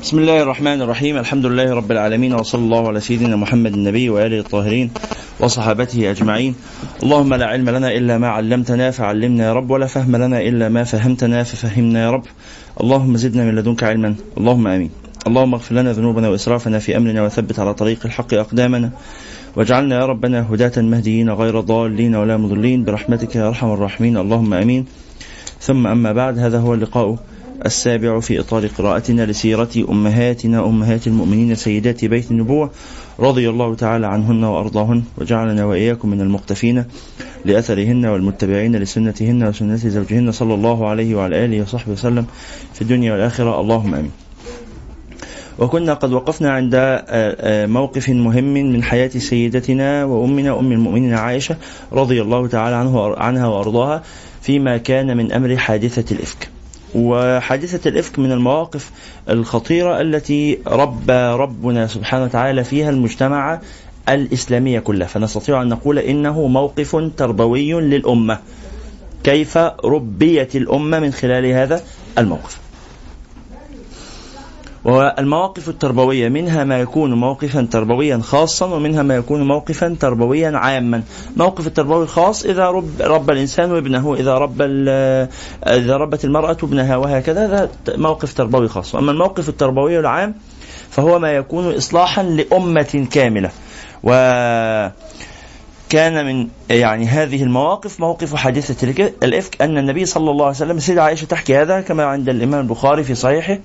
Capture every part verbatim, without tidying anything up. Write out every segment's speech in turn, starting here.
بسم الله الرحمن الرحيم. الحمد لله رب العالمين، وصلى الله على سيدنا محمد النبي وآله الطاهرين وصحابته أجمعين. اللهم لا علم لنا إلا ما علمتنا فعلمنا يا رب، ولا فهم لنا إلا ما فهمتنا ففهمنا يا رب. اللهم زدنا من لدنك علما، اللهم آمين. اللهم اغفر لنا ذنوبنا وإسرافنا في أمرنا، وثبت على طريق الحق أقدامنا، واجعلنا يا ربنا هداة مهديين غير ضالين ولا مضلين برحمتك يا أرحم الراحمين، اللهم آمين. ثم أما بعد، هذا هو اللقاء السابع في إطار قراءتنا لسيرة أمهاتنا أمهات المؤمنين سيدات بيت النبوة رضي الله تعالى عنهن وأرضاهن، وجعلنا وإياكم من المقتفين لأثرهن والمتبعين لسنتهن وسنة زوجهن صلى الله عليه وعلى آله وصحبه وسلم في الدنيا والآخرة، اللهم آمين. وكنا قد وقفنا عند موقف مهم من حياة سيدتنا وأمنا أم المؤمنين عائشة رضي الله تعالى عنها وأرضاها فيما كان من أمر حادثة الإفك. وحادثة الإفك من المواقف الخطيرة التي ربى ربنا سبحانه وتعالى فيها المجتمع الإسلامي كله، فنستطيع أن نقول إنه موقف تربوي للأمة. كيف ربيت الأمة من خلال هذا الموقف؟ والمواقف التربوية منها ما يكون موقفا تربويا خاصا، ومنها ما يكون موقفا تربويا عاما. موقف التربوي الخاص إذا رب, رب الإنسان وابنه، إذا رب إذا ربت المرأة ابنها وهكذا، هذا موقف تربوي خاص. أما الموقف التربوي العام فهو ما يكون إصلاحا لأمة كاملة. وكان من يعني هذه المواقف موقف حادثة الإفك، أن النبي صلى الله عليه وسلم، السيدة عائشة تحكي هذا كما عند الإمام البخاري في صحيحه،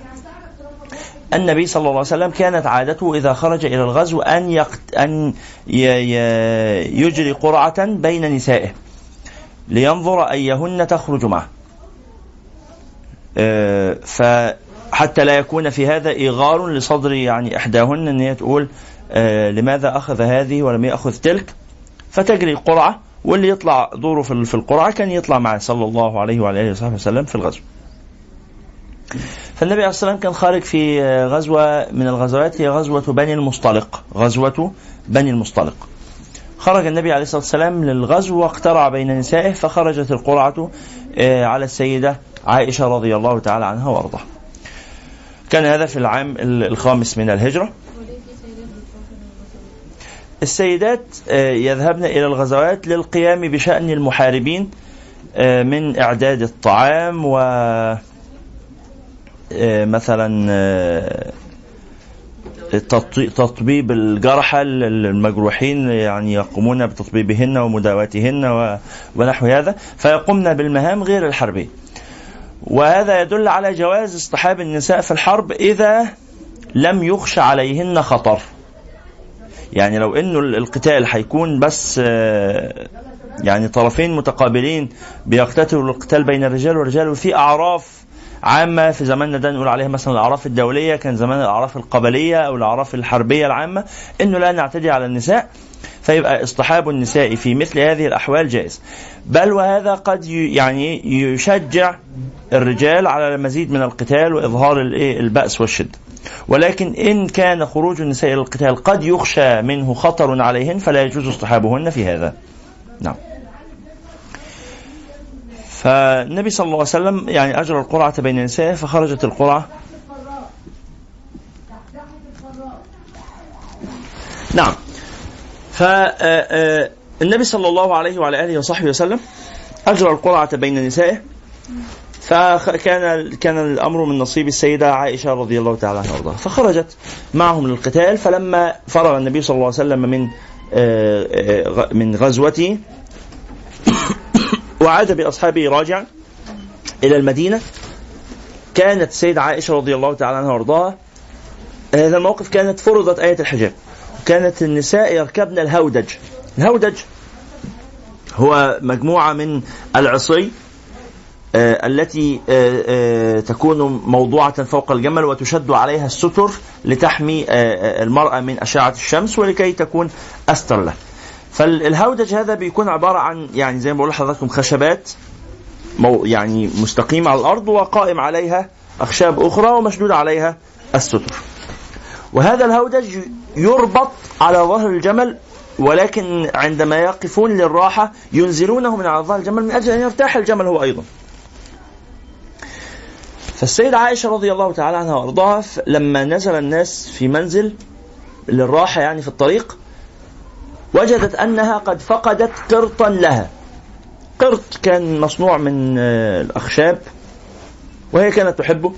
النبي صلى الله عليه وسلم كانت عادته إذا خرج إلى الغزو أن, يقت... أن ي... ي... يجري قرعة بين نسائه لينظر أيهن تخرج معه، أه فحتى لا يكون في هذا إيغار لصدر يعني إحداهن أن هي تقول أه لماذا أخذ هذه ولم يأخذ تلك، فتجري قرعة، واللي يطلع دوره في القرعة كان يطلع معه صلى الله عليه وعلى آله وصحبه وسلم في الغزو. فالنبي عليه الصلاة والسلام كان خارج في غزوة من الغزوات، هي غزوة بني المصطلق. غزوة بني المصطلق خرج النبي عليه الصلاة والسلام للغزو واقترع بين نسائه، فخرجت القرعة على السيدة عائشة رضي الله تعالى عنها وارضاها. كان هذا في العام الخامس من الهجرة. السيدات يذهبن إلى الغزوات للقيام بشأن المحاربين من إعداد الطعام و مثلا تطبيب الجرحى المجروحين، يعني يقومون بتطبيبهن ومداواتهن ونحو هذا، فيقومن بالمهام غير الحربية. وهذا يدل على جواز اصطحاب النساء في الحرب إذا لم يخشى عليهن خطر. يعني لو إنه القتال هيكون بس يعني طرفين متقابلين بيقتتلوا القتال بين الرجال والرجال، وفي أعراف عامة في زماننا ده نقول عليها مثلا الأعراف الدولية، كان زمان الأعراف القبلية أو الأعراف الحربية العامة، إنه لا نعتدي على النساء، فيبقى اصطحاب النساء في مثل هذه الأحوال جائز. بل وهذا قد يعني يشجع الرجال على المزيد من القتال وإظهار البأس والشدة. ولكن إن كان خروج النساء إلى القتال قد يخشى منه خطر عليهن فلا يجوز اصطحابهن في هذا. نعم. فالنبي صلى الله عليه وسلم يعني أجرى القرعة بين النساء، فخرجت القرعة. نعم. فالنبي صلى الله عليه وعلى آله وصحبه وسلم أجرى القرعة بين النساء، فكان كان الأمر من نصيب السيدة عائشة رضي الله تعالى عنها وارضاها، فخرجت معهم للقتال. فلما فرغ النبي صلى الله عليه وسلم من من غزوته وعاد بأصحابه راجعا إلى المدينة، كانت السيدة عائشة رضي الله تعالى عنها وارضاها هذا الموقف كانت فرضت آية الحجاب، وكانت النساء يركبن الهودج. الهودج هو مجموعة من العصي آه التي آه آه تكون موضوعة فوق الجمل وتشد عليها الستر لتحمي آه المرأة من أشعة الشمس ولكي تكون أستر له. فالهودج هذا بيكون عبارة عن يعني زي ما بقول لحضراتكم خشبات مو يعني مستقيمة على الأرض، وقائم عليها أخشاب أخرى ومشدود عليها الستر. وهذا الهودج يربط على ظهر الجمل، ولكن عندما يقفون للراحة ينزلونه من على ظهر الجمل من أجل أن يرتاح الجمل هو أيضا. فالسيدة عائشة رضي الله تعالى عنها وارضاها لما نزل الناس في منزل للراحة يعني في الطريق، وجدت أنها قد فقدت قرطا لها. قرط كان مصنوع من الأخشاب وهي كانت تحبه،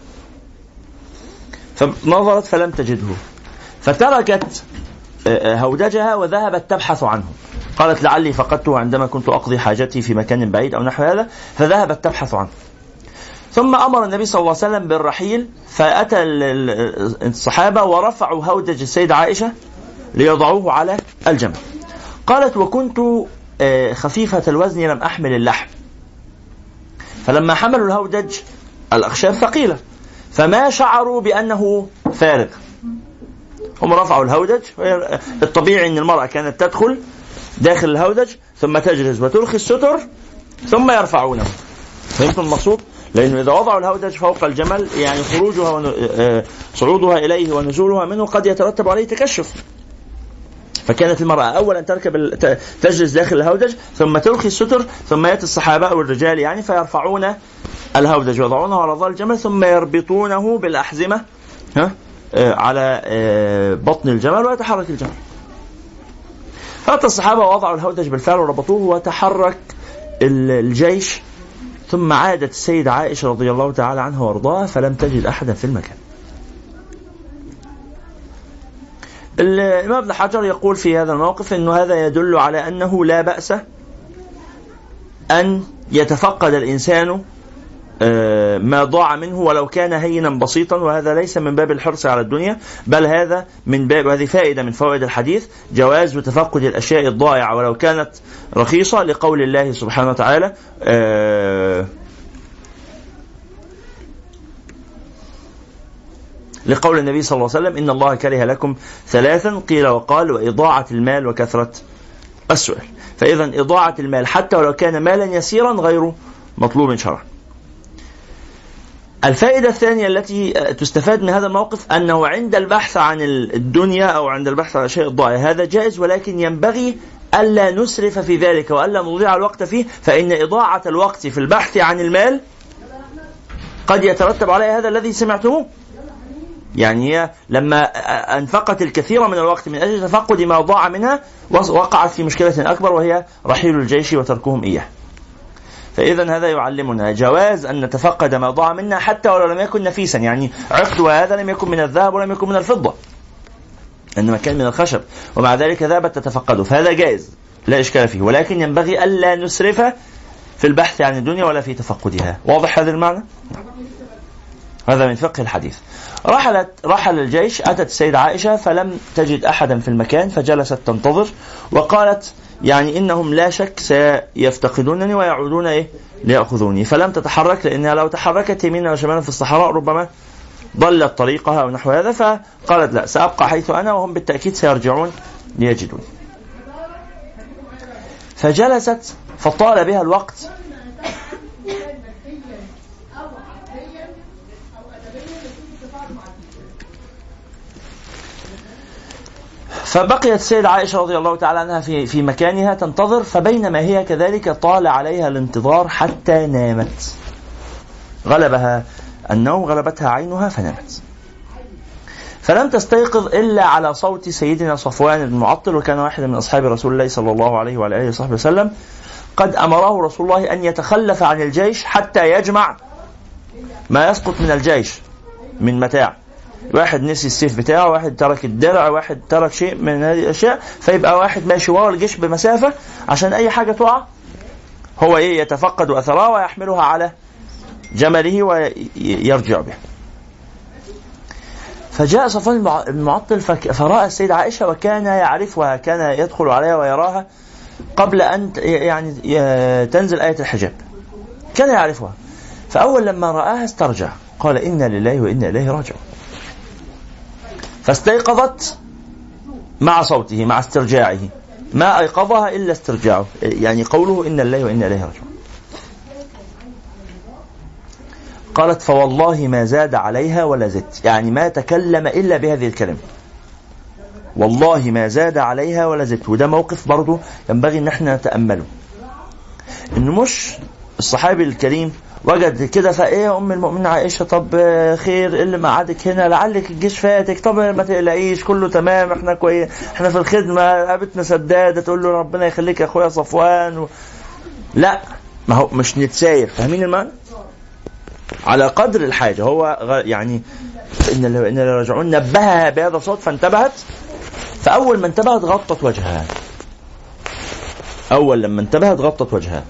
فنظرت فلم تجده، فتركت هودجها وذهبت تبحث عنه. قالت لعلي فقدته عندما كنت أقضي حاجتي في مكان بعيد أو نحو هذا، فذهبت تبحث عنه. ثم أمر النبي صلى الله عليه وسلم بالرحيل، فأتى الصحابة ورفعوا هودج السيدة عائشة ليضعوه على الجمل. قالت وكنت خفيفة الوزن لم أحمل اللحم، فلما حملوا الهودج الأخشاب ثقيلة فما شعروا بأنه فارغ. هم رفعوا الهودج، الطبيعي أن المرأة كانت تدخل داخل الهودج ثم تجلس وترخي الستر ثم يرفعونه. فهمتم المقصود؟ لأنه إذا وضعوا الهودج فوق الجمل يعني خروجها وصعودها إليه ونزولها منه قد يترتب عليه تكشف. فكانت المرأة أولا تركب تجلس داخل الهودج ثم ترخي الستر، ثم يأتي الصحابة والرجال يعني فيرفعون الهودج ويضعونه على ظهر الجمل ثم يربطونه بالأحزمة ها على بطن الجمل ويتحرك الجمل. فأتى الصحابة ووضعوا الهودج بالفعل وربطوه وتحرك الجيش. ثم عادت السيدة عائشة رضي الله تعالى عنها وارضاها فلم تجد أحدا في المكان. الإمام ابن حجر يقول في هذا الموقف أنه هذا يدل على أنه لا بأس أن يتفقد الإنسان ما ضاع منه ولو كان هينا بسيطا، وهذا ليس من باب الحرص على الدنيا، بل هذا من باب، هذه فائدة من فوائد الحديث، جواز تفقد الأشياء الضائعة ولو كانت رخيصة، لقول الله سبحانه وتعالى آه لقول النبي صلى الله عليه وسلم إن الله كره لكم ثلاثا قيل وقال وإضاعة المال وكثرة السؤال. فإذا إضاعة المال حتى ولو كان مالا يسيرا غير مطلوب شرعا. الفائدة الثانية التي تستفاد من هذا الموقف أنه عند البحث عن الدنيا أو عند البحث عن الشيء الضائع هذا جائز، ولكن ينبغي ألا نسرف في ذلك وألا نضيع الوقت فيه، فإن إضاعة الوقت في البحث عن المال قد يترتب عليه هذا الذي سمعتموه. يعني هي لما أنفقت الكثير من الوقت من أجل تفقد ما ضاع منها وقعت في مشكلة أكبر وهي رحيل الجيش وتركهم إياه. فإذا هذا يعلمنا جواز أن نتفقد ما ضاع منا حتى ولو لم يكن نفيسا، يعني عقد وهذا لم يكن من الذهب ولم يكن من الفضة، إنما كان من الخشب، ومع ذلك ذهبت تتفقده، فهذا جائز لا إشكال فيه، ولكن ينبغي ألا نسرف في البحث عن الدنيا ولا في تفقدها. واضح هذا المعنى؟ هذا من فقه الحديث. رحلت رحل الجيش، أتت السيدة عائشة فلم تجد أحدا في المكان فجلست تنتظر، وقالت يعني إنهم لا شك سيفتقدونني ويعودون إيه ليأخذوني، فلم تتحرك لأنها لو تحركت يمينا وشمالا في الصحراء ربما ضلت طريقها أو نحو هذا، فقالت لا سأبقى حيث أنا وهم بالتأكيد سيرجعون ليجدوني. فجلست فطال بها الوقت فبقيت السيدة عائشة رضي الله تعالى عنها في في مكانها تنتظر، فبينما هي كذلك طال عليها الانتظار حتى نامت، غلبها النوم، غلبتها عينها فنامت، فلم تستيقظ إلا على صوت سيدنا صفوان بن معطل، وكان واحد من أصحاب رسول الله صلى الله عليه وعلى آله وصحبه وسلم، قد أمره رسول الله أن يتخلف عن الجيش حتى يجمع ما يسقط من الجيش من متاع، واحد نسي السيف بتاعه، واحد ترك الدرع، واحد ترك شيء من هذه الأشياء، فيبقى واحد ماشي ورا الجيش بمسافة عشان أي حاجة تقع هو إيه يتفقد أثرها ويحملها على جمله ويرجع بها. فجاء صفوان المعطل فرأى السيدة عائشة وكان يعرفها، كان يدخل عليها ويراها قبل أن يعني تنزل آية الحجاب، كان يعرفها، فأول لما رآها استرجع قال إنا لله وإنا إليه راجعون، فاستيقظت مع صوته مع استرجاعه، ما أيقظها إلا استرجاعه، يعني قوله إنا لله وإنا إليه راجعون. قالت فوالله ما زاد عليها ولا زد، يعني ما تكلم إلا بهذه الكلمة، والله ما زاد عليها ولا زد. وده موقف برضو ينبغي أن احنا نتأمله، إنه مش الصحابي الكريم وجد كده فايه ام المؤمنين عائشه طب خير اللي مقعدك هنا لعلك الجيش فاتك، طب ما تقلقيش كله تمام احنا كويس احنا في الخدمه، قابتنا سداده تقول له ربنا يخليك يا اخويا صفوان و... لا ما هو مش نتساير، فاهمين المعنى؟ على قدر الحاجه. هو يعني ان ان اللي رجعون نبهها بهذا الصوت فانتبهت، فاول ما انتبهت غطت وجهها، اول لما انتبهت غطت وجهها.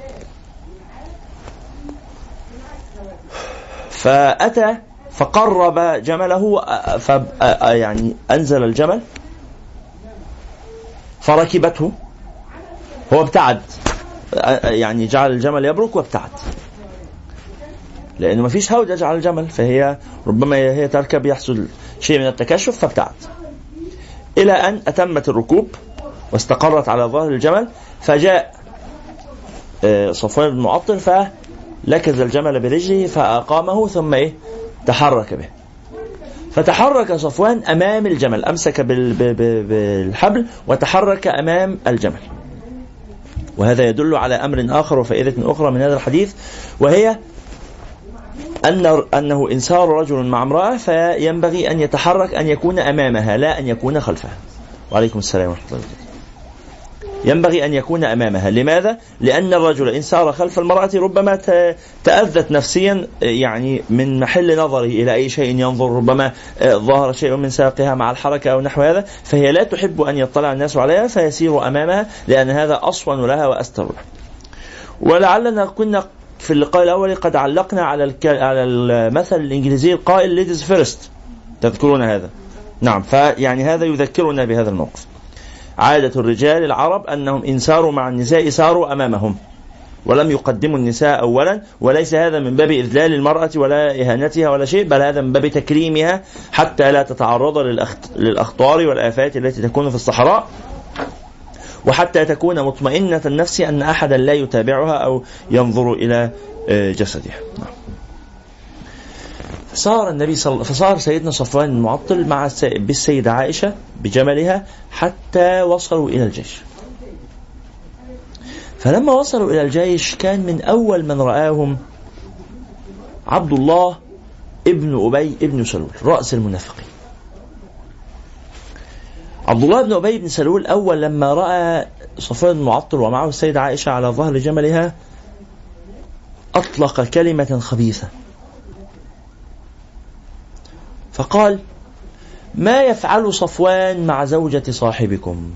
فأتى فقرب جمله، ف يعني أنزل الجمل فركبته، هو ابتعد يعني جعل الجمل يبرك وابتعد، لأنه ما فيش هودج على الجمل، فهي ربما هي تركب يحصل شيء من التكشف فابتعد، إلى أن أتمت الركوب واستقرت على ظهر الجمل. فجاء صفوان بن معطل فلكز الجمل برجله فأقامه ثم إيه تحرك به. فتحرك صفوان أمام الجمل، أمسك بالحبل وتحرك أمام الجمل. وهذا يدل على أمر آخر وفائدة أخرى من هذا الحديث، وهي أن أنه إن سار رجل مع امرأة فينبغي أن يتحرك أن يكون أمامها لا أن يكون خلفها. وعليكم السلام ورحمة الله وبركاته. ينبغي أن يكون أمامها. لماذا؟ لأن الرجل إن سار خلف المرأة ربما تأذت نفسيا، يعني من محل نظره إلى أي شيء ينظر، ربما ظهر شيء من ساقها مع الحركة أو نحو هذا، فهي لا تحب أن يطلع الناس عليها فيسير أمامها، لأن هذا أصون لها وأستر لها. ولعلنا كنا في اللقاء الأول قد علقنا على على المثل الإنجليزي القائل ladies first، تذكرون هذا؟ نعم. فيعني هذا يذكرنا بهذا الموقف. عادة الرجال العرب أنهم إن ساروا مع النساء ساروا أمامهم ولم يقدموا النساء أولا، وليس هذا من باب إذلال المرأة ولا إهانتها ولا شيء، بل هذا من باب تكريمها حتى لا تتعرض للأخطار والآفات التي تكون في الصحراء، وحتى تكون مطمئنة النفس أن أحدا لا يتابعها أو ينظر إلى جسدها. فصار النبي صل... فصار سيدنا صفوان المعطل مع الس... بالسيدة عائشة بجملها حتى وصلوا إلى الجيش. فلما وصلوا إلى الجيش كان من أول من رآهم عبد الله ابن أبي ابن سلول رأس المنافقين. عبد الله بن أبي بن سلول أول لما رأى صفوان المعطل ومعه السيدة عائشة على ظهر جملها أطلق كلمة خبيثة فقال: ما يفعل صفوان مع زوجة صاحبكم؟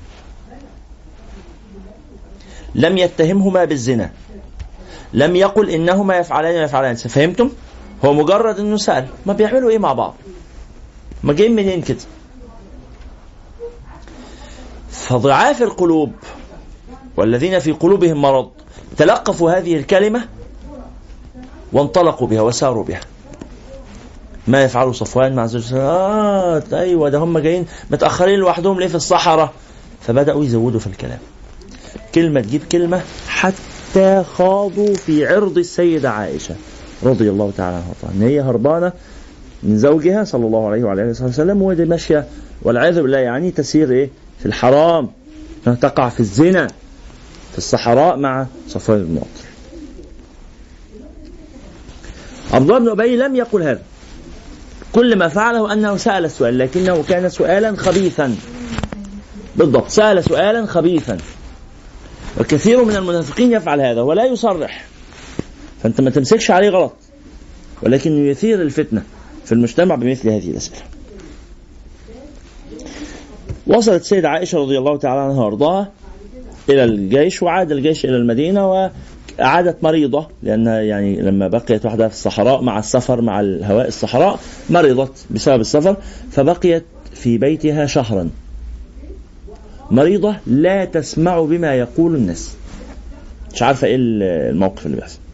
لم يتهمهما بالزنا، لم يقل إنهما يفعلان يفعلان. فهمتم؟ هو مجرد إنه سأل ما بيعملوا إيه مع بعض، ما جايين منين كده. فضعاف القلوب والذين في قلوبهم مرض تلقفوا هذه الكلمة وانطلقوا بها وساروا بها. ما يفعل صفوان مع زوجته؟ آه أيوة ده هم جايين متأخرين لوحدهم ليه في الصحراء؟ فبدأوا يزودوا في الكلام، كلمة تجيب كلمة، حتى خاضوا في عرض السيدة عائشة رضي الله تعالى عنها، إن هي هربانة من زوجها صلى الله عليه وعلى آله وسلم، ودي ماشية والعياذ بالله يعني تسير إيه في الحرام، تقع في الزنا في الصحراء مع صفوان بن معطل. عبد الله بن أبي لم يقل هذا، كل ما فعله أنه سأل السؤال، لكنه كان سؤالا خبيثا. بالضبط، سأل سؤالا خبيثا. وكثير من المنافقين يفعل هذا ولا يصرح، فأنت ما تمسكش عليه غلط، ولكن يثير الفتنة في المجتمع بمثل هذه الأسئلة. وصلت السيدة عائشة رضي الله تعالى عنها وارضاها إلى الجيش، وعاد الجيش إلى المدينة، وعادت مريضة، لأنها يعني لما بقيت وحدها في الصحراء مع السفر مع الهواء الصحراء مرضت بسبب السفر، فبقيت في بيتها شهرا مريضة لا تسمع بما يقول الناس، مش عارفة إيه الموقف اللي بيحصل.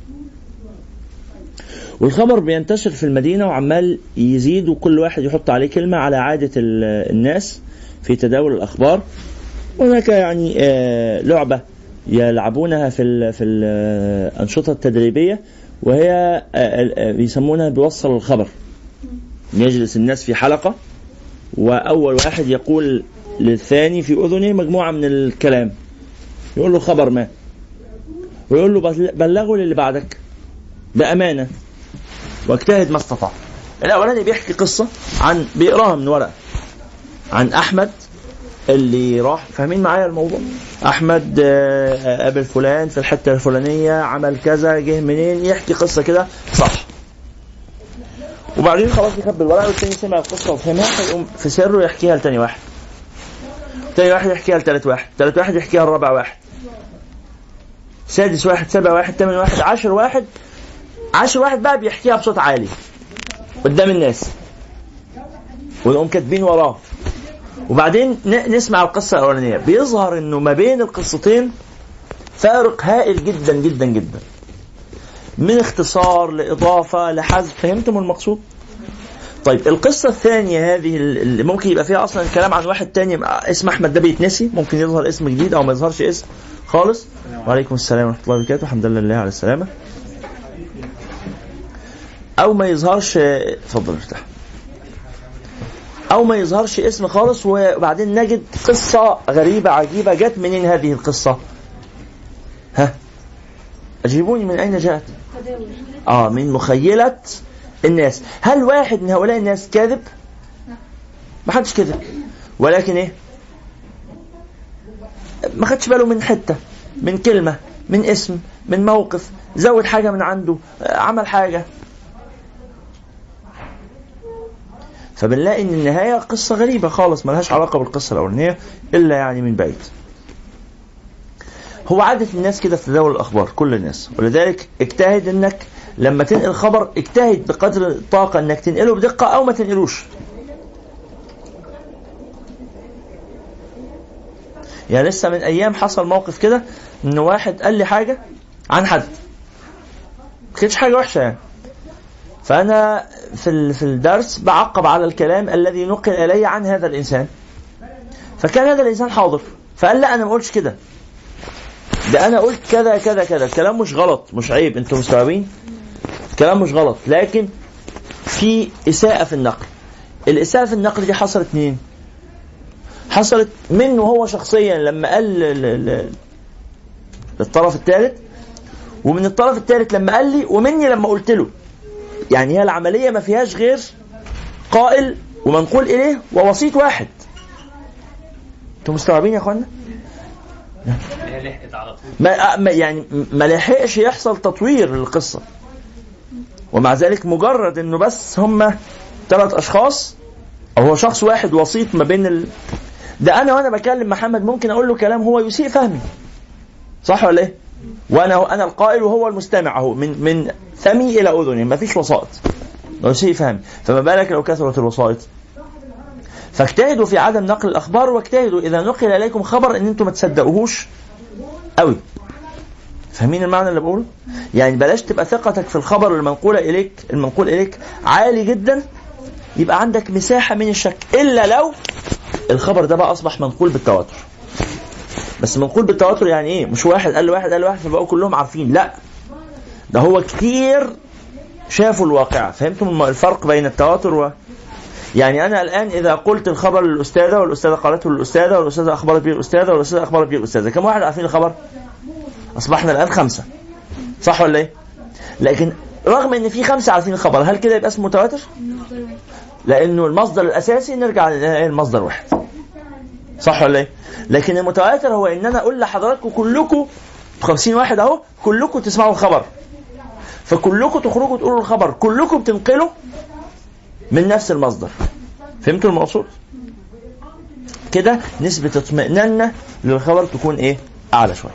والخبر بينتشر في المدينة وعمال يزيد، وكل واحد يحط عليه كلمة على عادة الناس في تداول الأخبار. هناك يعني لعبة يلعبونها في في الأنشطة التدريبية، وهي بيسمونها بيوصل الخبر. يجلس الناس في حلقة، وأول واحد يقول للثاني في أذنه مجموعة من الكلام، يقول له خبر ما، ويقول له بلغوا للي بعدك. بأمانة واجتهد ما استطاع. الأولاني بيحكي قصة عن بيقراها من ورقة عن أحمد اللي راح، فاهمين معايا الموضوع؟ أحمد قابل فلان في الحتة الفلانية، عمل كذا، جه منين، يحكي قصة كده صح. وبعدين خلاص يخبي الورقة والتاني سمع القصة وفهمها، فيقوم في سره يحكيها لتاني واحد، تاني واحد يحكيها لتالت واحد، تالت واحد يحكيها لرابع واحد، سادس واحد، سابع واحد، تامن واحد، عشر واحد. عشر واحد بقى بيحكيها بصوت عالي قدام الناس ونقوم كاتبين وراه. وبعدين نسمع القصة الأولانية، بيظهر إنه ما بين القصتين فارق هائل جدا جدا جدا، من اختصار لإضافة لحذف. فهمتم المقصود؟ طيب القصة الثانية هذه اللي ممكن يبقى فيها أصلا الكلام عن واحد تاني اسم أحمد ده بيتنسي، ممكن يظهر اسم جديد أو ما يظهرش اسم خالص. وعليكم السلام ورحمة الله وبركاته، الحمد لله على السلامة. أو ما يظهرش، اتفضل ارتاح، أو ما يظهرش اسم خالص. وبعدين نجد قصة غريبة عجيبة. جت منين هذه القصة؟ ها أجيبوني، من أين جاءت؟ آه من مخيلة الناس. هل واحد من هؤلاء الناس كاذب؟ ما حدش كذب، ولكن إيه؟ ما خدش باله من حتة، من كلمة، من اسم، من موقف، زود حاجة من عنده، عمل حاجة. فبنلاقي ان النهاية قصة غريبة خالص ملهاش علاقة بالقصة الأولانية إلا يعني من بعيد. هو عادة الناس كده في تداول الأخبار، كل الناس. ولذلك اجتهد انك لما تنقل خبر اجتهد بقدر الطاقة انك تنقله بدقة او ما تنقلوش. يعني لسه من ايام حصل موقف كده ان واحد قال لي حاجة عن حد، ما كانتش حاجة وحشة يعني، فأنا في في الدرس بعقب على الكلام الذي نقل إلي عن هذا الإنسان، فكان هذا الإنسان حاضر فقال لا أنا ما قلتش كده، ده أنا قلت كذا كذا كذا. الكلام مش غلط، مش عيب، أنتم مستوعبين؟ الكلام مش غلط، لكن في إساءة في النقل. الإساءة في النقل دي حصلت منين؟ حصلت منه هو شخصيا لما قال للطرف الثالث، ومن الطرف الثالث لما قال لي، ومني لما قلت له. يعني هي العملية ما فيهاش غير قائل ومنقول إليه ووسيط واحد. انتم مستوعبين يا أخوانا؟ ما يعني ما لحقش يحصل تطوير للقصة، ومع ذلك مجرد انه بس هم ثلاث اشخاص او هو شخص واحد وسيط ما بين ال... ده انا وانا بكلم محمد ممكن اقول له كلام هو يسيء فهمي، صح ولا ايه؟ وانا انا القائل وهو المستمع، اهو من من فمي الى اذني، ما فيش وسائط، يسيء فهمي، فما بالك لو كثرت الوسائط. فاجتهدوا في عدم نقل الاخبار، واجتهدوا اذا نقل اليكم خبر ان انتم ما تصدقوهوش قوي. فاهمين المعنى اللي بقوله؟ يعني بلاش تبقى ثقتك في الخبر المنقول اليك المنقول اليك عالي جدا، يبقى عندك مساحة من الشك، إلا لو الخبر ده بقى أصبح منقول بالتواتر. بس منقول بالتواتر يعني إيه؟ مش واحد قال واحد قال واحد فبقوا كلهم عارفين، لا، ده هو كتير شافوا الواقع. فهمتم الفرق بين التواتر و... يعني أنا الآن إذا قلت الخبر للأستاذة والأستاذة قالته للأستاذة والأستاذة أخبرت به الأستاذة والأستاذة أخبرت به الأستاذة، كم واحد عارفين الخبر؟ أصبحنا الآن خمسة، صح ولا إيه؟ لكن رغم ان في خمسة عارفين الخبر، هل كده يبقى اسمه متواتر؟ لانه المصدر الاساسي نرجع للمصدر واحد، صح ولا ايه؟ لكن المتواتر هو ان انا اقول لحضراتكم كلكم خمسين واحد اهو كلكم تسمعوا الخبر، فكلكم تخرجوا تقولوا الخبر، كلكم تنقلوا من نفس المصدر. فهمتوا المقصود؟ كده نسبة اطمئناننا للخبر تكون ايه؟ اعلى شوية.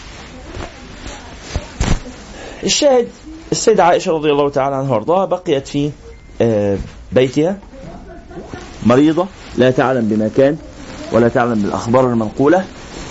الشاهد السيدة عائشة رضي الله تعالى عنها وارضاها بقيت في بيتها مريضة لا تعلم بما كان ولا تعلم بالأخبار المنقولة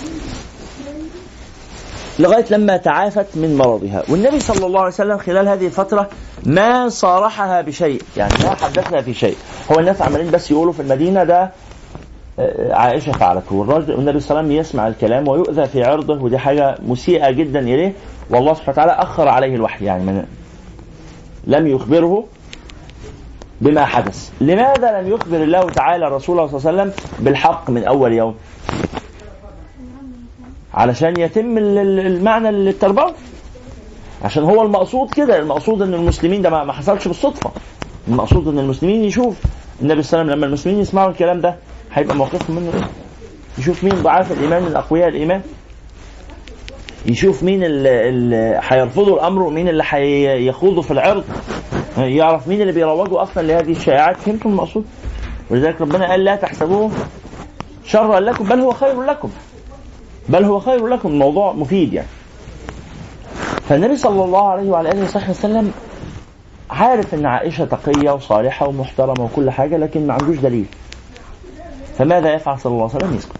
لغاية لما تعافت من مرضها. والنبي صلى الله عليه وسلم خلال هذه الفترة ما صارحها بشيء، يعني ما حدثنا في شيء. هو الناس عمالين بس يقولوا في المدينة ده عائشة فعلته، والرجل والنبي صلى الله عليه وسلم يسمع الكلام ويؤذى في عرضه، ودي حاجة مسيئة جدا إليه، والله سبحانه وتعالى أخر عليه الوحي، يعني من لم يخبره بما حدث. لماذا لم يخبر الله تعالى رسوله صلى الله عليه وسلم بالحق من أول يوم؟ علشان يتم المعنى التربوي، عشان هو المقصود كده، المقصود ان المسلمين ده ما حصلش بالصدفه، المقصود ان المسلمين يشوف النبي صلى الله عليه وسلم لما المسلمين يسمعوا الكلام ده هيبقى موقفهم منه ايه، يشوف مين ضعاف الايمان من اقوياء الايمان، يشوف مين اللي هيرفضوا الامر ومين اللي هيخوضوا في العرض، يعرف مين اللي بيروجوا اصلا لهذه الشائعات. فهمتم المقصود؟ ولذلك ربنا قال لا تحسبوه شرا لكم بل هو خير لكم، بل هو خير لكم. الموضوع مفيد يعني. فالنبي صلى الله عليه وعلى اله وصحبه وسلم عارف ان عائشه تقيه وصالحه ومحترمه وكل حاجه، لكن ما عندوش دليل. فماذا يفعل صلى الله عليه وسلم؟ يسكت.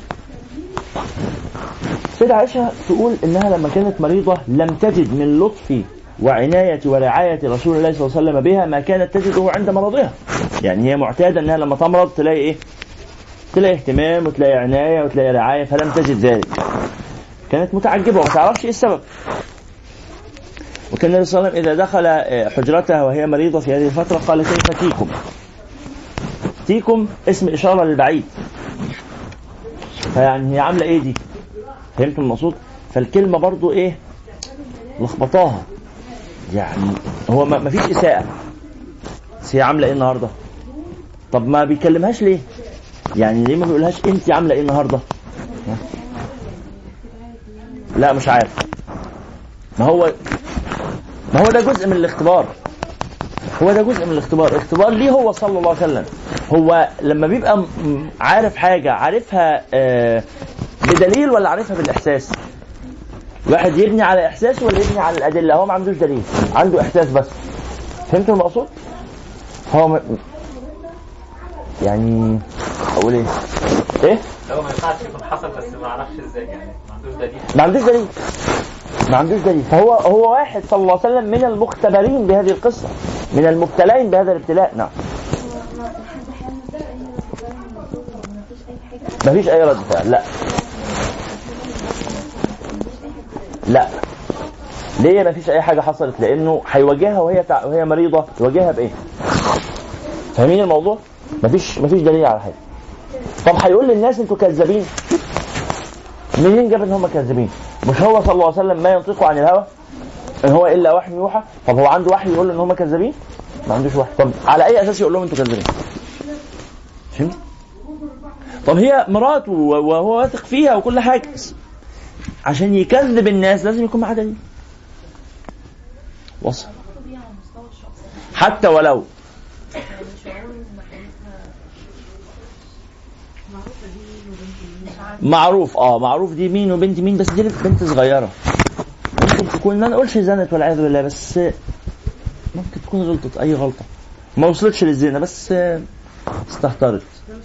سيدة عائشه تقول انها لما كانت مريضه لم تجد من لطف وعنايه ورعايه رسول الله صلى الله عليه وسلم بها ما كانت تجده عند مرضها. يعني هي معتاده انها لما تمرض تلاقي ايه؟ تلاقي اهتمام وتلاقي عنايه وتلاقي رعايه، فلم تجد ذلك. كانت متعجبه وما تعرفش ايه السبب. وكان النبي صلى الله عليه وسلم إذا دخل حجرتها وهي مريضة في هذه الفترة قال كيف تيكم؟ تيكم اسم إشارة للبعيد، فيعني هي عاملة إيه دي؟ فهمتم المقصود؟ فالكلمة برضو إيه؟ لخبطاها، يعني هو ما فيش إساءة، بس هي عاملة إيه النهاردة؟ طب ما بيكلمهاش ليه؟ يعني ليه ما بيقولهاش أنت عاملة إيه النهاردة؟ لا مش عارف. ما هو ما هو ده جزء من الاختبار، هو ده جزء من الاختبار. اختبار ليه هو صلى الله عليه وسلم. هو لما بيبقى عارف حاجة عارفها بدليل ولا عارفها بالإحساس؟ واحد يبني على إحساسه ولا يبني على الأدلة؟ هو ما عندوش دليل، عنده إحساس بس. فهمتوا المقصود؟ هو م... يعني أقول إيه؟ إيه؟ لو ما ينفعش يكون حصل بس ما عرفش إزاي، يعني ما عندوش دليل. ما عندوش دليل. ما عندوش دليل. فهو هو واحد صلى الله عليه وسلم من المختبرين بهذه القصة، من المبتلين بهذا الابتلاء. نعم. ما فيش أي رد فعل. لا لا. ليه ما فيش أي حاجة حصلت؟ لأنه هيواجهها وهي تع... وهي مريضة، يواجهها بإيه؟ فاهمين الموضوع؟ ما فيش ما فيش دليل على حاجة. طب هيقول للناس أنتوا كذابين؟ منين جاب ان هم كاذبين؟ مش هو صلى الله عليه وسلم ما ينطق عن الهوى ان هو الا وحي يوحى؟ طب هو عنده وحي يقول ان هم كاذبين؟ ما عندوش وحي. طب على اي اساس يقول لهم انتوا كاذبين؟ فهمت؟ طب هي مراته وهو واثق فيها وكل حاجه، عشان يكذب الناس لازم يكون معاه دليل. وصل. حتى ولو معروف اه معروف دي مين وبنت مين، بس دي بنت صغيره ممكن تكون، ما نقولش زنت والعياذ بالله، بس ممكن تكون غلطت اي غلطه، ما وصلتش للزنا بس استهترت.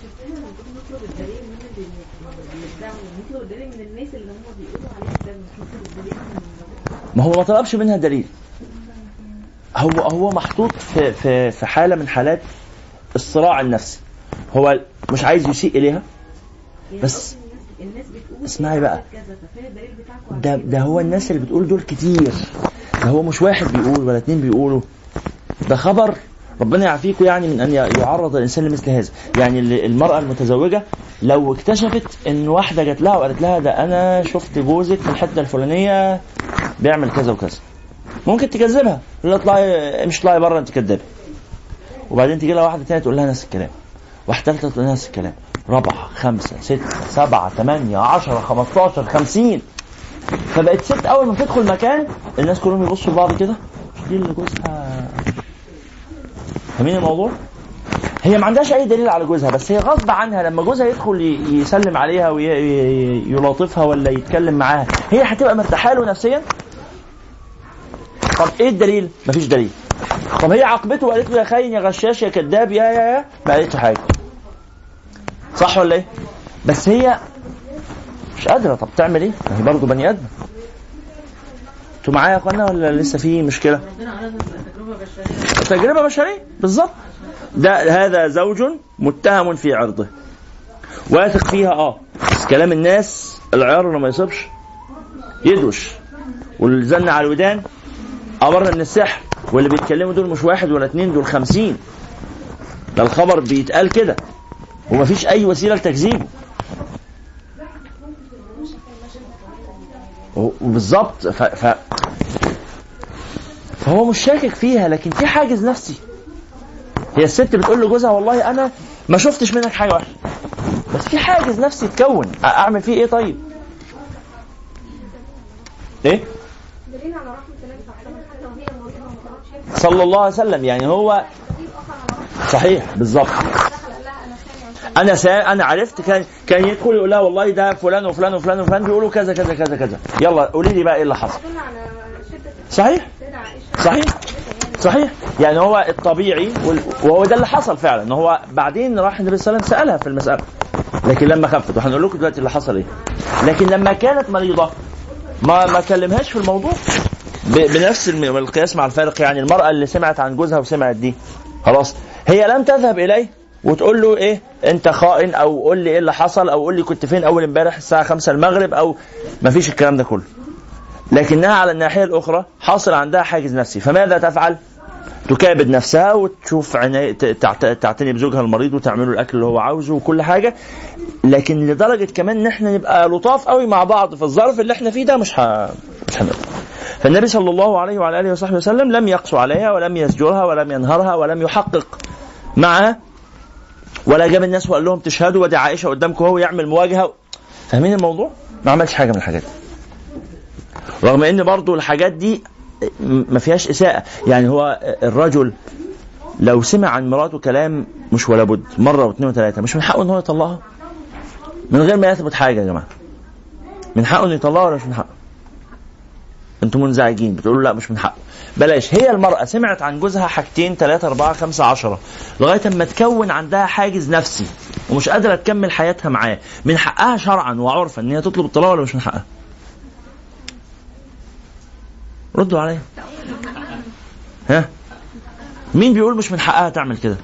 ما هو ما طلبش منها دليل، هو هو محطوط في في في حاله من حالات الصراع النفسي. هو مش عايز يسيء اليها، بس اسمعي بقى، ده ده هو الناس اللي بتقول دول كتير، ده هو مش واحد بيقول ولا اتنين بيقولوا، ده خبر ربنا يعافيكم يعني من ان يعرض الانسان لمثل هذا. يعني المرأة المتزوجة لو اكتشفت ان واحدة جات لها وقالت لها ده انا شفت جوزك في الحتة الفلانية بيعمل كذا وكذا، ممكن تكذبها، لا اطلعي مش اطلعي بره انت كذابة. وبعدين تيجي لها واحدة تانية تقول لها نفس الكلام، واحدة ثالثة تقول لها نفس الكلام، رابعة خمسة ستة سبعة ثمانية عشرة خمستاشر خمسين. فبقت ست أول ما تدخل مكان الناس كلهم يبصوا لبعض كده، مش دي اللي جوزها؟ فاهمين الموضوع؟ هي ما عندهاش أي دليل على جوزها، بس هي غصب عنها لما جوزها يدخل يسلم عليها ويلاطفها ولا يتكلم معاها هي هتبقى مرتاحة له نفسيا. طب إيه الدليل؟ مفيش دليل. طب هي عاقبته وقالت له يا خاين يا غشاش يا كذاب يا يا يا ما قالتش حاجة، صح ولا ايه؟ بس هي مش قادرة. طب تعمل ايه؟ هي برضو بني ادم. انتوا معايا يا اخوانا ولا لسه في مشكلة؟ تجربة بشرية بالظبط. ده هذا زوج متهم في عرضه واثق فيها، اه بس كلام الناس العيار ما يصيبش يدوش، والزن على الودان امرنا من السحر، واللي بيتكلموا دول مش واحد ولا اتنين، دول خمسين. ده الخبر بيتقال كده ومفيش اي وسيله لتكذيبه. وبالظبط ف... ف... فهو مش شاكك فيها، لكن في حاجز نفسي. هي الست بتقول لجوزها والله انا ما شفتش منك حاجه وحشه، بس في حاجز نفسي اتكون، اعمل فيه ايه؟ طيب ايه صلى الله عليه وسلم، يعني هو صحيح بالظبط. انا سا... انا عرفت كان كان يدخل يقول لها والله ده فلان وفلان وفلان وفلان بيقولوا كذا كذا كذا كذا، يلا قولي لي بقى ايه اللي حصل. صحيح صحيح صحيح. يعني هو الطبيعي وهو ده اللي حصل فعلا، ان هو بعدين راح النبي صلى الله عليه وسلم سالها في المساله، لكن لما خفت، وهنقول لكم دلوقتي اللي حصل ايه، لكن لما كانت مريضه ما ما كلمهاش في الموضوع بنفس القياس مع الفارق. يعني المراه اللي سمعت عن جوزها وسمعت دي خلاص، هي لم تذهب اليه وتقول له ايه انت خائن، او قول لي ايه اللي حصل، او قول لي كنت فين اول امبارح الساعه خمسة المغرب، او ما فيش الكلام ده كله. لكنها على الناحيه الاخرى حاصل عندها حاجز نفسي، فماذا تفعل؟ تكابد نفسها وتشوف عناية، تعتني بزوجها المريض وتعمله الاكل اللي هو عاوزه وكل حاجه، لكن لدرجه كمان ان احنا نبقى لطاف قوي مع بعض في الظرف اللي احنا فيه ده مش ه... مش هنقدر. فالنبي صلى الله عليه وعلى اله وصحبه وسلم لم يقسو عليها ولم يزجرها ولم ينهرها ولم يحقق معها، ولا جاب الناس وقال لهم تشهدوا ودي عائشه قدامكم هو يعمل مواجهه. فاهمين الموضوع؟ ما عملش حاجه من الحاجات دي، رغم ان برضو الحاجات دي ما فيهاش اساءه. يعني هو الرجل لو سمع عن مراته كلام مش ولا بد مره واثنين وثلاثه، مش من حقه ان هو يطلقها من غير ما يثبت حاجه؟ يا جماعه من حقه ان يطلقها ولا مش من حقه؟ انتم منزعجين بتقولوا لا مش من حقه. بلاش. هي المرأة سمعت عن جوزها حاجتين ثلاثة أربعة خمسة عشرة لغاية ما تكون عندها حاجز نفسي ومش قادرة تكمل حياتها معاه، من حقها شرعا وعرفا ان هي تطلب الطلاق ولا مش من حقها؟ ردوا عليا. ها مين بيقول مش من حقها تعمل كده؟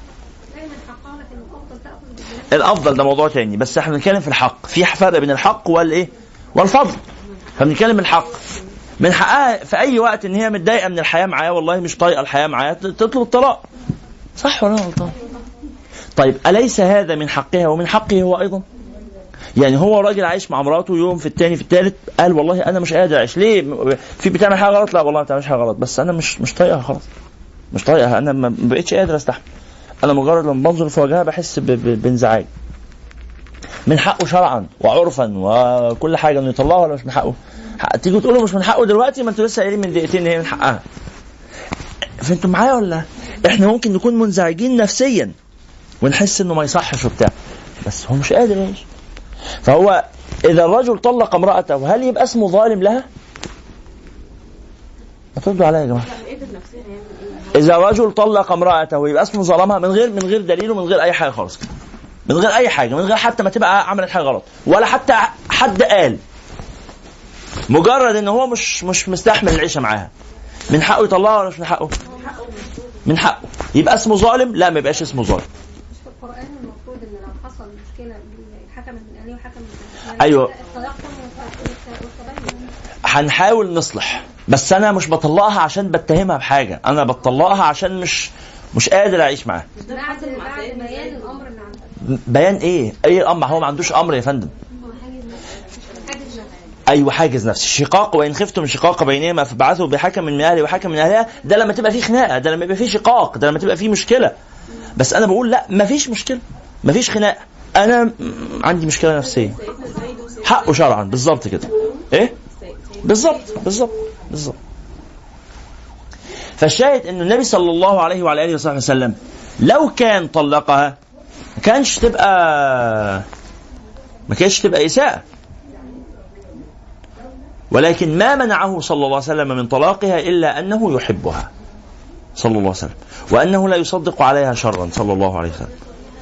الافضل ده موضوع تاني، بس احنا بنتكلم في الحق. في فرق بين الحق والايه والفضل، فبنتكلم الحق. من حقها في اي وقت ان هي متضايقه من الحياه معاه، والله مش طايقه الحياه معاه، تطلب الطلاق. صح ولا غلطان؟ طيب اليس هذا من حقها ومن حقه هو ايضا؟ يعني هو راجل عايش مع مراته، يوم في الثاني في الثالث قال والله انا مش قادر اعيش. ليه؟ في بتعمل حاجه غلط؟ لا والله ما بتعملش حاجه غلط، بس انا مش مش طايقها خلاص، مش طايقها، انا ما بقتش قادر استحمل، انا مجرد لما بنظر في وجهها بحس بانزعاج. من حقه شرعا وعرفا وكل حاجه انه يطلقها ولا مش من حقه؟ تيجوا تقولوا مش من حقه دلوقتي، ما انتوا لسه قايلين من دقيقتين ان هي من حقها. فانتوا معايا ولا؟ احنا ممكن نكون منزعجين نفسيا ونحس انه ما يصحش وبتاع، بس هو مش قادر يعيش. فهو اذا الرجل طلق امرأته هل يبقى اسمه ظالم لها؟ هتردوا عليا يا جماعه. اذا الرجل طلق امرأته يبقى اسمه ظلمها من غير من غير دليل ومن غير اي حاجه خالص، من غير اي حاجه، من غير حتى ما تبقى عملت حاجه غلط ولا حتى حد قال، مجرد ان هو مش مش مستحمل العيشه معاها، من حقه يطلقها ولا مش من حقه؟ من حقه. يبقى اسمه ظالم؟ لا ما يبقاش اسمه ظالم. مش في القرآن المفروض ان لو حصل مشكله الحكم الفلاني وحكم الفلاني ايوه هنحاول نصلح، بس انا مش بطلقها عشان بتهمها بحاجه، انا بطلقها عشان مش مش قادر اعيش معاها. بعد بيان الامر اللي عندك. بيان ايه؟ اي الامر؟ هو ما عندوش امر يا فندم. ايوه حاجز نفسي. شقاق وان خفتم شقاق بينهما فبعثوا بحكم من اهله وحكم من اهلها، ده لما تبقى فيه خناقه، ده لما يبقى فيه شقاق، ده لما تبقى فيه مشكله. بس انا بقول لا ما فيش مشكله، ما فيش خناقه، انا عندي مشكله نفسيه، حقه شرعا. بالظبط كده. ايه بالظبط بالظبط بالظبط. فالشاهد ان النبي صلى الله عليه وعلى اله وصحبه وسلم لو كان طلقها ما كانش تبقى ما كانش تبقى اساءه، ولكن ما منعه صلى الله عليه وسلم من طلاقها إلا أنه يحبها صلى الله عليه وسلم، وأنه لا يصدق عليها شرا صلى الله عليه وسلم.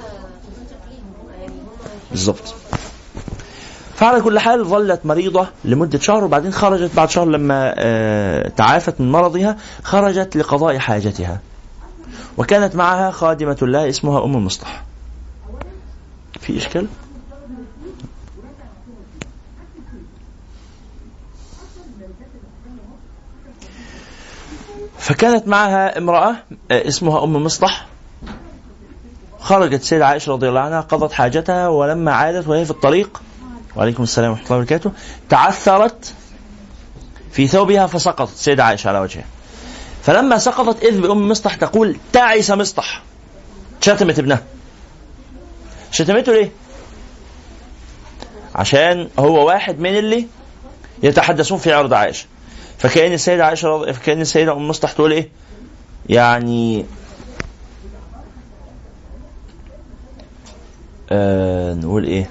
بالضبط. فعلى كل حال ظلت مريضة لمدة شهر، وبعدين خرجت بعد شهر لما تعافت من مرضها، خرجت لقضاء حاجتها، وكانت معها خادمة الله اسمها أم مصطح. في إشكال؟ فكانت معها امرأة اسمها أم مصطح. خرجت سيدة عائشة رضي الله عنها قضت حاجتها، ولما عادت وهي في الطريق، وعليكم السلام ورحمة الله وبركاته، تعثرت في ثوبها فسقطت سيدة عائشة على وجهها. فلما سقطت إذ بأم مصطح تقول تعس مصطح، شتمت ابنها. شتمته ليه؟ عشان هو واحد من اللي يتحدثون في عرض عائشة. فكأن السيدة عائشة فكأن السيدة أم مصطح تقول إيه يعني آه نقول إيه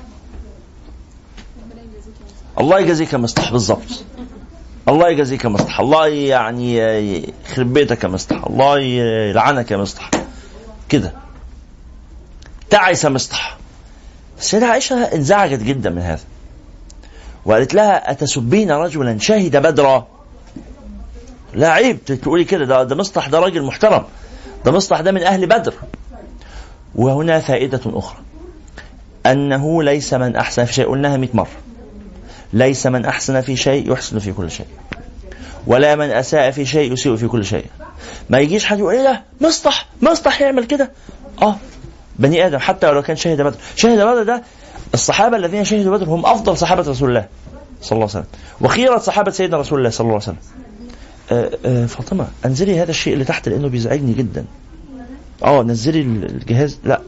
الله يجازيك مصطح، بالضبط الله يجازيك مصطح، الله يعني يخرب بيتك مصطح، الله يلعنك مصطح كده. تعس مصطح. السيدة عائشة انزعجت جدا من هذا وقالت لها أتسبين رجلا شهد بدرا؟ لا عيب تقولي كده، ده, ده مصطح ده راجل محترم، ده مصطح ده من أهل بدر. وهنا فائدة أخرى أنه ليس من أحسن في شيء، قلناها مئة مرة، ليس من أحسن في شيء يحسن في كل شيء، ولا من أساء في شيء يسيء في كل شيء. ما يجيش حد يقول لا مصطح مصطح يعمل كده. آه بني آدم حتى لو كان شهد بدر. شهد بدر ده الصحابة الذين شهدوا بدر هم أفضل صحابة رسول الله صلى الله عليه وسلم وخيرة صحابة سيدنا رسول الله صلى الله عليه وسلم. آه آه فاطمة انزلي هذا الشيء اللي تحت لأنه بيزعجني جدا. اه نزلي الجهاز. لا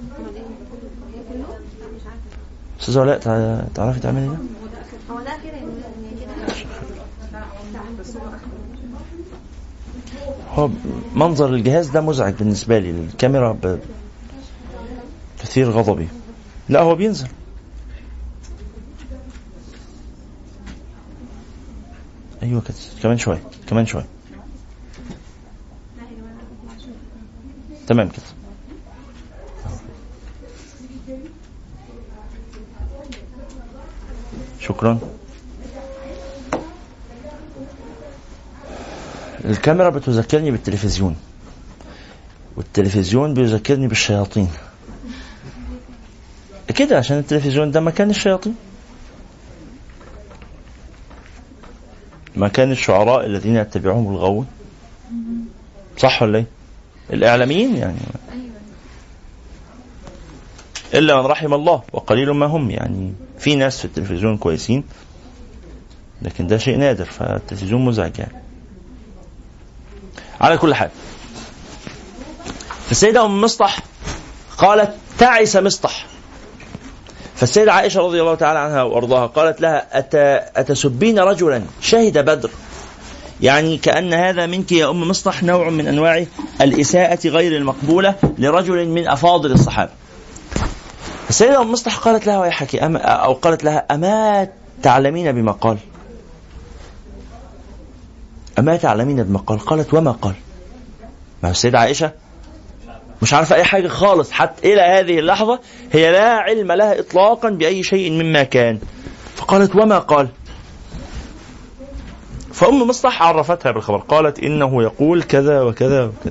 استاذ ولاء تعرفي تعملي ده؟ هو ده كده هو منظر الجهاز ده مزعج بالنسبة لي، الكاميرا بتثير غضبي. لا هو بينزل. ايوه كده كمان شوية كمان شوية تمام كده. شكرا. الكاميرا بتذكرني بالتلفزيون والتلفزيون بيذكرني بالشياطين كده، عشان التلفزيون ده مكان الشياطين، مكان الشعراء الذين يتبعهم الغاوون، صح ولا ايه؟ الإعلاميين يعني، إلا من رحم الله وقليل ما هم. يعني في ناس في التلفزيون كويسين لكن ده شيء نادر، فالتلفزيون مزعج يعني. على كل حال فالسيدة أم مصطح قالت تعس مصطح. فالسيدة عائشة رضي الله تعالى عنها وأرضاها قالت لها أت... أتسبين رجلا شهد بدر؟ يعني كأن هذا منك يا أم مصطح نوع من أنواع الإساءة غير المقبولة لرجل من أفاضل الصحابة. السيدة أم مصطح قالت لها ويحك أم... أو قالت لها أما تعلمين بما قال؟ أما تعلمين بما قال؟ قالت وما قال؟ ما السيدة عائشة مش عارفة أي حاجة خالص حتى إلى هذه اللحظة، هي لا علم لها إطلاقا بأي شيء مما كان. فقالت وما قال؟ فأم مصطح عرفتها بالخبر، قالت إنه يقول كذا وكذا وكذا،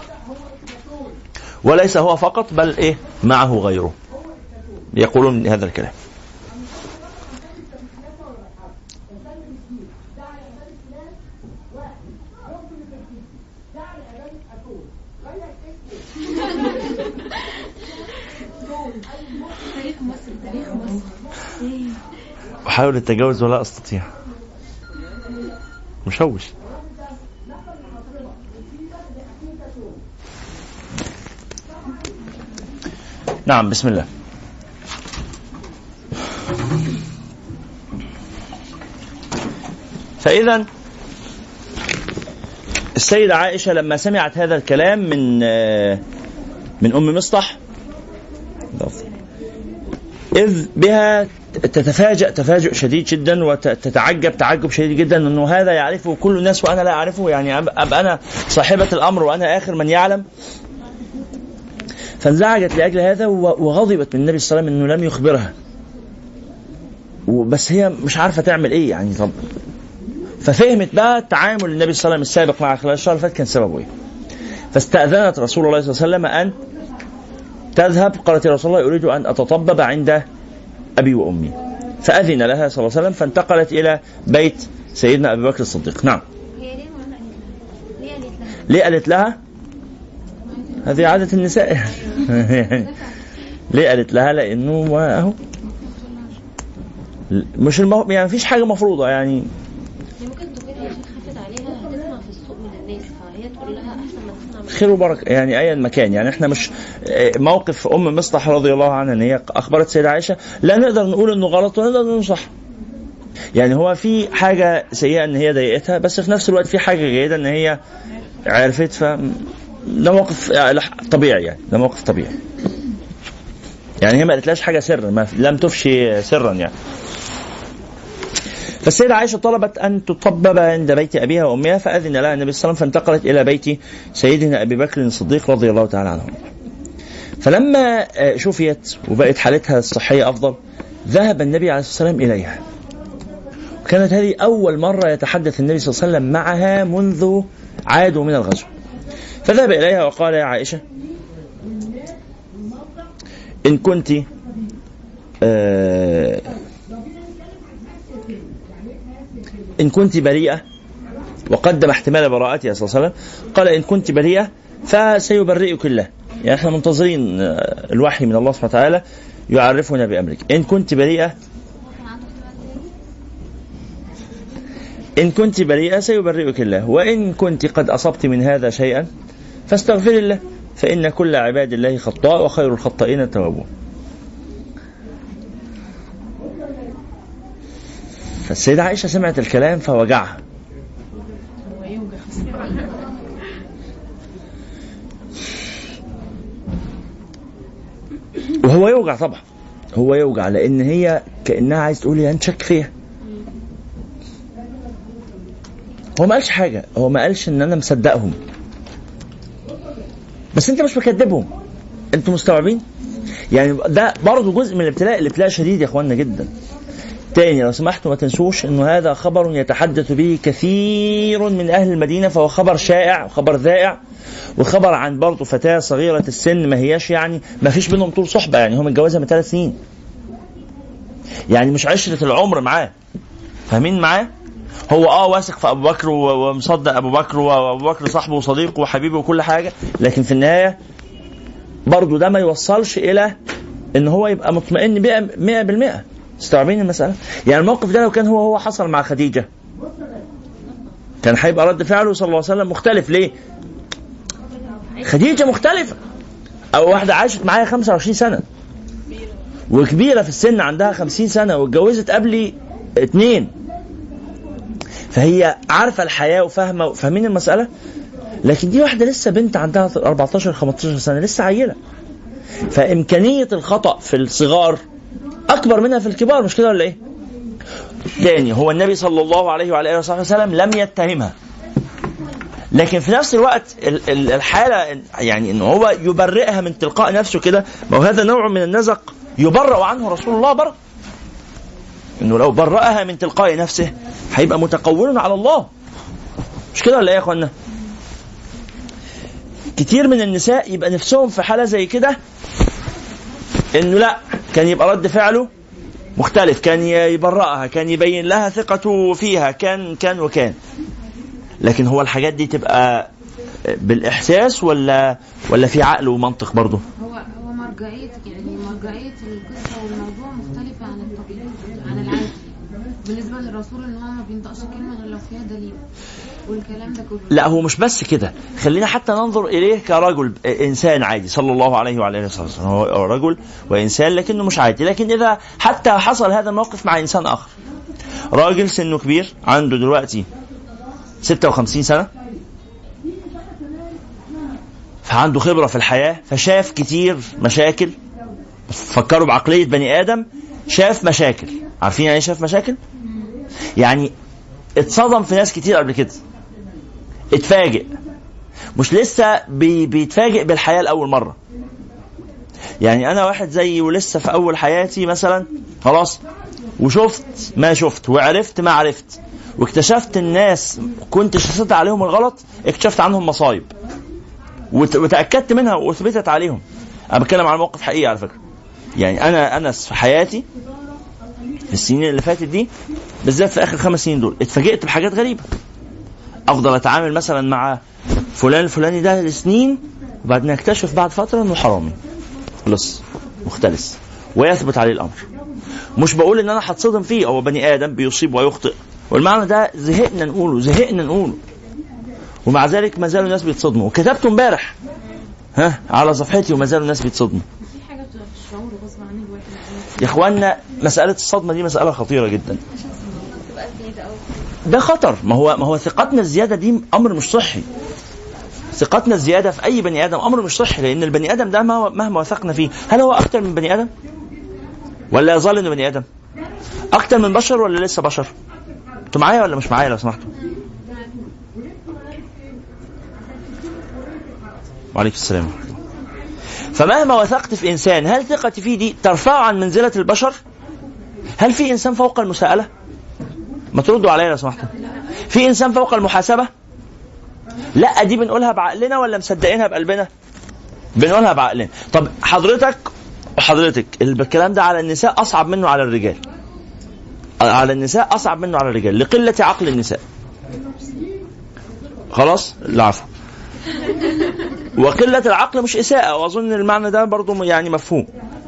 وليس هو فقط بل إيه معه غيره يقولون هذا الكلام. أحاول التجاوز ولا أستطيع، مشوش. نعم بسم الله. فإذا السيدة عائشة لما سمعت هذا الكلام من من أم مصطح إذ بها تتفاجأ تفاجؤ شديد جدا وتتعجب تعجب شديد جدا أنه هذا يعرفه كل الناس وأنا لا أعرفه، يعني أبقى أنا صاحبة الأمر وأنا آخر من يعلم. فانزعجت لأجل هذا وغضبت من النبي صلى الله عليه وسلم أنه لم يخبرها، بس هي مش عارفة تعمل إيه يعني. طب ففهمت بقى تعامل النبي صلى الله عليه وسلم السابق مع خلال الشهر الفات كان سببه إيه. فاستأذنت رسول الله صلى الله عليه وسلم أن تذهب. قالت يا رسول الله أريد أن أتطبب عند أبي وأمي، فأذن لها صلى الله عليه وسلم فانتقلت إلى بيت سيدنا أبي بكر الصديق. نعم. ليه قالت لها؟ هذه عادة النساء. ليه قالت لها؟ لأنه أهو مش المو... يعني مفيش حاجة مفروضة يعني. ممكن تكون هي خافت عليها هتسمع في السوق من الناس، فهي خير وبركه يعني ايا مكان. يعني احنا مش موقف ام مصطح رضي الله عنها ان هي اخبرت سيدة عائشه لا نقدر نقول انه غلط ونقدر نقول صح. يعني هو في حاجه سيئه ان هي ضايقتها، بس في نفس الوقت في حاجه جيده ان هي عرفت. ف ده موقف طبيعي، يعني ده موقف طبيعي. يعني هي ما قالتلاش حاجه سر، ما لم تفشي سرا يعني. فالسيدة عائشة طلبت أن تطبب عند بيت أبيها وأمها، فأذن لها النبي صلى الله عليه وسلم، فانتقلت إلى بيت سيدنا أبي بكر الصديق رضي الله تعالى عنه. فلما شفيت وبقت حالتها الصحية أفضل، ذهب النبي عليه الصلاة والسلام إليها. وكانت هذه أول مرة يتحدث النبي صلى الله عليه وسلم معها منذ عادوا من الغزو. فذهب إليها وقال: يا عائشة، إن كنت آه إن كنت بريئة، وقدم احتمال براءتها صلى الله عليه وسلم، قال: إن كنت بريئة فسيبرئك الله. يعني احنا منتظرين الوحي من الله سبحانه وتعالى يعرفنا بأمرك. إن كنت بريئة إن كنت بريئة سيبرئك الله، وإن كنت قد أصبت من هذا شيئا فاستغفر الله، فإن كل عباد الله خطاء وخير الخطائين التوابون. فالسيدة عائشة سمعت الكلام فوجعها. وهو يوجع طبعا، هو يوجع لأن هي كأنها عايز تقول لي أنت شك فيها. هو ما قالش حاجة، هو ما قالش إن أنا مصدقهم، بس أنت مش مكذبهم. أنتوا مستوعبين؟ يعني ده برضو جزء من الابتلاء. الابتلاء شديد يا أخواننا جدا. تاني لو سمحتوا ما تنسوش إنه هذا خبر يتحدث به كثير من أهل المدينة، فهو خبر شائع وخبر ذائع، وخبر عن برضو فتاة صغيرة السن، ما هياش يعني ما فيش بينهم طول صحبة، يعني هم متجوزها من ثلاث سنين، يعني مش عشرة العمر معاه. فاهمين معاه؟ هو اه واثق في أبو بكر ومصدق أبو بكر، وأبو بكر صاحبه وصديقه وحبيبه وكل حاجة، لكن في النهاية برضو ده ما يوصلش إلى إن هو يبقى مطمئن مئة بالمئة. استوعبين المسألة؟ يعني الموقف ده لو كان هو هو حصل مع خديجة كان هيبقى رد فعله صلى الله عليه وسلم مختلف. ليه؟ خديجة مختلفة، أو واحدة عاشت معايا خمسة وعشرين سنة وكبيرة في السن، عندها خمسين سنة واتجوزت قبلي اتنين، فهي عارفة الحياة وفاهمة فاهمين المسألة. لكن دي واحدة لسه بنت عندها أربعتاشر خمستاشر سنة، لسه عيلة، فإمكانية الخطأ في الصغار أكبر منها في الكبار، مش كده ولا إيه؟ تاني، هو النبي صلى الله عليه وعلى آله وصحبه وسلم لم يتهمها، لكن في نفس الوقت الحالة يعني إنه هو يبرئها من تلقاء نفسه كده، وهذا نوع من النزق يبرأ عنه رسول الله برأ. إنه لو برأها من تلقاء نفسه هيبقى متقول على الله، مش كده ولا إيه يا أخوانا؟ كتير من النساء يبقى نفسهم في حالة زي كده إنه لا، كان يبقى رد فعله مختلف، كان يبرأها، كان يبين لها ثقته فيها، كان كان وكان. لكن هو الحاجات دي تبقى بالإحساس ولا ولا في عقل ومنطق برضه؟ هو هو مرجعية، يعني مرجعية القصة والموضوع مختلفة عن الطبيعي عن العادي بالنسبة للرسول، إن هو ما بينطقش كلمة غير لو فيها دليل والكلام ده كله. لا، هو مش بس كده، خلينا حتى ننظر إليه كرجل إنسان عادي صلى الله عليه وعلى آله وسلم. هو رجل وإنسان لكنه مش عادي. لكن إذا حتى حصل هذا الموقف مع إنسان آخر، راجل سنه كبير عنده دلوقتي ستة وخمسين سنة، فعنده خبرة في الحياة، فشاف كتير مشاكل. فكروا بعقلية بني آدم، شاف مشاكل. عارفين يعني شاف مشاكل؟ يعني اتصدم في ناس كتير قبل كده، اتفاجئ، مش لسه بي بيتفاجئ بالحياة لأول مرة. يعني أنا واحد زي ولسه في أول حياتي مثلا، خلاص، وشفت ما شفت وعرفت ما عرفت، واكتشفت الناس كنت شفت عليهم الغلط، اكتشفت عنهم مصايب وتأكدت منها وأثبتت عليهم. أنا بتكلم على موقف حقيقي على فكرة. يعني أنا أنا في حياتي في السنين اللي فاتت دي بالذات، في آخر خمس سنين دول، اتفاجئت بحاجات غريبة. أفضل أتعامل مثلا مع فلان الفلاني ده لسنين، وبعدين أكتشف بعد فترة إنه حرامي خلص مختلس، ويثبت عليه الأمر. مش بقول إن أنا هتصدم فيه، هو بني آدم بيصيب ويخطئ، والمعنى ده زهقنا نقوله زهقنا نقوله ومع ذلك ما زالوا الناس بيتصدموا. وكتبته امبارح ها على صفحتي وما زالوا الناس بيتصدموا. في حاجه بتبقى في الشعور غصب عن الواحد يا اخوانا مساله الصدمه دي مساله خطيره جدا. ده خطر. ما هو ما هو ثقتنا الزياده دي امر مش صحي. ثقتنا الزياده في اي بني ادم امر مش صحي، لان البني ادم ده مهما وثقنا فيه، هل هو اكتر من بني ادم ولا يظل انه بني ادم؟ اكتر من بشر ولا لسه بشر؟ انتوا معايا ولا مش معايا لو سمحتوا؟ وعليكم السلام. فمهما وثقت في انسان، هل ثقتي فيه دي ترفع عن منزله البشر؟ هل في انسان فوق المساءله؟ ما تردوا عليا لو سمحتوا. في انسان فوق المحاسبه؟ لا. دي بنقولها بعقلنا ولا مصدقينها بقلبنا؟ بنقولها بعقلنا. طب حضرتك وحضرتك الكلام ده على النساء اصعب منه على الرجال. على النساء اصعب منه على الرجال لقله عقل النساء. خلاص العفو. وقله العقل مش اساءه، واظن المعنى ده برضو يعني مفهوم.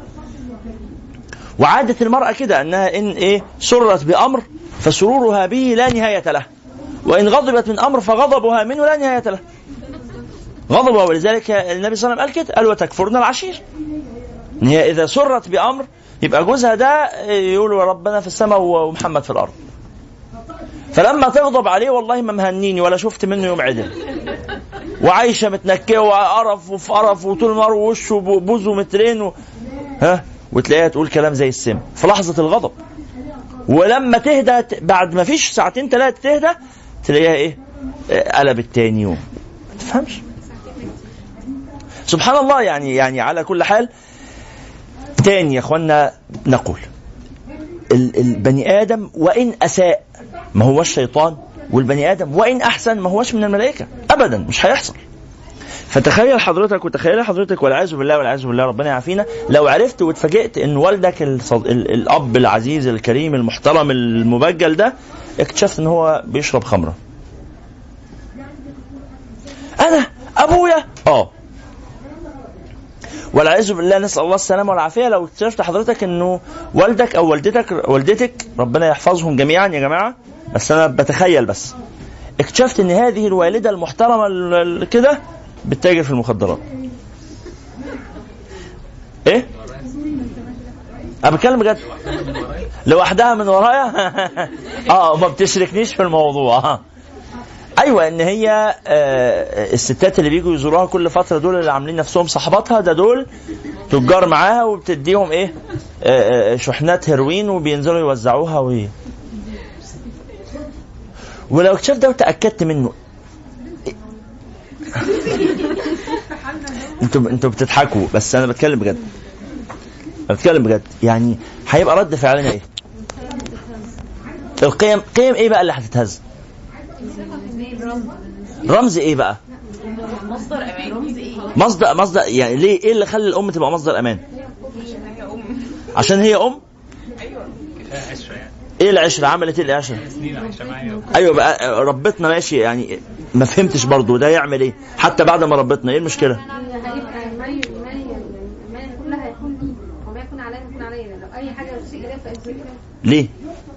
وعاده المراه كده انها ان ايه سرت بامر فسرورها به لا نهايه له، وان غضبت من امر فغضبها منه لا نهايه له. غضبها. ولذلك النبي صلى الله عليه وسلم قال كده، قال وتكفرن العشير. ان هي اذا سرت بامر يبقى جوزها ده يقول ربنا في السماء ومحمد في الارض. فلما تغضب عليه والله ما مهنيني ولا شفت منه يوم عدل، وعايشه متنكيه وقرف وفي قرف وطول النهار ووشه بوزه مترين و... ها وتلاقيها تقول كلام زي السم في لحظه الغضب. ولما تهدى بعد ما فيش ساعتين ثلاثه تهدى تلاقيها ايه قلب التاني يوم. ما تفهمش. سبحان الله. يعني يعني على كل حال تاني يا اخوانا نقول البني ادم وان اساء ما هوش شيطان، والبني ادم وان احسن ما هوش من الملائكه ابدا. مش هيحصل. فتخيل حضرتك وتخيل حضرتك والعياذ بالله والعياذ بالله ربنا يعافينا، لو عرفت واتفاجئت ان والدك الصد... الاب العزيز الكريم المحترم المبجل ده اكتشفت ان هو بيشرب خمره. انا ابويا اه والعياذ بالله نسال الله السلامه والعافيه. لو اكتشفت حضرتك انه والدك او والدتك والدتك ربنا يحفظهم جميعا يا جماعه، بس انا بتخيل بس اكتشفت ان هذه الوالده المحترمه كده بتتاجر في المخدرات. ايه انا بتكلم بجد لوحدها من ورايا. اه ما بتشركنيش في الموضوع. ايوه ان هي آه الستات اللي بيجوا يزوروها كل فتره دول اللي عاملين نفسهم صحباتها، ده دول تجار معاها وبتديهم ايه آه آه شحنات هيروين وبينزلوا يوزعوها. وهي ولو اكتشفت ده وتاكدت منه انتوا انتوا بتضحكوا بس انا بتكلم بجد. بتكلم بجد. يعني هيبقى رد فعلنا ايه؟ القيم قيم ايه بقى اللي هتتهز؟ رمز ايه بقى؟ مصدر امان. رمز ايه؟ مصدر مصدر يعني ليه؟ ايه اللي خلى الام تبقى مصدر امان؟ عشان هي ام. ايوه عشره يعني. ايه العشره؟ عملت ايه العشره؟ سنين عايشه معايا. ايوه بقى ربتنا ماشي. يعني ما فهمتش برضو ده يعمل ايه حتى بعد ما ربتنا؟ ايه المشكله؟ ليه؟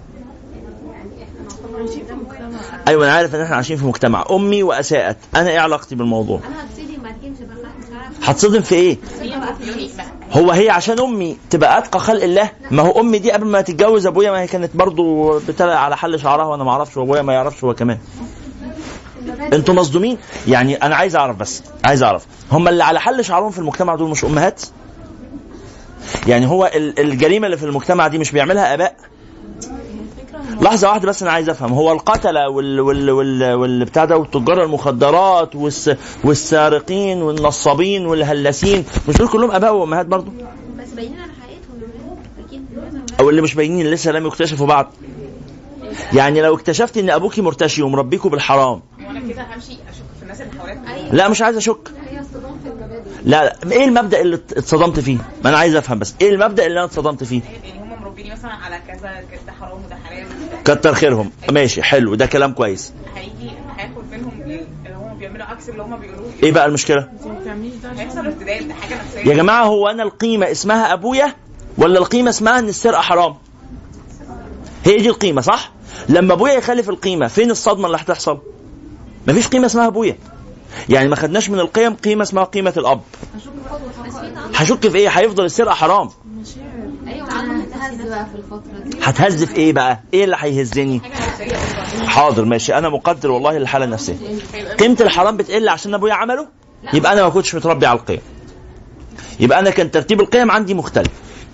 ايوه انا عارف ان احنا عايشين في مجتمع. امي واساءت، انا ايه علاقتي بالموضوع؟ انا هتصدم بعد كده مش هتصدم في ايه؟ هو هي عشان امي تبقى اتقى خلق الله؟ ما هو امي دي قبل ما تتجوز ابويا ما هي كانت برضو بتلع على حل شعرها وانا ما اعرفش وابويا ما يعرفش هو كمان. انتوا مصدومين. يعني انا عايز اعرف بس عايز اعرف هم اللي على حل شعرهم في المجتمع دول مش امهات؟ يعني هو الجريمه اللي في المجتمع دي مش بيعملها اباء؟ لحظه واحده بس انا عايز افهم. هو القتله وال وال وال والبتاع ده وتجار المخدرات والس والسارقين والنصابين والهلاسين مش دول كلهم اباء وامهات برضو؟ بس باينين على حقيقتهم اكيد. او اللي مش باينين لسه لم يكتشفوا بعض. يعني لو اكتشفت ان ابوكي مرتشي ومربيكوا بالحرام وانا كده همشي اشك في الناس اللي حواليا؟ لا مش عايز اشك. هي اصطدام في المبادئ. لا لا ايه المبدا اللي اتصدمت فيه؟ ما انا عايز افهم بس ايه المبدا اللي انا اتصدمت فيه؟ يعني هم مربيني مثلا على كذا ده حرام وده حلال. كتر خيرهم ماشي حلو ده كلام كويس. هيجي هياخد منهم اللي هم بيعملوا عكس اللي هم بيقولوه. ايه بقى المشكله؟ هيحصل ارتداد. ده حاجه نفسيه يا جماعه. هو انا القيمه اسمها ابويا ولا القيمه اسمها ان السرقه حرام؟ هي دي القيمه صح؟ لما ابويا يخالف القيمه فين الصدمه اللي هتحصل؟ مفيش قيمه اسمها ابويا، يعني ما خدناش من القيم قيمه اسمها قيمه الاب. هشك في ايه؟ هيفضل السرقه حرام. ايوه انا هتهز بقى في الفتره دي. هتهز في ايه بقى؟ ايه اللي هيهزني؟ حاضر ماشي، انا مقدر والله الحاله النفسيه. قيمه الحرام بتقل عشان ابويا عمله، يبقى انا ما كنتش متربي على القيم، يبقى انا كان ترتيب القيم عندي مختلف.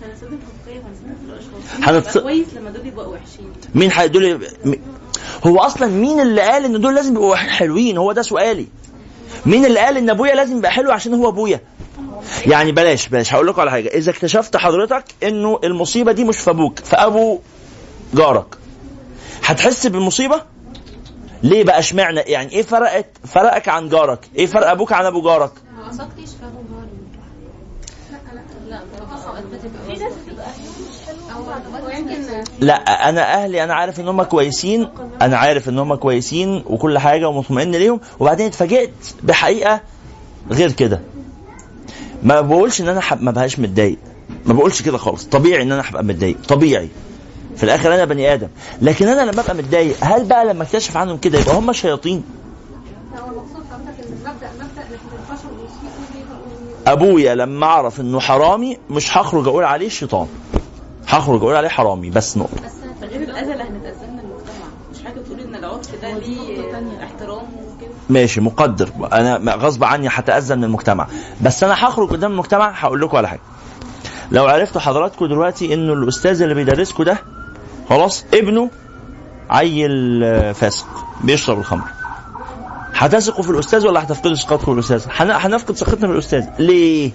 هنتص... كويس لما دول يبقوا وحشين. مين هيدول؟ هو اصلا مين اللي قال ان دول لازم يبقوا حلوين؟ هو ده سؤالي. مين اللي قال ان ابويا لازم يبقى حلو عشان هو ابويا؟ يعني بلاش بلاش هقول لكم على حاجه. اذا اكتشفت حضرتك انه المصيبه دي مش في ابوك، في ابو جارك، هتحس بالمصيبه ليه بقى؟ اشمعنى؟ يعني ايه فرقت فرقك عن جارك؟ ايه فرق ابوك عن ابو جارك؟ ما وثقتش في ابو جاري. لا لا في ناس بتبقى هو يمكن لا انا اهلي انا عارف ان هم كويسين، انا عارف ان هم كويسين وكل حاجه ومطمئن ليهم، وبعدين اتفاجئت بحقيقه غير كده. ما بقولش ان انا حب ما بقاش متضايق، ما بقولش كده خالص. طبيعي ان انا هبقى متضايق، طبيعي، في الاخر انا بني ادم. لكن انا لما ابقى متضايق، هل بقى لما اكتشف عنهم كده يبقى هم شياطين؟ هو المقصود حضرتك ان المبدا مبدا لكن البشر والسيء. ابويا لما اعرف انه حرامي مش هخرج اقول عليه شيطان، هخرج اقول عليه حرامي بس، نقطه. بس غير الاذى اللي هنتاذى من المجتمع، مش حاجه تقول ان العرف ده ليه احترام وكده. ماشي مقدر، انا غصب عني هتاذى من المجتمع، بس انا هخرج قدام المجتمع. هقول لكم على حاجه، لو عرفتوا حضراتكم دلوقتي انه الاستاذ اللي بيدرسكم ده خلاص ابنه عيل فاسق بيشرب الخمر، هتثقوا في الاستاذ ولا هتفقدوا ثقتكم في الاستاذ؟ هنفقد ثقتنا في الاستاذ. ليه؟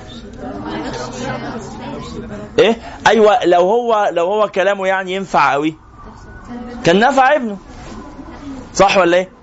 ايه؟ ايوه لو هو لو هو كلامه يعني ينفع قوي كان نفع ابنه، صح ولا ايه؟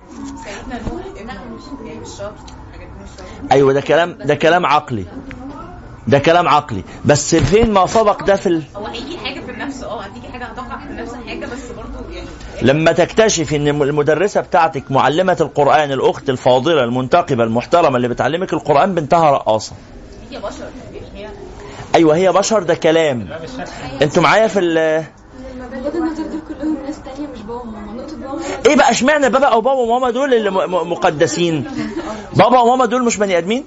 ايوه ده كلام ده كلام عقلي، ده كلام عقلي، بس فين ما سبق ده في ال... هو هيجي حاجه في النفس، اه هتيجي حاجه هتقع في النفس حاجه، بس برضه يعني لما تكتشف ان المدرسه بتاعتك معلمه القران، الاخت الفاضله المنتقبه المحترمه اللي بتعلمك القران بنتها رقاصه، هي بشر هي. ايوه هي بشر، ده كلام. انتوا معايا في ال بغض النظر دول كلهم ناس تانية مش بابا وماما. نقطة بابا ايه بقى؟ اشمعنى بابا او بابا وماما دول اللي مقدسين؟ بابا وماما دول مش بني ادمين؟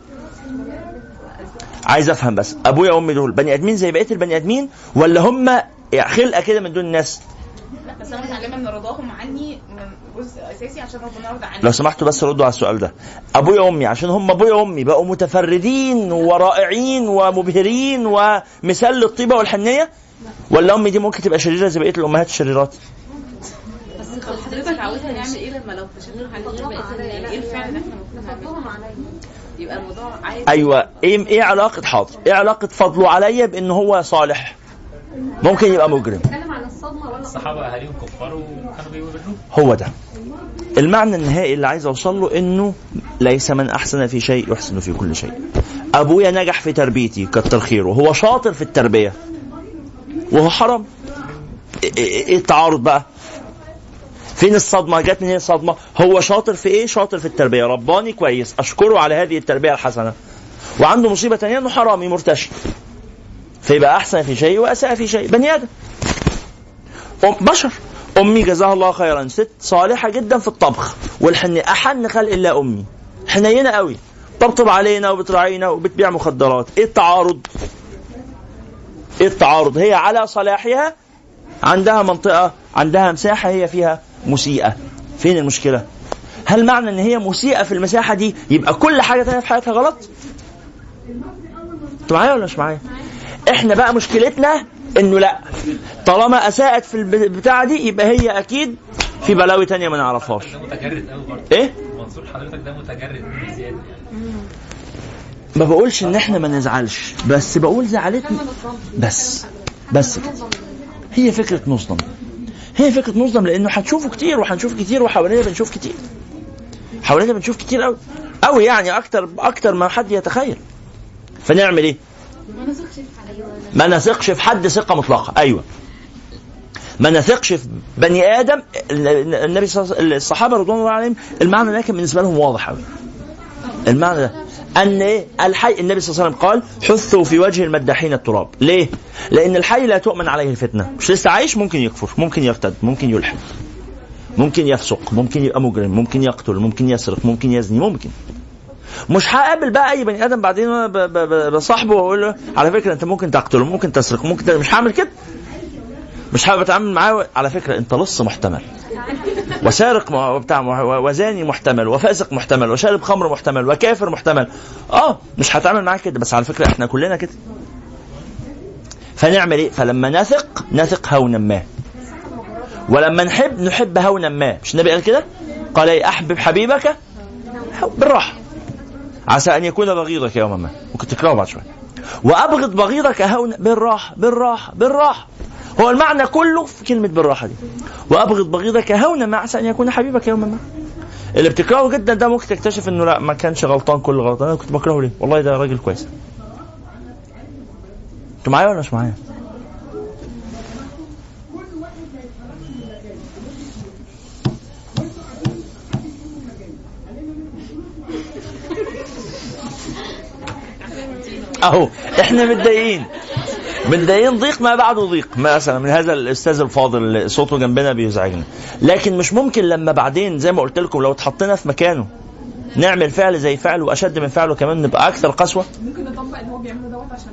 عايز افهم بس، ابويا وامي دول بني ادمين زي بقيه البني ادمين ولا هم خلقه كده من دون الناس؟ لا بس انا متعلمه ان رضاهم عني من جزء اساسي عشان ربنا يرضى عني. لو سمحتوا بس ردوا على السؤال ده. ابويا وامي عشان هم ابويا وامي بقوا متفردين ورائعين ومبهرين ومثال للطيبه والحنيه، ولا امي دي ممكن تبقى شريره زي بقيه الامهات الشريرات؟ بس حضرتك عاوزنا نعمل ايه لما لو اكتشفنا حاجه غير بقية؟ يعني ايه الفعل اللي احنا المفروض نعمله؟ يبقى الموضوع عادي. ايوه ايه ايه علاقه حاضر؟ ايه علاقه فضله عليا بان هو صالح؟ ممكن يبقى مجرم. بتتكلم عن الصدمه ولا الصحابه اهاليهم كفار وكانوا بيوردوه. هو ده المعنى النهائي اللي عايز اوصل له، انه ليس من احسن في شيء يحسن في كل شيء. ابويا نجح في تربيتي كتر خيره، هو شاطر في التربيه وهو حرام. ايه التعارض بقى؟ فين الصدمه؟ جت منين الصدمه؟ هو شاطر في ايه؟ شاطر في التربيه، رباني كويس، اشكره على هذه التربيه الحسنه، وعنده مصيبه تانية انه حرامي مرتشي، فيبقى احسن في شيء واساء في شيء. بني ادم بشر. امي جزاها الله خيرا ست صالحه جدا في الطبخ والحنيه، احن خلق الا امي، حنينه قوي، طبطب علينا وبتراعينا وبتبيع مخدرات. ايه التعارض؟ ايه التعارض؟ هي على صلاحها عندها منطقه، عندها مساحه هي فيها مسيئه. فين المشكله؟ هل معنى ان هي مسيئه في المساحه دي يبقى كل حاجه تانية في حياتها غلط؟ انتوا معايا ولا مش معايا؟ احنا بقى مشكلتنا انه لا، طالما اساءت في البتاعه دي يبقى هي اكيد في بلاوي تانية ما نعرفهاش. ده متجرد قوي برضه. ايه منصور حضرتك ده متجرد بزياده يعني. ما بقولش ان احنا ما نزعلش، بس بقول زعلتني بس بس كده. هي فكره نصدم، هي فكره نصدم، لانه هتشوفوا كتير وهنشوف كتير وحوالينا بنشوف كتير، حوالينا بنشوف كتير قوي قوي، يعني اكتر اكتر ما حد يتخيل. فنعمل ايه؟ ما نثقش في حد ثقه مطلقه. ايوه ما نثقش في بني ادم. النبي الصحابه رضوان الله عليهم المعنى ده كان بالنسبه لهم واضح قوي. المعنى ده ان ايه؟ الحي، النبي صلى الله عليه وسلم قال حثوا في وجه المداحين التراب. ليه؟ لان الحي لا تؤمن عليه الفتنه، مش لسه عايش، ممكن يكفر، ممكن يرتد، ممكن يلحد، ممكن يفسق، ممكن يبقى مجرم، ممكن يقتل، ممكن يسرق، ممكن يزني، ممكن. مش هقابل بقى اي بني ادم بعدين بصاحبه واقول له على فكره انت ممكن تقتل، ممكن تسرق، ممكن ت... مش هعمل كده، مش حابب اتعامل معاه. على فكره انت لص محتمل، وسارق بتاع وزاني محتمل، وفاسق محتمل، وشارب خمر محتمل، وكافر محتمل. اه مش هتعامل معاه كده، بس على فكره احنا كلنا كده. فنعمل ايه؟ فلما نثق نثق هونا ما، ولما نحب نحب هونا ما. مش النبي قال كده؟ قال ايه؟ احبب حبيبك بالراحه عسى ان يكون بغيضك يوما ما، ممكن تكرهه بعد شويه. وابغض بغيضك هونا بالراحه بالراحه بالراحه. هو المعنى كله في كلمه بالراحه دي. وابغض بغيضك هونا ما عسى ان يكون حبيبك يوما ما. اللي بتكرهه جدا ده ممكن تكتشف انه لا، ما كانش غلطان كل غلطان، انا كنت بكرهه ليه؟ والله ده راجل كويس. انتوا معايا ولا مش معايا؟ اهو احنا متضايقين متضايقين ضيق ما بعده ضيق مثلا من هذا الاستاذ الفاضل اللي صوته جنبنا بيزعجنا، لكن مش ممكن لما بعدين زي ما قلت لكم لو اتحطينا في مكانه نعمل فعل زي فعله واشد من فعله كمان، نبقى اكثر قسوه. ممكن نطبق اللي هو بيعمله دوت عشان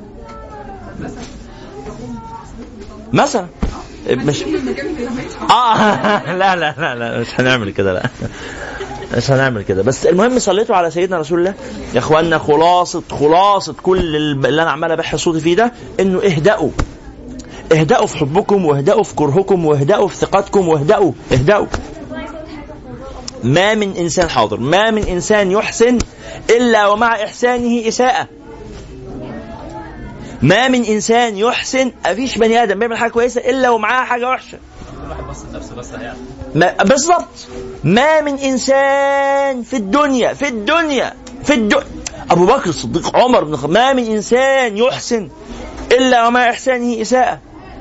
مثلا مش اه لا لا لا لا مش هنعمل كده، لا مش هنعمل كده. بس المهم صليتوا على سيدنا رسول الله يا اخواننا. خلاصة خلاصة كل اللي انا عمال ابح صوتي فيه ده انه اهدأوا اهدأوا في حبكم، واهدأوا في كرهكم، واهدأوا في ثقتكم، واهدأوا اهدأوا. ما من انسان حاضر ما من انسان يحسن الا ومع احسانه اساءة. ما من انسان يحسن، مفيش بني ادم بيعمل حاجه كويسه الا ومعاه حاجه وحشه. ما بالضبط. ما من انسان في الدنيا في الدنيا في الدنيا ابو بكر الصديق، عمر بن الخطاب، ما من انسان يحسن الا ومع احسانه اساءه،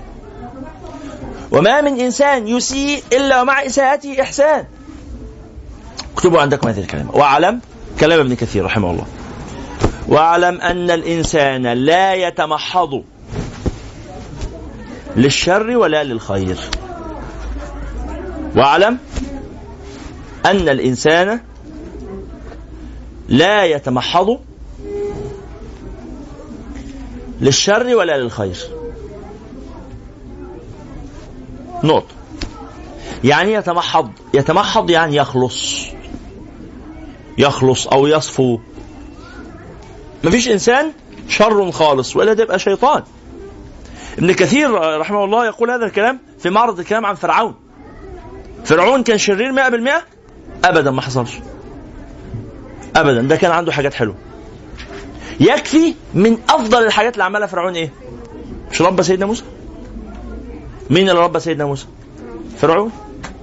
وما من انسان يسيء الا ومع اساءته احسان. اكتبوا عندكم هذه الكلمه. واعلم، كلام ابن كثير رحمه الله، واعلم ان الانسان لا يتمحض للشر ولا للخير. واعلم أن الإنسان لا يتمحض للشر ولا للخير. نقطة. يعني يتمحض، يتمحض يعني يخلص يخلص أو يصفو. مفيش إنسان شر خالص ولا تبقى شيطان. ابن كثير رحمه الله يقول هذا الكلام في معرض الكلام عن فرعون. فرعون كان شرير مئة بالمئة؟ أبدا، ما حصلش أبدا. ده كان عنده حاجات حلوة. يكفي من أفضل الحاجات اللي عملها فرعون إيه؟ مش رب سيدنا موسى؟ مين اللي رب سيدنا موسى؟ فرعون.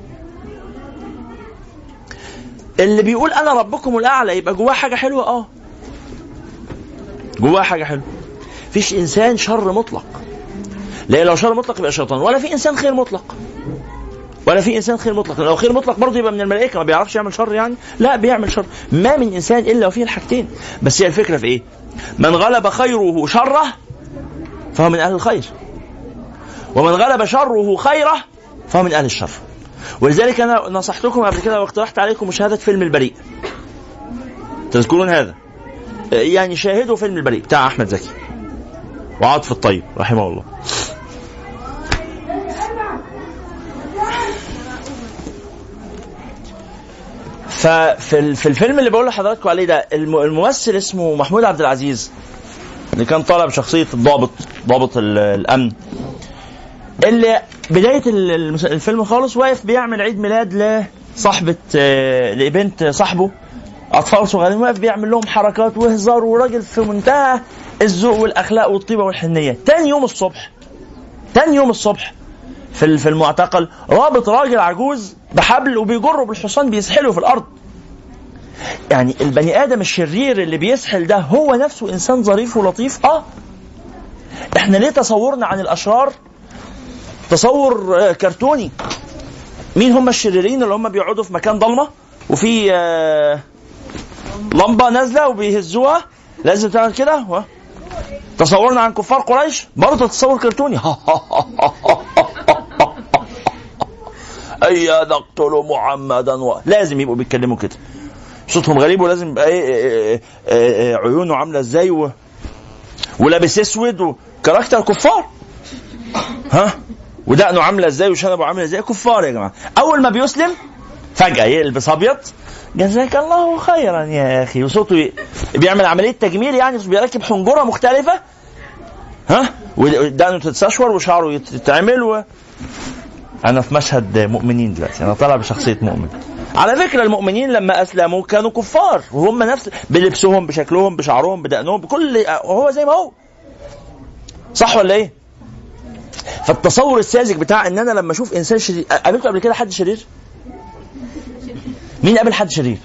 اللي بيقول أنا ربكم الأعلى يبقى جواه حاجة حلوة. آه جواه حاجة حلوة. فيش إنسان شر مطلق، لأن لو شر مطلق يبقى شيطان. ولا في إنسان خير مطلق، ولا في إنسان خير مطلق. لو خير مطلق برضه يبقى من الملائكة، ما بيعرفش يعمل شر يعني. لا، بيعمل شر. ما من إنسان إلا وفيه الحاجتين. بس هي الفكرة في إيه؟ من غلب خيره شره فهو من أهل الخير، ومن غلب شره خيره فهو من أهل الشر. ولذلك أنا نصحتكم قبل كده واقترحت عليكم مشاهدة فيلم البريء. تذكرون هذا؟ يعني شاهدوا فيلم البريء بتاع أحمد زكي وعاطف الطيب رحمه الله. ففي في الفيلم اللي بقول لحضراتكم عليه ده، الممثل اسمه محمود عبد العزيز، اللي كان طالع بشخصية الضابط، ضابط الأمن، اللي بداية الفيلم خالص واقف بيعمل عيد ميلاد لصاحبة لبنت صاحبه، أطفال صغيرين، واقف بيعمل لهم حركات وهزار، وراجل في منتهى الذوق والأخلاق والطيبة والحنية. تاني يوم الصبح تاني يوم الصبح في في المعتقل رابط راجل عجوز بحبل وبيجره بالحصان بيسحله في الأرض. يعني البني آدم الشرير اللي بيسحل ده هو نفسه إنسان ظريف ولطيف. آه إحنا ليه تصورنا عن الأشرار تصور كرتوني؟ مين هم الشريرين اللي هم بيقعدوا في مكان ضلمة وفي آه لمبة نازلة وبيهزوها لازم تعمل كده؟ تصورنا عن كفار قريش برضه تصور كرتوني. هيا نقتل محمدا و... لازم يبقوا بيتكلموا كده، صوتهم غريب، ولازم يبقى ايه, إيه, إيه, إيه عيونه عامله ازاي و... ولابس اسود وكاركتر كفار، ها، ودقنه عامله ازاي وشنبه عامله ازاي، كفار يا جماعه. اول ما بيسلم فجاه يلبس ابيض، جزاك الله خيرا يا اخي، وصوته ي... بيعمل عمليه تجميل، يعني بيركب حنجره مختلفه، ها، ودقنه تتسشور وشعره يتعمل و... انا في مشهد مؤمنين دلوقتي، انا طالع بشخصيه مؤمن. على فكره المؤمنين لما اسلموا كانوا كفار، وهم نفس بلبسهم بشكلهم بشعرهم بدقنهم بكل، وهو زي ما هو، صح ولا ايه؟ فالتصور الساذج بتاع ان انا لما اشوف انسان شرير، قابلته قبل كده حد شرير؟ مين قابل حد شرير؟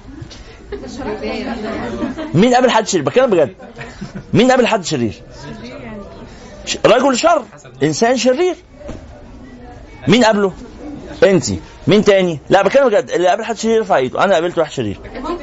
مين قابل حد شرير؟ بكلم بجد، مين قابل حد شرير؟ رجل شر، انسان شرير، مين قابله؟ انتي. مين تاني؟ لا بكلم بجد، اللي قابل حد شرير يرفع ايده. انا قابلت واحد شرير.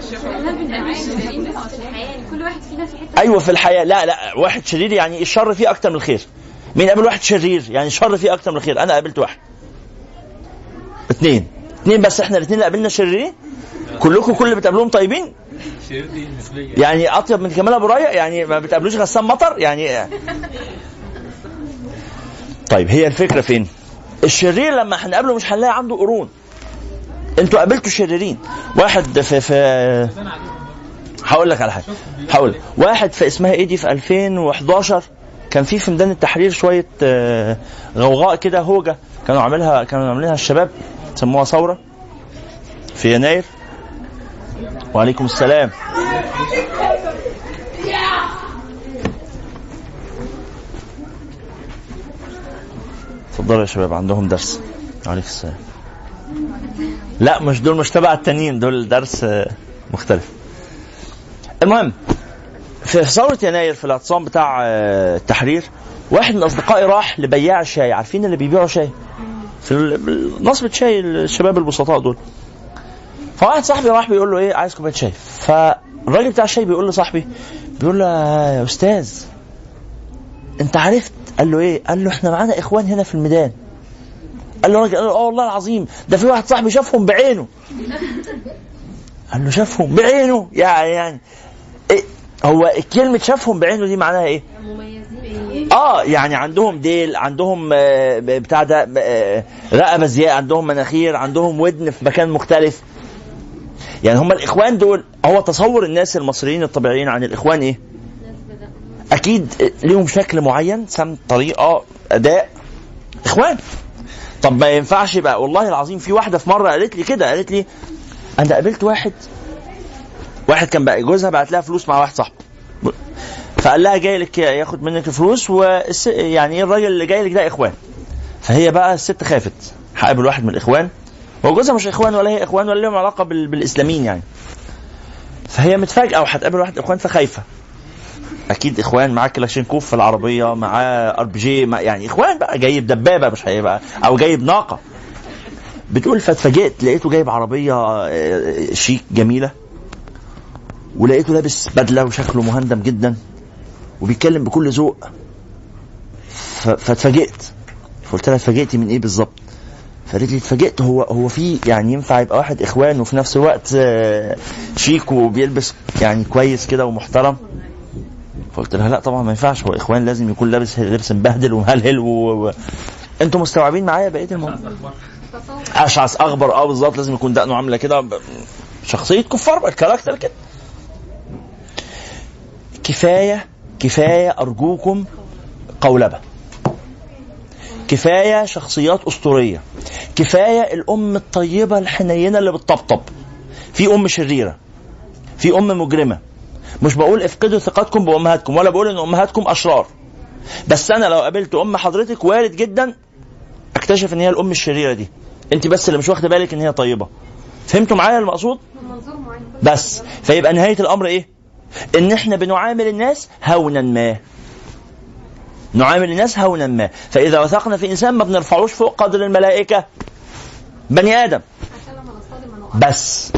كل واحد فينا في حته. ايوه في الحياه، لا لا واحد شرير يعني الشر فيه اكتر من الخير. مين قابل واحد شرير يعني الشر فيه اكتر من الخير؟ انا قابلت واحد. اثنين اثنين بس، احنا الاثنين اللي قابلنا شريرين. كلكم كل اللي بتقابلوهم طيبين يعني، اطيب من كمال ابو رايق يعني، ما بتقابلوش غسان مطر يعني. طيب هي الفكره فين؟ الشرير لما هنقابله مش هنلاقي عنده قرون. انتوا قابلتوا شريرين. واحد في في هقول لك على حاجه، هقول واحد في اسمها ايه دي في ألفين وإحداشر كان في في ميدان التحرير شويه غوغاء كده، هوجه كانوا عاملها كانوا عاملينها الشباب، سموها ثوره في يناير. وعليكم السلام. اتفضلوا يا شباب، عندهم درس. عليكم السلام. لا مش دول، مش تبع التانيين، دول درس مختلف. المهم في ثورة يناير في الاعتصام بتاع التحرير، واحد من أصدقائي راح لبياع الشاي، عارفين اللي بيبيعوا شاي في نصبة شاي الشباب البسطاء دول. فواحد صاحبي راح بيقول له ايه، عايز كوبايه شاي. فالراجل بتاع الشاي بيقول له صاحبي، بيقول له يا استاذ انت عرفت؟ قال له ايه؟ قال له احنا معانا اخوان هنا في الميدان. قال له راجل، قال له اه والله العظيم ده في واحد صاحبي شافهم بعينه. قال له شافهم بعينه يعني يعني إيه؟ هو كلمة شافهم بعينه دي معناها ايه؟ اه يعني عندهم ديل، عندهم آه بتاع ده آه رقبة زياء، عندهم مناخير، عندهم ودن في مكان مختلف. يعني هم الاخوان دول، هو تصور الناس المصريين الطبيعيين عن الاخوان ايه؟ اكيد ليهم شكل معين، سمت، طريقة، اداء، اخوان. طب ما ينفعش بقى، والله العظيم في واحدة في مرة قالت لي كده، قالت لي انا قابلت واحد واحد كان بقى جوزها بعت لها فلوس مع واحد صاحبه، فقال لها جاي لك ياخد منك الفلوس، والس... يعني الراجل اللي جاي لك ده اخوان. فهي بقى الست خافت، هقابل واحد من الاخوان، هو جوزها مش اخوان ولا هي اخوان ولا لهم علاقه بال... بالاسلاميين يعني. فهي متفاجئه وهتقابل واحد اخوان، فخايفه. اكيد اخوان معاه كلاشينكوف في العربيه، معاه ار بي جي، مع... يعني اخوان بقى جايب دبابه، مش هيبقى او جايب ناقه. بتقول فاتفاجئت لقيته جايب عربيه شيك جميله، ولقيته لابس بدله وشكله مهندم جدا وبيتكلم بكل ذوق. فاتفاجئت، قلت لها اتفاجئتي من ايه بالظبط؟ فقالت لي اتفاجئت، هو هو في يعني ينفع يبقى واحد اخوان وفي نفس الوقت شيك وبيلبس يعني كويس كده ومحترم؟ فقلت لها لا طبعا ما ينفعش، هو اخوان لازم يكون لابس لبس مبهدل ومهلهل و... و... انتوا مستوعبين معايا بقيه الموضوع؟ اشعث اخبر، اه بالظبط، لازم يكون دقنه عامله كده، شخصيه كفار بقى، الكاركتر كده. كفايه كفايه ارجوكم قولبه، كفايه شخصيات اسطوريه، كفايه الام الطيبه الحنينه اللي بتطبطب. في ام شريره، في ام مجرمه. مش بقول افقدوا ثقتكم بامهاتكم، ولا بقول ان امهاتكم اشرار، بس انا لو قابلت ام حضرتك وارد جدا اكتشف ان هي الام الشريره دي، انت بس اللي مش واخده بالك ان هي طيبه. فهمتوا معايا المقصود؟ بس فيبقى نهايه الامر ايه؟ ان احنا بنعامل الناس هونا ما، نعامل الناس هونا ما. فاذا وثقنا في انسان ما بنرفعوش فوق قدر الملائكه، بني ادم بس.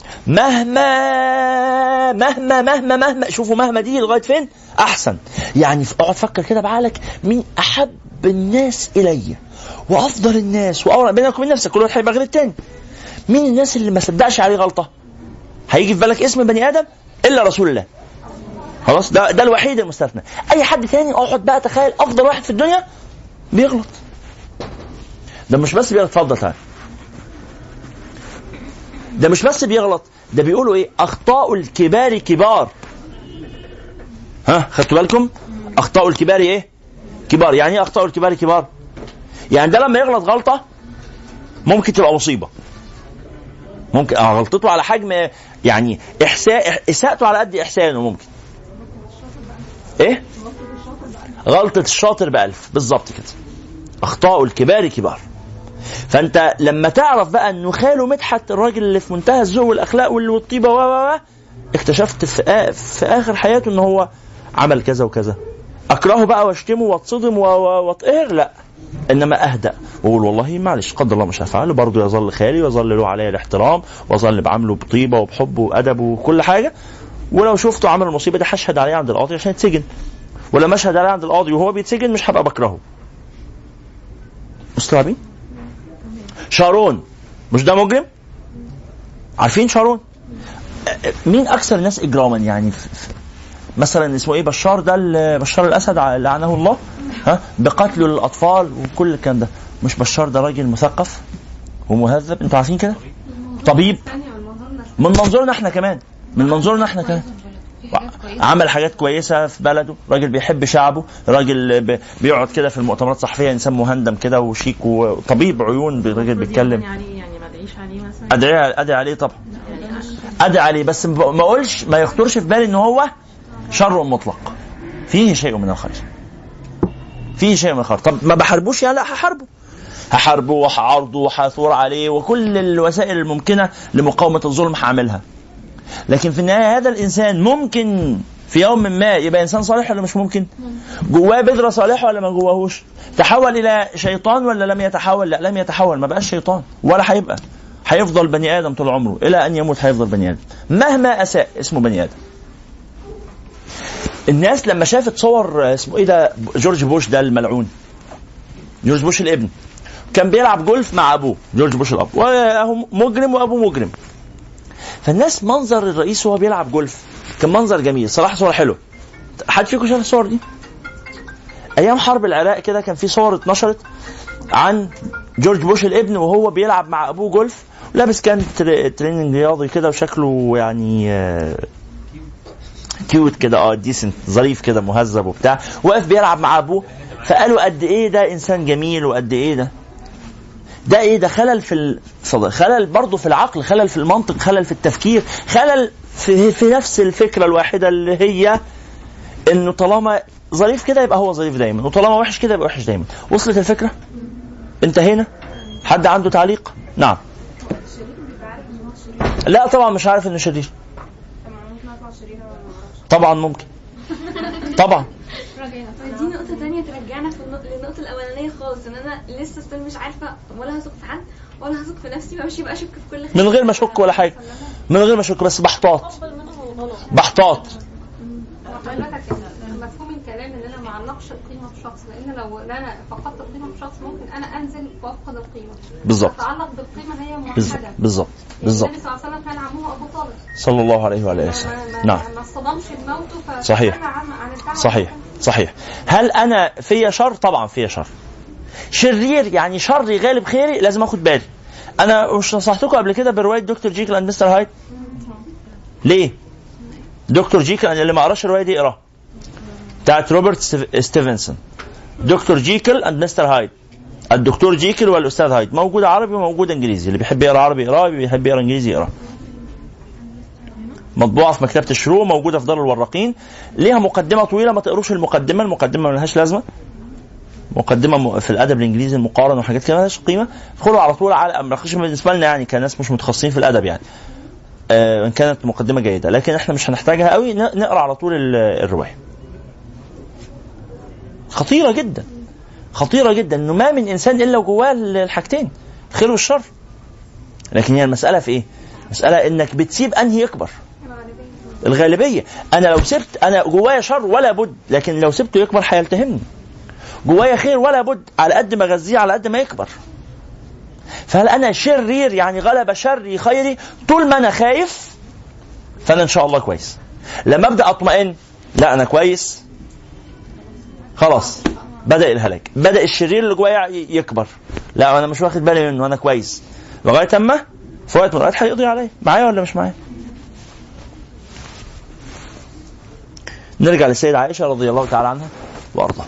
مهما مهما مهما مهما شوفوا مهما دي لغايه فين احسن. يعني اقعد فكر كده بعقلك، مين احب احب الناس الي وافضل الناس واورع بينك وبين نفسك، كل واحد هيبقى غير التاني. مين الناس اللي ما صدقش عليه غلطه؟ هيجي في بالك اسم بني ادم الا رسول الله، خلاص ده ده الوحيد المستثنى. اي حد تاني اقعد بقى تخيل افضل واحد في الدنيا بيغلط. ده مش بس بيغلط، اتفضل تعالى، ده مش بس بيغلط، ده بيقولوا ايه؟ اخطاء الكبار كبار. ها خدتوا بالكم؟ اخطاء الكبار ايه؟ كبار. يعني ايه اخطاء الكبار كبار؟ يعني ده لما يغلط غلطه ممكن تبقى مصيبه، ممكن اه غلطته على حجم يعني احساء اساءته على قد احسانه، ممكن ايه غلطه الشاطر بألف بالظبط كده. اخطاء الكبار كبار. فانت لما تعرف بقى انه خاله مدحت الراجل اللي في منتهى الذوق والاخلاق والطيبه و اكتشفت في, في اخر حياته ان هو عمل كذا وكذا، اكرهه بقى واشتمه واتصدم واتقهر؟ لا، انما اهدأ واقول والله معلش قدر الله مش هفعله، برضه يظل خالي ويظل له عليه الاحترام واظل بعمله بطيبه وبحب وادب وكل حاجه، ولو شفته عمل المصيبه دي هشهد عليه عند القاضي عشان يتسجن، ولما اشهد عليه عند القاضي وهو بيتسجن مش هبقى بكرهه. مستوعبين؟ شارون مش ده مجرم؟ عارفين شارون؟ مين اكثر الناس اجراما يعني؟ مثلا اسمه ايه؟ بشار ده بشار الاسد لعنه الله، ها بقتله للاطفال وكل الكلام ده. مش بشار ده راجل مثقف ومهذب؟ انتوا عارفين كده؟ طبيب من منظورنا احنا كمان، من منظورنا احنا كمان عمل حاجات كويسه في بلده، راجل بيحب شعبه، راجل بيقعد كده في المؤتمرات الصحفيه انسان مهندم كده وشيك وطبيب عيون، راجل بيتكلم. يعني يعني ما ادعيش عليه مثلا؟ ادعي ادعي عليه طبعا، ادعي عليه، بس ما اقولش ما يخطرش في بالي ان هو شر مطلق، فيه شيء من الخير، فيه شيء من الخير. طب ما بحاربوش؟ يعني لا، هحاربه هحاربه وهعارضه وهثور عليه وكل الوسائل الممكنه لمقاومه الظلم هعملها. لكن في النهايه هذا الانسان ممكن في يوم ما يبقى انسان صالح ولا مش ممكن؟ جواه بذره صالحه ولا ما جواهوش؟ تحول الى شيطان ولا لم يتحول؟ لا لم يتحول، ما بقاش شيطان ولا هيبقى، هيفضل بني ادم طول عمره الى ان يموت، هيفضل بني ادم مهما اساء اسمه بني ادم. الناس لما شافت صور اسمه ايه ده جورج بوش ده الملعون، جورج بوش الابن، كان بيلعب جولف مع ابوه جورج بوش الاب، وهو مجرم وابوه مجرم. فالناس منظر الرئيس وهو بيلعب جولف كان منظر جميل صراحه، صوره حلوه. حد فيكم شاف الصور دي؟ ايام حرب العراق كده كان في صور اتنشرت عن جورج بوش الابن وهو بيلعب مع ابوه جولف، لابس كان تريننج رياضي كده وشكله يعني كيوت كده، اه ديسنت ظريف كده مهذب وبتاع، واقف بيلعب مع ابوه. فقالوا قد ايه ده انسان جميل، وقد ايه ده ده ايه ده خلل في الصدق، خلل برضه في العقل، خلل في المنطق، خلل في التفكير، خلل في, في نفس الفكره الواحده اللي هي انه طالما ظريف كده يبقى هو ظريف دايما، وطالما وحش كده يبقى وحش دايما. وصلت الفكره؟ انتهينا؟ حد عنده تعليق؟ نعم. لا طبعا مش عارف انه شرير، طبعا ممكن طبعا. دي نقطة تانية ترجعنا في النقطة الأولانية خالص، إن أنا لسه ستيل مش عارفة ولا هثق في حد ولا هثق في نفسي، بمشي بقى أشك في كل حاجة من غير ما أشك ولا حاجة، من غير ما أشك، بس بحطات بحطات. مفهوم الكلام ان انا ما اعلقش القيمه بشخص، لان لو انا فقدت القيمه بشخص ممكن انا انزل وافقد القيمه. بالظبط. اتعلق بالقيمه هي موحده. بالظبط بالظبط. النبي صلى الله عليه وسلم كان عمه ابو طالب صلى الله عليه وعلى اله وسلم. نعم. ما اصطدمش بموته. صحيح صحيح صحيح. هل انا فيا شر؟ طبعا فيا شر. شرير يعني شري غالب خيري، لازم اخد بالي. انا مش نصحتكم قبل كده بروايه دكتور جيكل اند مستر هايد؟ ليه؟ دكتور جيكل اللي ما قراش الروايه دي اقراها، بتاعت روبرت ستيفنسون، دكتور جيكل اند مستر هايد. الدكتور جيكل والاستاذ هايد، موجود عربي وموجود انجليزي، اللي بيحب يقرا عربي يقرا، اللي بيحب يقرا انجليزي يقرا. مطبوعه في مكتبه الشروق، موجوده في دار الورقين، ليها مقدمه طويله، ما تقروش المقدمه، المقدمه ما لهاش لازمه، مقدمه في الادب الانجليزي المقارن وحاجات كده مالهاش قيمه. ادخلوا على طول على مناقشه بالنسبه لنا يعني كناس مش متخصصين في الادب يعني، ان كانت مقدمه جيده، لكن احنا مش هنحتاجها قوي، نقرا على طول الروايه. خطيره جدا خطيره جدا، انه ما من انسان الا وجواه الحاجتين الخير والشر. لكن هي المساله في ايه؟ مساله انك بتسيب انهي يكبر، الغالبيه. انا لو سبت، انا جوايا شر ولا بد، لكن لو سبته يكبر هيلتهمني. جوايا خير ولا بد، على قد ما غذيه على قد ما يكبر. فهل انا شرير يعني غلب شري خيري؟ طول ما انا خايف فانا ان شاء الله كويس. لما ابدا اطمئن لا انا كويس خلاص بدا الهلاك، بدا الشرير اللي جوايا يكبر، لا انا مش واخد بالي منه انا كويس، لغايه اما في وقت من الاوقات هيقضي عليا. معايا ولا مش معايا؟ نرجع للسيدة عائشة رضي الله تعالى عنها وارضاها.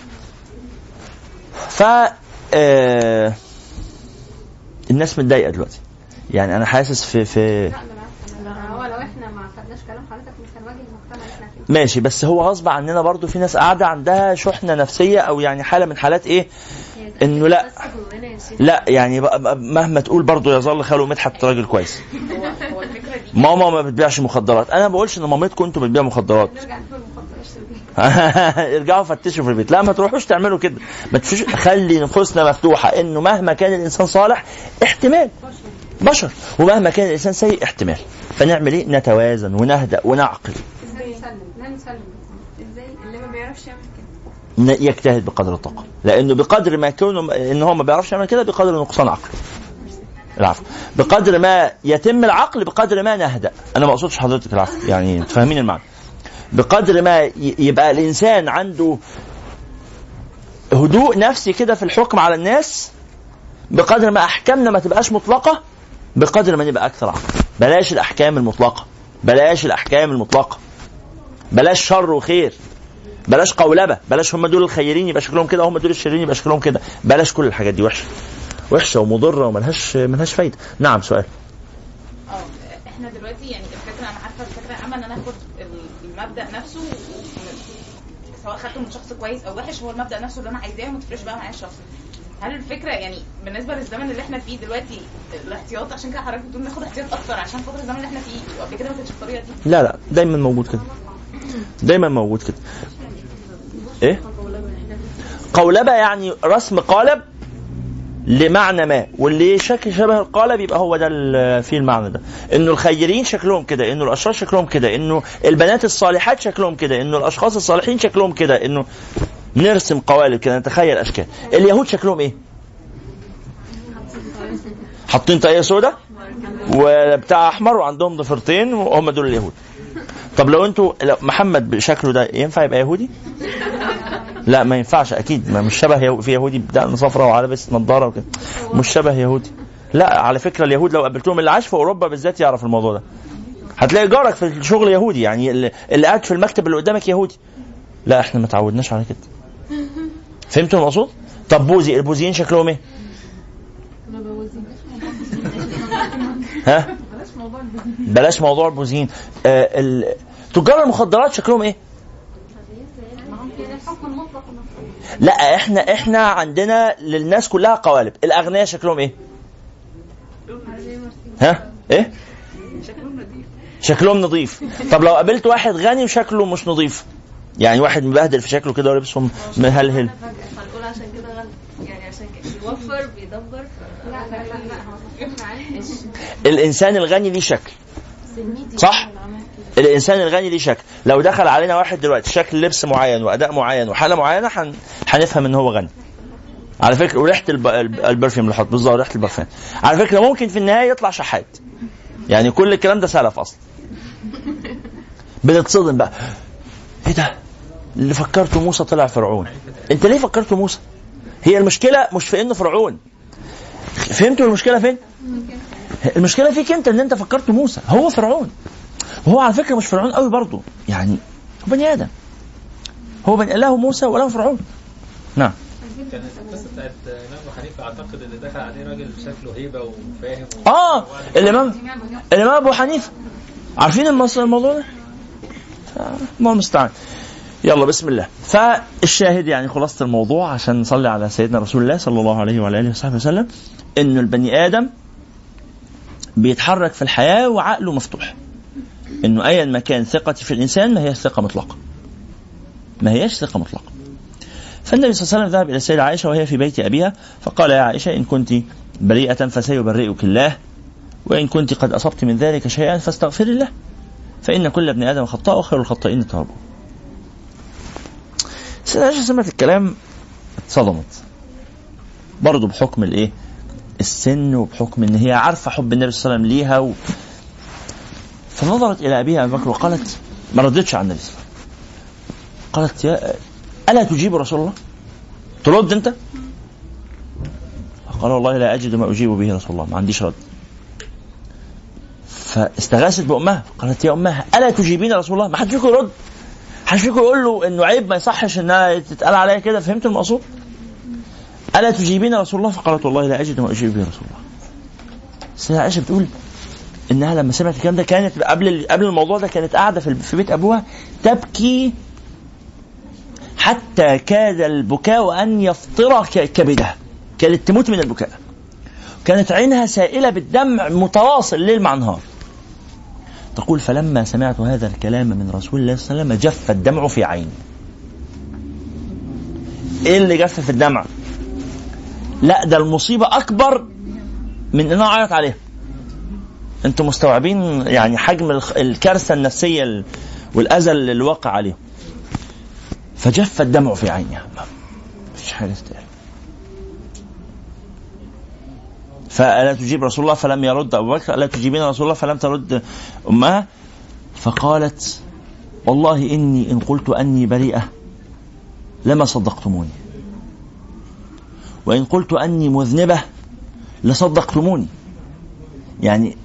ف آه... الناس متضايقه دلوقتي، يعني انا حاسس في في هو لو احنا ما خدناش كلام حضرتك مش هنواجه المجتمع اللي احنا فيه. ماشي، بس هو غصب عننا برضو في ناس قاعده عندها شحنه نفسيه او يعني حاله من حالات ايه انه لا لا يعني مهما تقول برضو يظل خاله مدحت راجل كويس. هو الفكره دي ماما ما بتبيعش مخدرات، انا ما بقولش ان مامتكم انتوا بتبيعوا مخدرات نرجع نقول المخدرات ارجعوا فتشوا في البيت، لا ما تروحوش تعملوا كده، ما تفوش. خلي نفوسنا مفتوحه انه مهما كان الانسان صالح احتمال بشر، ومهما كان الانسان سيء احتمال، فنعمل ايه؟ نتوازن ونهدأ ونعقل. ازاي نسلم؟ لا نسلم ازاي اللي ما بيعرفش يعمل كده يجتهد بقدر الطاقه، لانه بقدر ما كونه ان هو ما بيعرفش يعمل كده بقدر نقصان عقله. العفو. بقدر ما يتم العقل بقدر ما نهدأ. انا ما اقصدش حضرتك العفو، يعني تفهمين المعنى. بقدر ما يبقى الانسان عنده هدوء نفسي كده في الحكم على الناس، بقدر ما احكامنا ما تبقاش مطلقه، بقدر ما نبقى اكثر عقل. بلاش الاحكام المطلقه، بلاش الاحكام المطلقه، بلاش شر وخير، بلاش قولبه، بلاش هم دول الخيرين يبقى شكلهم كده هم دول الشريرين يبقى شكلهم كده، بلاش كل الحاجات دي وحشه وحشه ومضره وملهاش ملهاش فايده. نعم سؤال. اه احنا دلوقتي يعني الفكره انا عارفه الفكره عامه ان انا اخد المبدا نفسه سواء خدته من شخص كويس او وحش، هو المبدا نفسه اللي انا عايزاه وما تفرقش بقى معايا الشخص. هل الفكره يعني بالنسبه للزمن اللي احنا فيه دلوقتي الاحتياط، عشان كده حضرتك بتقول ناخد احتياط اكتر عشان خاطر الزمن اللي احنا فيه، وقبل كده ما كانتش الطريقه دي؟ لا لا دايما موجود كده، دايما موجود كده. ايه قولبه؟ يعني رسم قالب لمعنى ما، واللي شكل شبه القالب يبقى هو ده فيه المعنى ده، انه الخيرين شكلهم كده، انه الاشرار شكلهم كده، انه البنات الصالحات شكلهم كده، انه الاشخاص الصالحين شكلهم كده، انه نرسم قوالب كده نتخيل اشكال. اليهود شكلهم ايه؟ حاطين طاقية سوداء وبتاع احمر وعندهم ضفرتين وهم دول اليهود. طب لو انتوا لو محمد بشكله ده ينفع يبقى يهودي؟ لا ما ينفعش اكيد، ما مش شبه في يهودي بدقن صفرا وعلبس نظاره وكده، مش شبه يهودي. لا على فكره اليهود لو قابلتهم اللي عاش في اوروبا بالذات يعرف الموضوع ده، هتلاقي جارك في الشغل يهودي، يعني اللي قاعد في المكتب اللي قدامك يهودي. لا احنا ما تعودناش على كده. فهمتوا المقصود؟ طب بوذي، البوذيين شكلهم ايه؟ ها بلاش موضوع البوذيين. آه تجار المخدرات شكلهم ايه؟ لا احنا احنا عندنا للناس كلها قوالب. الاغنياء شكلهم ايه؟ ها ايه؟ شكلهم نظيف. طب لو قابلت واحد غني وشكله مش نظيف، يعني واحد مبهدل في شكله كده ولبسهم مهلهل، هنقول عشان كده غلط، يعني عشان بيوفر بيدبر. لا لا لا الانسان الغني ليه شكل صح؟ الانسان الغني ليه شكل. لو دخل علينا واحد دلوقتي شكل لبس معين واداء معين وحاله معينه حن... هنفهم ان هو غني على فكره. وريحه الب... البرفيوم اللي حط بالظبط ريحه البرفان على فكره ممكن في النهايه يطلع شحات. يعني كل الكلام ده سلف اصلا. بتتصدم بقى، ايه ده اللي فكرته موسى طلع فرعون؟ انت ليه فكرته موسى؟ هي المشكله مش في انه فرعون. فهمتوا المشكله فين؟ المشكله فيك انت ان انت فكرت موسى هو فرعون، وهو على فكره مش فرعون قوي برضه، يعني هو بني ادم، هو بني له موسى وله فرعون. نعم. كانت القصه بتاعت الامام ابو حنيفه اعتقد ان دخل عليه راجل شكله هيبه وفاهم و... اه الامام الامام ابو حنيفه عارفين الموضوع ده؟ ما المستعان. يلا بسم الله. فالشاهد يعني خلاصه الموضوع عشان نصلي على سيدنا رسول الله صلى الله عليه وعلى اله وصحبه وسلم، انه البني ادم بيتحرك في الحياه وعقله مفتوح، انه ايا ما كان ثقتي في الانسان ما هي ثقه مطلقه، ما هيش ثقه مطلقه. فالنبي صلى الله عليه وسلم ذهب الى السيده عائشه وهي في بيت ابيها فقال يا عائشه ان كنت بريئه فسيبرئك الله، وان كنت قد اصبت من ذلك شيئا فاستغفر الله فان كل ابن ادم خطاء وخير الخطائين التوابون. السيده عائشه سمعت الكلام صدمت برضو بحكم الايه السن وبحكم ان هي عارفه حب النبي صلى الله عليه وسلم ليها و... فنظرت الى ابيها ابي بكر وقالت ما ردتش على النبي صلى الله عليه وسلم قالت يا الا تجيب رسول الله ترد انت قال والله لا اجد ما اجيب به رسول الله ما عنديش رد فاستغاثت بامها قالت يا امها الا تجيبين رسول الله ما حد فيكم يرد حد فيكم يقول له انه عيب ما يصحش انها تتقال عليها كده فهمت المقصود الا تجيبين رسول الله فقالت والله لا اجد ما اجيب به رسول الله. السيدة عائشة بتقول انها لما سمعت الكلام ده كانت قبل قبل الموضوع ده كانت قاعده في بيت ابوها تبكي حتى كاد البكاء ان يفطر كبدها كانت تموت من البكاء كانت عينها سائله بالدمع متواصل ليل مع نهار. تقول فلما سمعت هذا الكلام من رسول الله صلى الله عليه وسلم جف الدمع في عيني. ايه اللي جف في الدمع؟ لا ده المصيبه اكبر من انها عيط عليها. انتم مستوعبين يعني حجم الكارثه النفسيه والاذى اللي وقع عليه. فجف الدمع في عينها مفيش حاجه تستاهل. فألا تجيب رسول الله فلم يرد أبو بكر ألا تجيبين رسول الله فلم ترد أمها فقالت والله إني إن قلت أني بريئة لما صدقتموني وإن قلت أني مذنبة لصدقتموني. يعني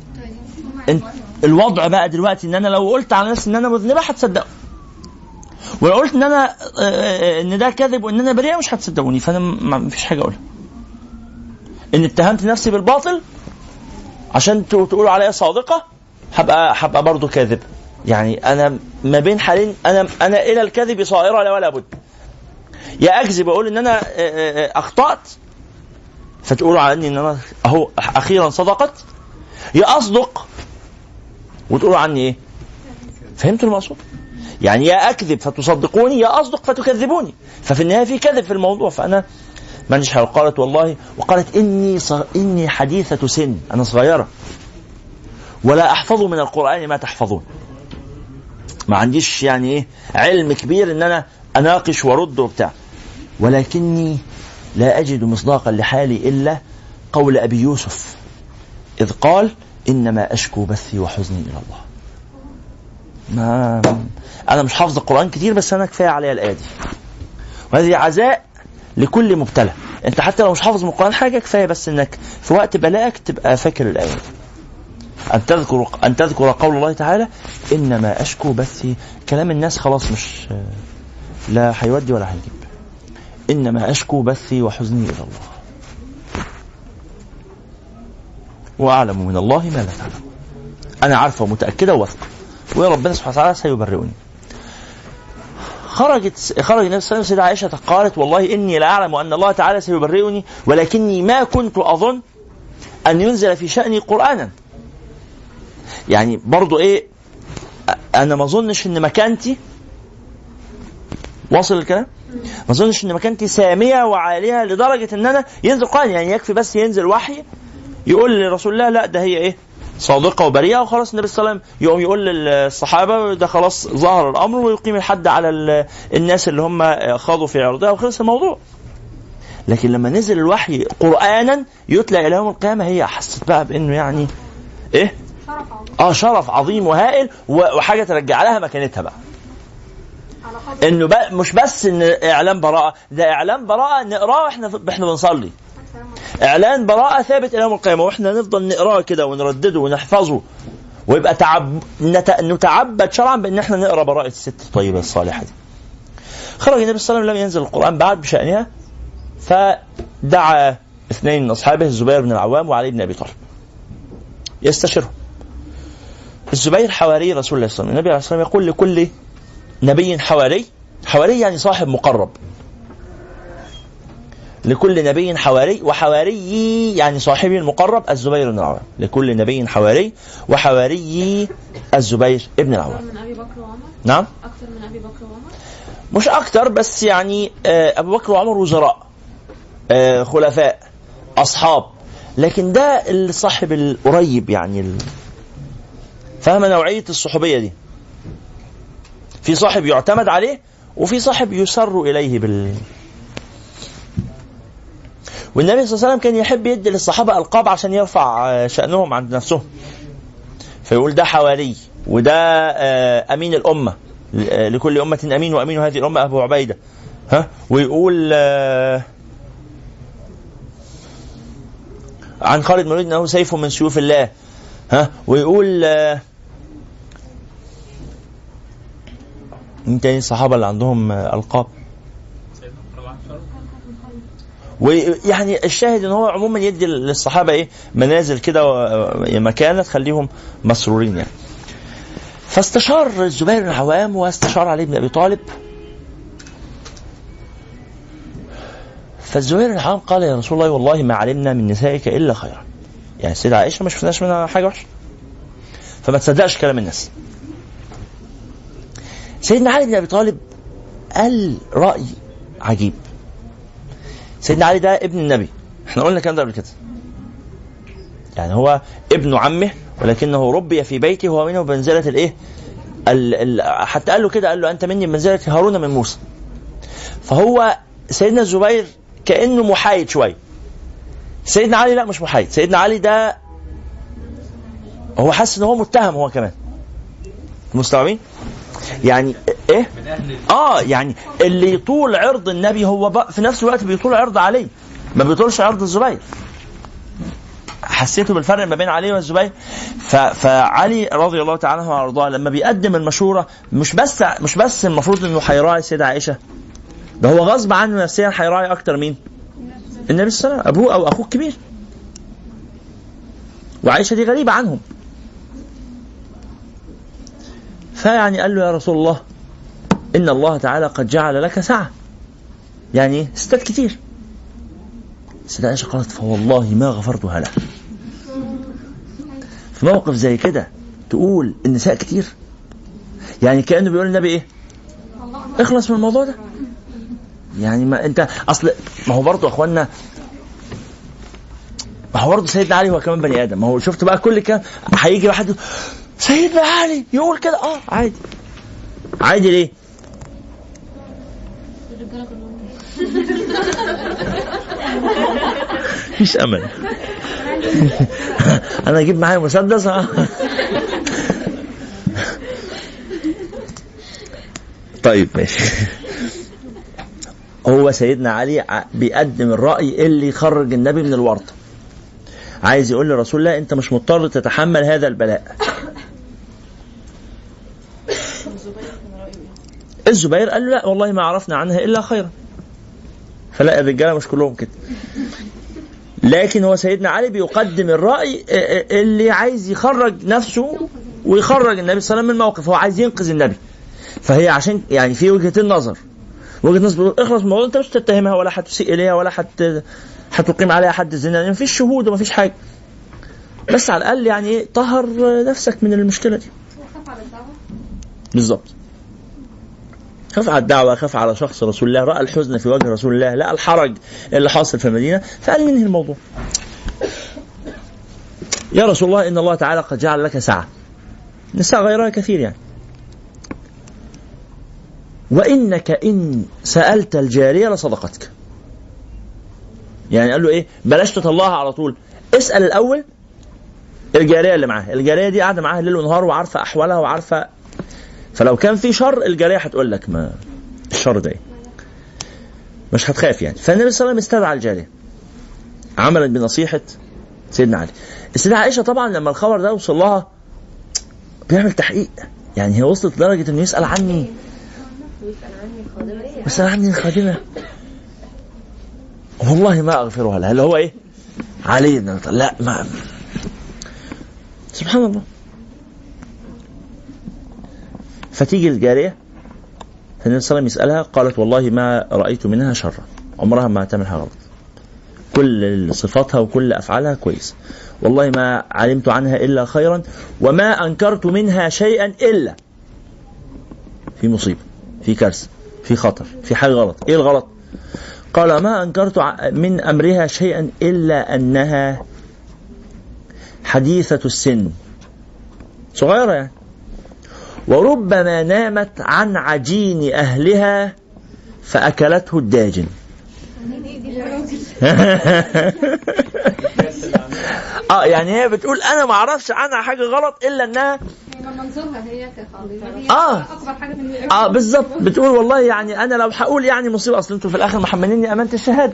الوضع بقى دلوقتي إن أنا لو قلت على نفسي إن أنا مذنبة هتصدقوا ولو قلت إن أنا إن ده كذب وإن أنا بريئة مش هتصدقوني. فأنا ما فيش حاجة أقولها. إن اتهمت نفسي بالباطل عشان تقولوا عليا صادقة هبقى هبقى برضو كاذب. يعني أنا ما بين حالين أنا أنا إلى الكذب صائرة لا ولا بد. يا أكذب أقول إن أنا أخطأت فتقولوا عني إن أنا أهو أخيرا صدقت يا أصدق وتقولوا عني إيه. فهمتوا المقصود؟ يعني يا أكذب فتصدقوني يا أصدق فتكذبوني. ففي النهاية في كذب في الموضوع. فأنا مانيش حاول. قالت والله وقالت إني ص... إني حديثة سن أنا صغيرة ولا أحفظ من القرآن ما تحفظون. ما عنديش يعني إيه علم كبير إن أنا أناقش ورد وبتاع ولكني لا أجد مصداقا لحالي إلا قول أبي يوسف إذ قال إنما أشكو بثي وحزني إلى الله. ما أنا مش حافظ القرآن كتير بس أنا كفاية عليها الآية دي. وهذه عزاء لكل مبتلى. أنت حتى لو مش حافظ من القرآن حاجة كفاية بس إنك في وقت بلاءك تبقى فاكر الآية أن تذكر أن تذكر قول الله تعالى إنما أشكو بثي. كلام الناس خلاص مش لا هيودي ولا هيجيب. إنما أشكو بثي وحزني إلى الله وأعلم من الله ما لا تعلم. أنا عارفة ومتأكدة وواثقة ويا ربنا سبحانه وتعالى سيبرئني. خرجت خرج النبي صلى الله عليه وسلم. سيدة عائشة قالت والله إني لا أعلم أن الله تعالى سيبرئني ولكني ما كنت أظن أن ينزل في شأني قرآنا. يعني برضو إيه أنا ما أظنش إن مكانتي واصل الكلام ما أظنش إن مكانتي سامية وعالية لدرجة إن أنا ينزل قرآن. يعني يكفي بس ينزل وحي يقول لرسول الله لا ده هي إيه صادقة وبريئة وخلاص. النبي صلى الله عليه وسلم يقوم يقول للصحابة ده خلاص ظهر الأمر ويقيم الحد على الناس اللي هم خاضوا في عرضها وخلص الموضوع. لكن لما نزل الوحي قرآنا يتلى إلى يوم القيامة هي حست بقى بأنه يعني إيه آه شرف عظيم وهائل وحاجة ترجع لها مكانتها بقى. إنه بقى مش بس إن إعلان براءة ده إعلان براءة نقراه إحنا إحنا بنصلي. إعلان براءة ثابت إلى يوم القيامة وإحنا نفضل نقراه كده ونردده ونحفظه ويبقى تعب نت... نتعبد شرعا بأن إحنا نقرأ براءة الست الطيبة الصالحة دي. خرج النبي صلى الله عليه وسلم لم ينزل القرآن بعد بشأنها فدعا اثنين من أصحابه الزبير بن العوام وعلي بن أبي طالب يستشيرهم. الزبير حواري رسول الله صلى الله عليه وسلم. النبي عليه الصلاة والسلام يقول لكل نبي حواري. حواري يعني صاحب مقرب. لكل نبي حواري وحواري يعني صاحبي المقرب الزبير بن العوام. لكل نبي حواري وحواري الزبير بن العوام. أكثر من أبي بكر وعمر؟ نعم أكثر من أبي بكر وعمر؟ مش أكثر بس يعني أبو بكر وعمر وزراء خلفاء أصحاب لكن ده الصاحب القريب يعني فهم نوعية الصحوبية دي. في صاحب يعتمد عليه وفي صاحب يسر إليه بال والنبي صلى الله عليه وسلم كان يحب يدي للصحابة ألقاب عشان يرفع شأنهم عند نفسهم، فيقول ده حواري وده أمين الأمة، لكل أمة أمين وأمين هذه الأمة أبو عبيدة، ها، ويقول عن خالد بن الوليد أنه سيف من سيوف الله، ها، ويقول من تاني الصحابة اللي عندهم ألقاب. ويعني الشاهد ان هو عموما يدي للصحابه ايه منازل كده ومكانه تخليهم مسرورين يعني. فاستشار الزبير بن العوام واستشار علي بن ابي طالب. فالزبير بن العوام قال يا رسول الله والله ما علمنا من نسائك الا خيرا، يعني السيدة عائشه ما شفناش منها حاجه وحشه، فما تصدقش كلام الناس. سيدنا علي بن ابي طالب قال راي عجيب. سيدنا علي ده ابن النبي، احنا قلنا الكلام ده قبل كده، يعني هو ابن عمه ولكنه ربي في بيته وهو منه بمنزله الايه ال ال حتى قال له كده، قال له انت مني بمنزله هارون من موسى. فهو سيدنا الزبير كانه محايد شويه، سيدنا علي لا مش محايد. سيدنا علي ده هو حاسس ان هو متهم هو كمان، مستوعبين يعني ايه اه يعني اللي يطول عرض النبي هو في نفس الوقت بيطول عرض علي، ما بيطولش عرض الزبير. حسيته بالفرق ما بين علي والزبير. فعلي رضي الله تعالى عنه وارضاه لما بيقدم المشوره مش بس مش بس المفروض انه هيراعي السيده عائشه، ده هو غصب عنه نفسيا هيراعي اكتر مين؟ النبي صلى الله عليه وسلم، ابوه او اخوه الكبير، وعائشه دي غريبه عنهم. فيعني قال له يا رسول الله إن الله تعالى قد جعل لك سعة، يعني ستات كتير. سيدة عائشة قالت فوالله ما غفرتها له. في موقف زي كده تقول النساء كتير، يعني كأنه بيقول النبي إيه اخلص من الموضوع ده. يعني ما أنت أصل ما هو برضو أخواننا، ما هو برضو سيدنا علي هو كمان بني آدم. ما هو شفت بقى كل كان هيجي واحد سيدنا علي يقول كده اه عادي عادي. ليه؟ مفيش امل. انا اجيب معايا مسدس. طيب ماشي. هو سيدنا علي بيقدم الرأي اللي يخرج النبي من الورطة، عايز يقول لرسول الله انت مش مضطر تتحمل هذا البلاء. الزبير قال له لا والله ما عرفنا عنها إلا خيرا. فلا الرجالة مش كلهم كده، لكن هو سيدنا علي بيقدم الرأي اللي عايز يخرج نفسه ويخرج النبي صلى الله عليه وسلم من الموقف، هو عايز ينقذ النبي. فهي عشان يعني في وجهة النظر، وجهة نظر اخلص من الموضوع، انت مش تتهمها ولا هتسيء اليها ولا حت هتقيم عليها حد الزنا، يعني مفيش شهود ومفيش حاجة، بس على الأقل يعني طهر نفسك من المشكلة دي. بالضبط، خاف على الدعوة، خاف على شخص رسول الله، رأى الحزن في وجه رسول الله، لقى الحرج اللي حاصل في المدينة، فقال ننهي الموضوع. يا رسول الله إن الله تعالى قد جعل لك سعة، نساء غيرها كثير يعني، وإنك إن سألت الجارية لصدقتك. يعني قال له إيه؟ بلاش تطلعها على طول، اسأل الأول الجارية اللي معاها. الجارية دي قاعدة معاها ليل ونهار وعارفة أحوالها وعارفة، فلو كان في شر الجارية هتقول لك ما الشر ده مش هتخاف يعني. فالنبي صلى الله عليه وسلم استدعى الجارية، عملت بنصيحة سيدنا علي. السيدة عائشة طبعا لما الخبر ده وصل لها بيعمل تحقيق، يعني هي وصلت لدرجة انه يسأل عني يسأل عني الخادمة والله ما أغفرها لها، اللي هو إيه علي بن طلع. لا ما سبحان الله. فتيجي الجارية فالنبي صلى الله عليه وسلم يسألها، قالت والله ما رأيت منها شرا، عمرها ما تعمل حاجة غلط، كل صفاتها وكل أفعالها كويس، والله ما علمت عنها إلا خيرا، وما أنكرت منها شيئا إلا في مصيبة، في كارثة، في خطر، في حاجة غلط. إيه الغلط؟ قال ما أنكرت من أمرها شيئا إلا أنها حديثة السن، صغيرة يعني، وربما نامت عن عجين أهلها فأكلته الداجن. اه يعني هي بتقول انا ما اعرفش عنها حاجه غلط الا انها منظورها هي كخالد اه اكبر حاجه من اللي اه بالظبط. بتقول والله يعني انا لو هقول يعني مصيبه، اصل انتوا في الاخر محمليني امانه الشهاده،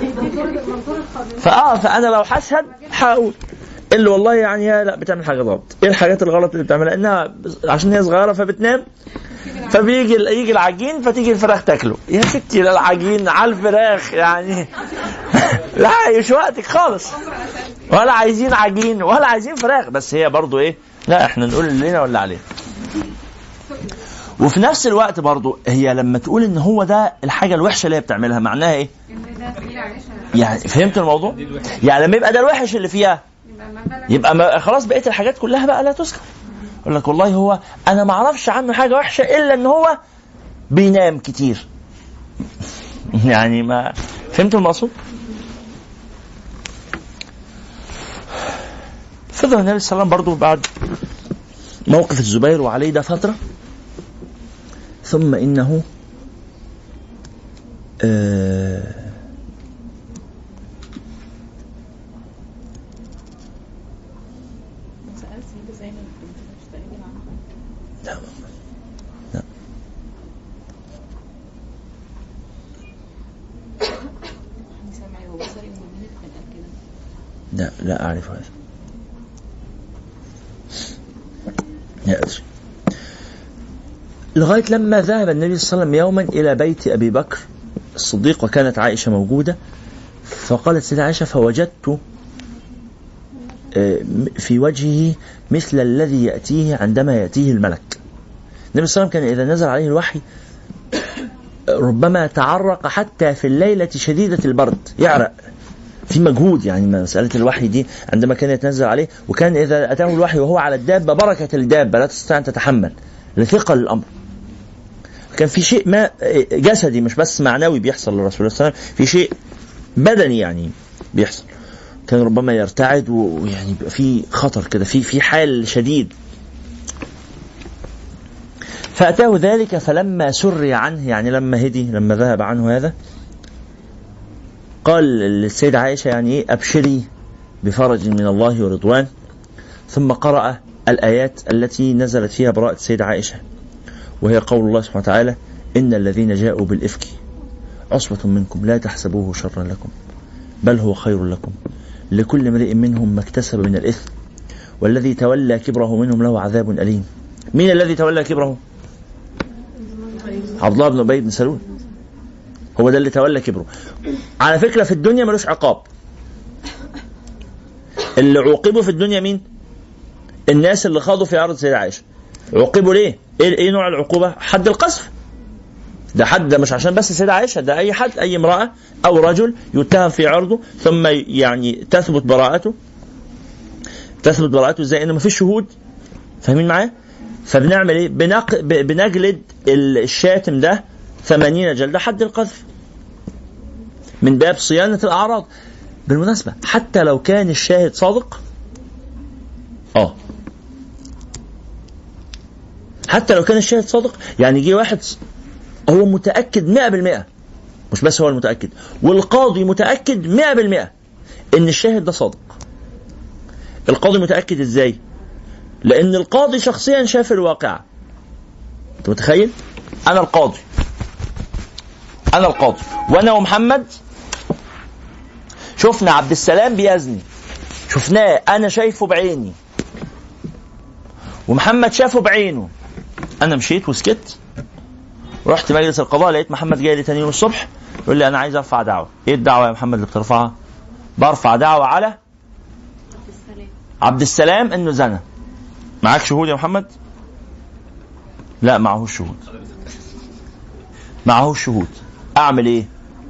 فاه فانا لو هشهد هقول اللي والله يعني هي لا بتعمل حاجه غلط. ايه الحاجات الغلط اللي بتعملها؟ انها عشان هي صغيره فبتنام، فبيجي يجي العجين فتيجي الفراخ تاكله. يا ستي لا العجين على الفراخ يعني لا مش وقتك خالص، ولا عايزين عجين ولا عايزين فراخ، بس هي برضو ايه، لا احنا نقول اللي لنا ولا علينا. وفي نفس الوقت برضو هي لما تقول ان هو ده الحاجه الوحشه اللي هي بتعملها معناها ايه؟ يعني فهمت الموضوع؟ يعني لما يبقى ده الوحش اللي فيها يبقى خلاص بقيت الحاجات كلها بقى لا تذكر. يقول لك والله هو انا ما اعرفش عنه حاجه وحشه الا ان هو بينام كتير. يعني ما فهمت المقصود؟ فضل النبي صلى الله عليه وسلم برضو بعد موقف الزبير وعليه ده فتره، ثم انه آه لا لا لا لا أعرف هذا، لا أدري. لغاية لما ذهب النبي صلى الله عليه وسلم يوما إلى بيت أبي بكر الصديق وكانت عائشة موجودة، فقالت سيدة عائشة فوجدت في وجهه مثل الذي يأتيه عندما يأتيه الملك. النبي صلى الله عليه وسلم كان إذا نزل عليه الوحي ربما تعرق حتى في الليلة شديدة البرد، يعرق في مجهود. يعني مسألة الوحي دي عندما كان يتنزل عليه، وكان إذا أتاه الوحي وهو على الدابة بركة الدابة لا تستطيع أن تتحمل لثقل الأمر. كان في شيء ما جسدي مش بس معنوي بيحصل للرسول صلى الله عليه وسلم، في شيء بدني يعني بيحصل. كان ربما يرتعد ويعني يبقى في خطر كده، في في حال شديد. فأتاه ذلك فلما سري عنه، يعني لما هدي لما ذهب عنه هذا، قال للسيدة عائشة يعني إيه أبشري بفرج من الله ورضوان. ثم قرأ الآيات التي نزلت فيها براءة السيدة عائشة، وهي قول الله سبحانه وتعالى إن الذين جاءوا بالإفك عصبة منكم لا تحسبوه شرا لكم بل هو خير لكم لكل امرئ منهم ما اكتسب من الإثم والذي تولى كبره منهم له عذاب أليم. مين الذي تولى كبره؟ عبد الله بن أبي بن سلول، هو ده اللي تولى كبره. على فكرة في الدنيا ملوش عقاب، اللي عوقبوا في الدنيا مين؟ الناس اللي خاضوا في عرض سيدة عائشة. عوقبوا ليه؟ ايه, إيه نوع العقوبة؟ حد القذف. ده حد ده مش عشان بس سيدة عائشة، ده أي حد، أي امرأة أو رجل يتهم في عرضه ثم يعني تثبت براءته. تثبت براءته ازاي؟ إنه ما فيش شهود. فاهمين معايا؟ فبنعمل ايه؟ بنق... بنجلد الشاتم ده ثمانين جلدة حد القذف من باب صيانة الأعراض. بالمناسبة حتى لو كان الشاهد صادق، اه حتى لو كان الشاهد صادق، يعني جه واحد هو متأكد مئة بالمئة، مش بس هو المتأكد، والقاضي متأكد مئة بالمئة ان الشاهد ده صادق. القاضي متأكد ازاي؟ لان القاضي شخصيا شاف الواقع. انت متخيل؟ انا القاضي انا القاضي وانا ومحمد شفنا عبد السلام بيزني، شفناه انا شايفه بعيني ومحمد شافه بعينه. انا مشيت وسكت، رحت مجلس القضاء لقيت محمد جاي لي تاني يوم الصبح يقول لي انا عايز ارفع دعوه. ايه الدعوه يا محمد اللي بترفعها؟ برفع دعوه على عبد السلام انه زنى. معاك شهود يا محمد؟ لا معهوش شهود. معهوش شهود. اعمل ايه؟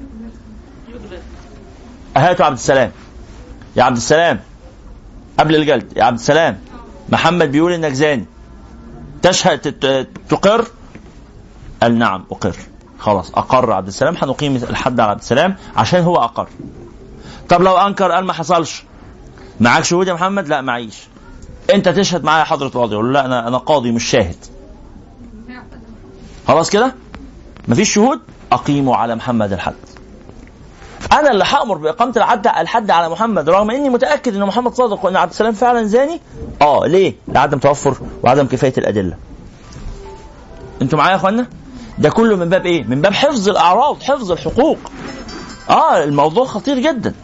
هاتوا عبد السلام. يا عبد السلام قبل الجلد، يا عبد السلام محمد بيقول انك زاني، تشهد تقر؟ قال نعم اقر. خلاص اقر عبد السلام، هنقيم الحد على عبد السلام عشان هو اقر. طب لو انكر قال ما حصلش، معاك شهود يا محمد؟ لا معيش. انت تشهد معايا حضرة قاضي؟ يقول لا انا انا قاضي مش شاهد. خلاص كده مفيش شهود، اقيموا على محمد الحد. انا اللي هامر باقامه الحد الحد على محمد رغم اني متاكد ان محمد صادق وان عبد السلام فعلا زاني. اه ليه؟ لعدم توفر وعدم كفايه الادله. انتوا معايا يا اخوانا؟ ده كله من باب ايه؟ من باب حفظ الاعراض، حفظ الحقوق. اه الموضوع خطير جدا،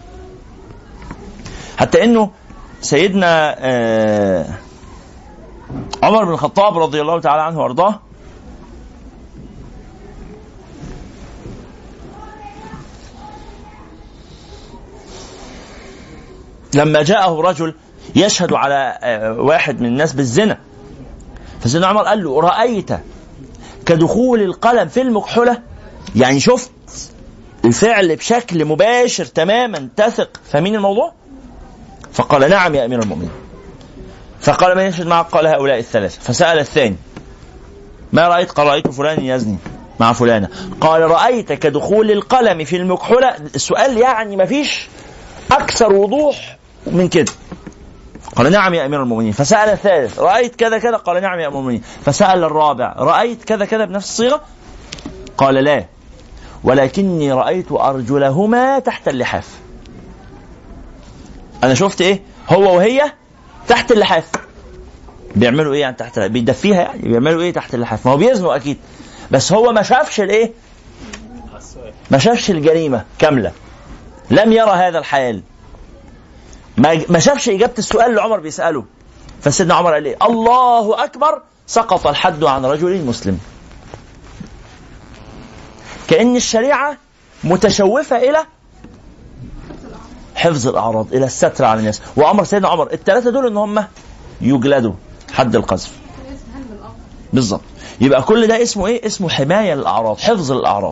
حتى انه سيدنا آه عمر بن الخطاب رضي الله تعالى عنه وارضاه لما جاءه رجل يشهد على واحد من الناس بالزنا، فسيدنا عمر قال له رأيت كدخول القلم في المكحلة؟ يعني شفت الفعل بشكل مباشر تماما تثق فمين الموضوع؟ فقال نعم يا أمير المؤمنين. فقال من يشهد معك؟ قال هؤلاء الثلاثة. فسأل الثاني ما رأيت؟ قال رأيت فلان يزني مع فلانة. قال رأيت كدخول القلم في المكحلة؟ السؤال يعني ما فيش أكثر وضوح من كده. قال نعم يا أمير المؤمنين. فسأل الثالث رأيت كذا كذا؟ قال نعم يا أمير المؤمنين. فسأل الرابع رأيت كذا كذا بنفس الصيغة؟ قال لا، ولكني رأيت أرجلهما تحت اللحاف. أنا شفت إيه؟ هو وهي تحت اللحاف. بيعملوا إيه يعني تحت اللحاف؟ بيدفيها يعني؟ بيعملوا إيه تحت اللحاف؟ ما هو بيزنوا أكيد، بس هو ما شافش الإيه؟ ما شافش الجريمة كاملة، لم يرى هذا الحال، ما شافش إجابة السؤال اللي عمر بيسأله. فسيدنا عمر قال إيه؟ الله أكبر، سقط الحد عن رجل مسلم. كأن الشريعة متشوفة إلى حفظ الأعراض، إلى الستر على الناس. وأمر سيدنا عمر الثلاثة دول إن هم يجلدوا حد القذف. بالضبط. يبقى كل ده اسمه إيه؟ اسمه حماية الأعراض، حفظ الأعراض.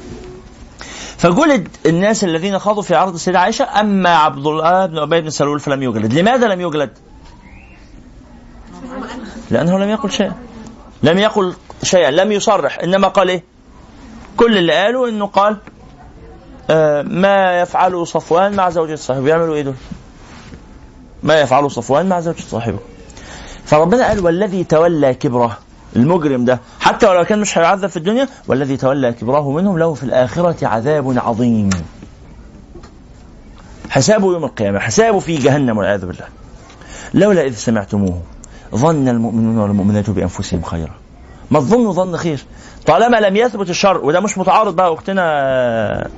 فجلد الناس الذين خاضوا في عرض السيدة عائشة. أما عبد الله بن أبي بن سلول فلم يجلد. لماذا لم يجلد؟ لأنه لم يقل شيئا، لم يقل شيئا، لم يصرح، إنما قال إيه؟ كل اللي قالوا إنه قال آه ما يفعله صفوان مع زوجة صاحبه. يعملوا إيه دول؟ ما يفعله صفوان مع زوجة صاحبه. فربنا قال والذي تولى كبره، المجرم ده حتى ولو كان مش هيعذب في الدنيا، والذي تولى كبره منهم له في الآخرة عذاب عظيم. حسابه يوم القيامة، حسابه في جهنم والعياذ بالله. لولا إذ سمعتموه ظن المؤمنون والمؤمنات بأنفسهم خيرا. ما تظنوا ظن خير طالما لم يثبت الشر. وده مش متعارض بقى أختنا